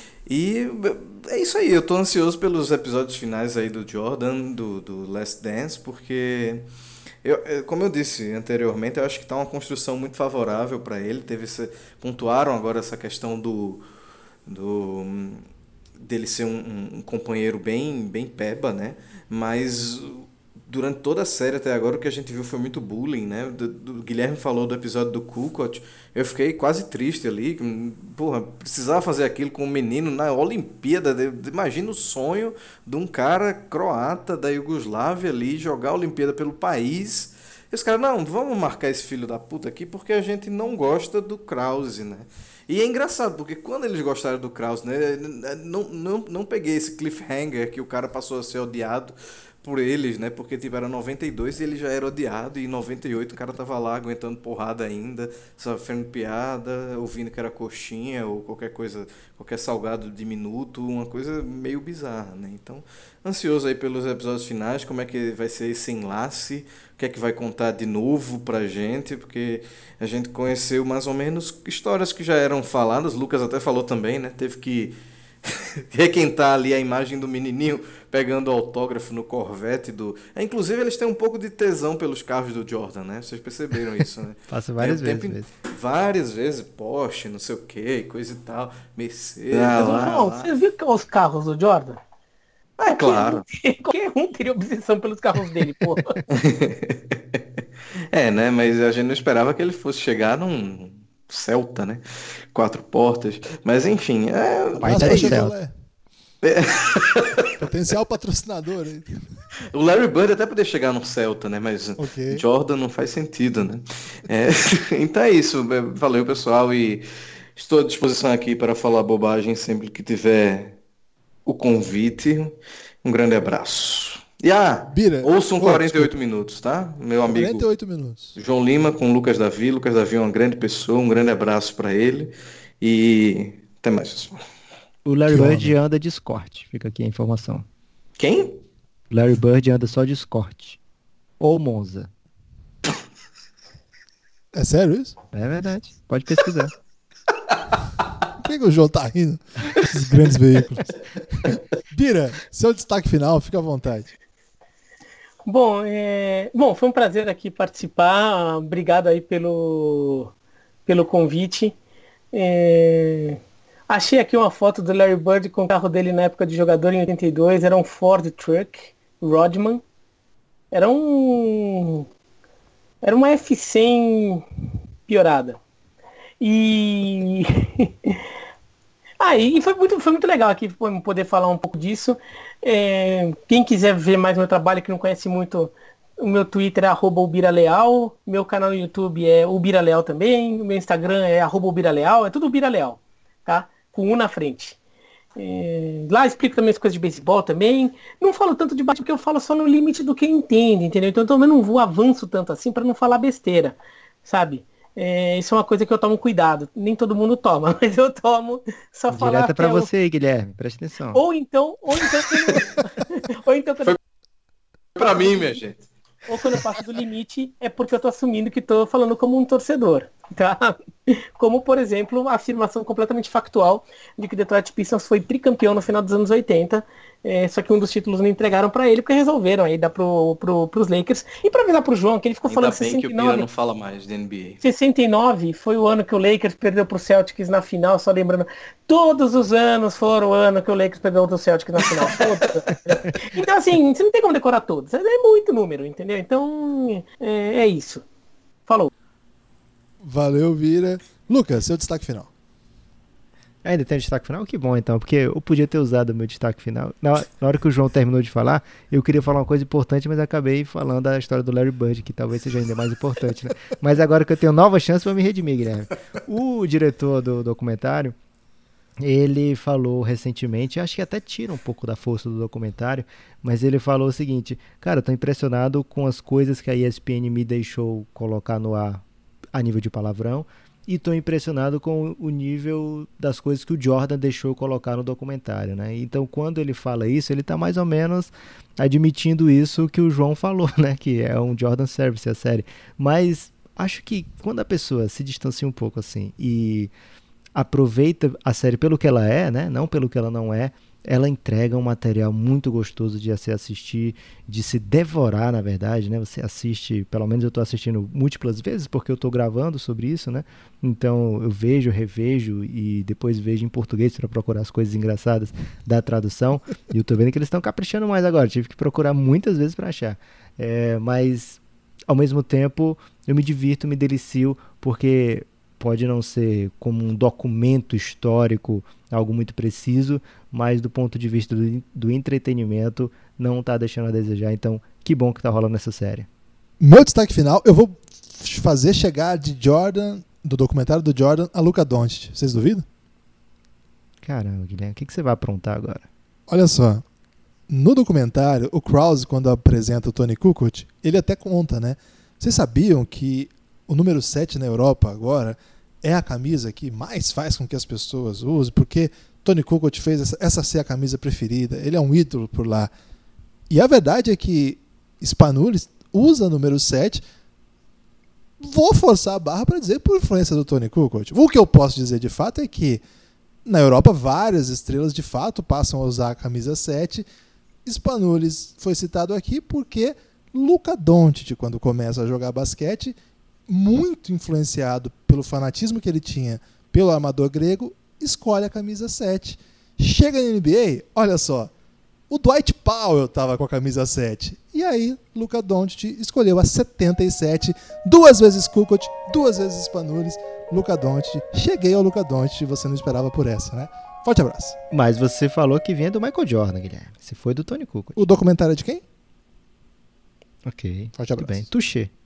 E é isso aí, eu tô ansioso pelos episódios finais aí do Jordan, do, do Last Dance, porque... Eu, como eu disse anteriormente, eu acho que está uma construção muito favorável para ele. Teve esse, pontuaram agora essa questão do... do dele ser um, um companheiro bem, bem peba, né? Mas durante toda a série até agora o que a gente viu foi muito bullying, né? Do, do Guilherme falou do episódio do Kukoc, eu fiquei quase triste ali. Porra, precisava fazer aquilo com um menino na Olimpíada. Imagina o sonho de um cara croata da Iugoslávia ali jogar a Olimpíada pelo país. E os caras, não, vamos marcar esse filho da puta aqui porque a gente não gosta do Krause, né? E é engraçado, porque quando eles gostaram do Krause, né, não, não, não peguei esse cliffhanger que o cara passou a ser odiado por eles, né, porque tipo, era noventa e dois e ele já era odiado, e em noventa e oito o cara tava lá aguentando porrada ainda, sofrendo piada, ouvindo que era coxinha ou qualquer coisa, qualquer salgado diminuto, uma coisa meio bizarra, né? Então, ansioso aí pelos episódios finais, como é que vai ser esse enlace, o que é que vai contar de novo pra gente, porque a gente conheceu mais ou menos histórias que já eram faladas, o Lucas até falou também, né, teve que requentar ali a imagem do menininho pegando autógrafo no Corvette do... É, inclusive eles têm um pouco de tesão pelos carros do Jordan, né? Vocês perceberam isso, né? Passa várias é, vezes, tempo... vezes. Várias vezes, Porsche, não sei o que, coisa e tal, Mercedes... Ah, Mas, lá, João, lá. você viu que os carros do Jordan? É claro. Qualquer um teria obsessão pelos carros dele, pô. É, né? Mas a gente não esperava que ele fosse chegar num Celta, né? Quatro portas. Mas enfim, é... Pai Nossa, tá vai de chegar Celta. lá. Potencial patrocinador aí. O Larry Bird até poderia chegar num Celta, né? Mas Ok. Jordan não faz sentido, né? É, então é isso. Valeu, pessoal. E estou à disposição aqui para falar bobagem sempre que tiver o convite. Um grande abraço. E ah, Bira, ouçam oh, quarenta e oito minutos, tá? Meu amigo quarenta e oito minutos. João Lima com Lucas Davi. Lucas Davi é uma grande pessoa. Um grande abraço para ele. E até mais, pessoal. O Larry Que Bird homem. anda de escort, fica aqui a informação. Quem? Larry Bird anda só de escort. Ou Monza. É sério isso? É verdade, pode pesquisar. Por que, que o João tá rindo? Esses grandes veículos. Bira, seu destaque final, fica à vontade. Bom, é... Bom, foi um prazer aqui participar. Obrigado aí pelo, pelo convite. É... Achei aqui uma foto do Larry Bird com o carro dele na época de jogador em oitenta e dois. Era um Ford Truck Rodman. Era um... Era uma F cem piorada. E... ah, e foi muito, foi muito legal aqui poder falar um pouco disso. É, quem quiser ver mais meu trabalho, que não conhece muito, o meu Twitter é arroba ubiraleal, meu canal no YouTube é ubiraleal também, o meu Instagram é arroba ubiraleal, é tudo ubiraleal, tá? Com um na frente. É, lá explico também as coisas de beisebol também. Não falo tanto de basquete porque eu falo só no limite do que eu entendo, entendeu? Então eu também não vou avanço tanto assim para não falar besteira, sabe? É, isso é uma coisa que eu tomo cuidado. Nem todo mundo toma, mas eu tomo só falar. Direta pra que é o- você aí, Guilherme, presta atenção. Ou então, ou então, quando... ou então quando... Pra mim, minha gente. ou quando eu passo do limite é porque eu tô assumindo que tô falando como um torcedor, tá? Como, por exemplo, a afirmação completamente factual de que o Detroit Pistons foi tricampeão no final dos anos oitenta, é, só que um dos títulos não entregaram pra ele porque resolveram aí dar pro, pro, pros Lakers. E pra avisar pro João, que ele ficou Ainda falando bem que o sessenta e Bira nove. não fala mais de N B A. sessenta e nove foi o ano que o Lakers perdeu pro Celtics na final, só lembrando, todos os anos foram o ano que o Lakers perdeu pro Celtics na final. Todos. Então assim, você não tem como decorar todos, é muito número, entendeu? Então é, é isso. Falou. Valeu, Bira. Lucas, seu destaque final. Ainda tem um destaque final? Que bom então, porque eu podia ter usado o meu destaque final. Na hora, na hora que o João terminou de falar, eu queria falar uma coisa importante, mas acabei falando da história do Larry Bird, que talvez seja ainda mais importante, né? Mas agora que eu tenho nova chance, vou me redimir, Guilherme. O diretor do documentário, ele falou recentemente, acho que até tira um pouco da força do documentário, mas ele falou o seguinte: cara, eu tô impressionado com as coisas que a E S P N me deixou colocar no ar a nível de palavrão, e estou impressionado com o nível das coisas que o Jordan deixou colocar no documentário, né? Então, quando ele fala isso, ele está mais ou menos admitindo isso que o João falou, né? Que é um Jordan Service, a série. Mas acho que quando a pessoa se distancia um pouco assim e aproveita a série pelo que ela é, né? Não pelo que ela não é, ela entrega um material muito gostoso de se assistir, de se devorar, na verdade, né? Você assiste, pelo menos eu estou assistindo múltiplas vezes, porque eu estou gravando sobre isso, né? Então eu vejo, revejo e depois vejo em português para procurar as coisas engraçadas da tradução. E eu tô vendo que eles estão caprichando mais agora, tive que procurar muitas vezes para achar. É, mas, ao mesmo tempo, eu me divirto, me delicio, porque pode não ser como um documento histórico, algo muito preciso, mas do ponto de vista do, do entretenimento, não tá deixando a desejar. Então, que bom que tá rolando essa série. Meu destaque final, eu vou fazer chegar de Jordan, do documentário do Jordan, a Luka Doncic. Vocês duvidam? Caramba, Guilherme, o que, que você vai aprontar agora? Olha só, no documentário, o Krause, quando apresenta o Tony Kukoc, ele até conta, né? Vocês sabiam que o número sete na Europa agora é a camisa que mais faz com que as pessoas usem, porque Tony Kukoc fez essa, essa ser a camisa preferida, ele é um ídolo por lá. E a verdade é que Spanulis usa o número sete, vou forçar a barra para dizer por influência do Tony Kukoc. O que eu posso dizer de fato é que na Europa várias estrelas de fato passam a usar a camisa sete. Spanulis foi citado aqui porque Luka Doncic, quando começa a jogar basquete, muito influenciado pelo fanatismo que ele tinha pelo armador grego, escolhe a camisa sete. Chega na N B A, olha só, o Dwight Powell estava com a camisa sete. E aí, Luka Doncic escolheu a setenta e sete, duas vezes Kukoc, duas vezes Spanulis, Luka Doncic. Cheguei ao Luka Doncic, você não esperava por essa, né? Forte abraço. Mas você falou que vinha do Michael Jordan, Guilherme. Se foi do Tony Kukoc. O documentário é de quem? Ok, Forte tudo abraço. bem. Touché.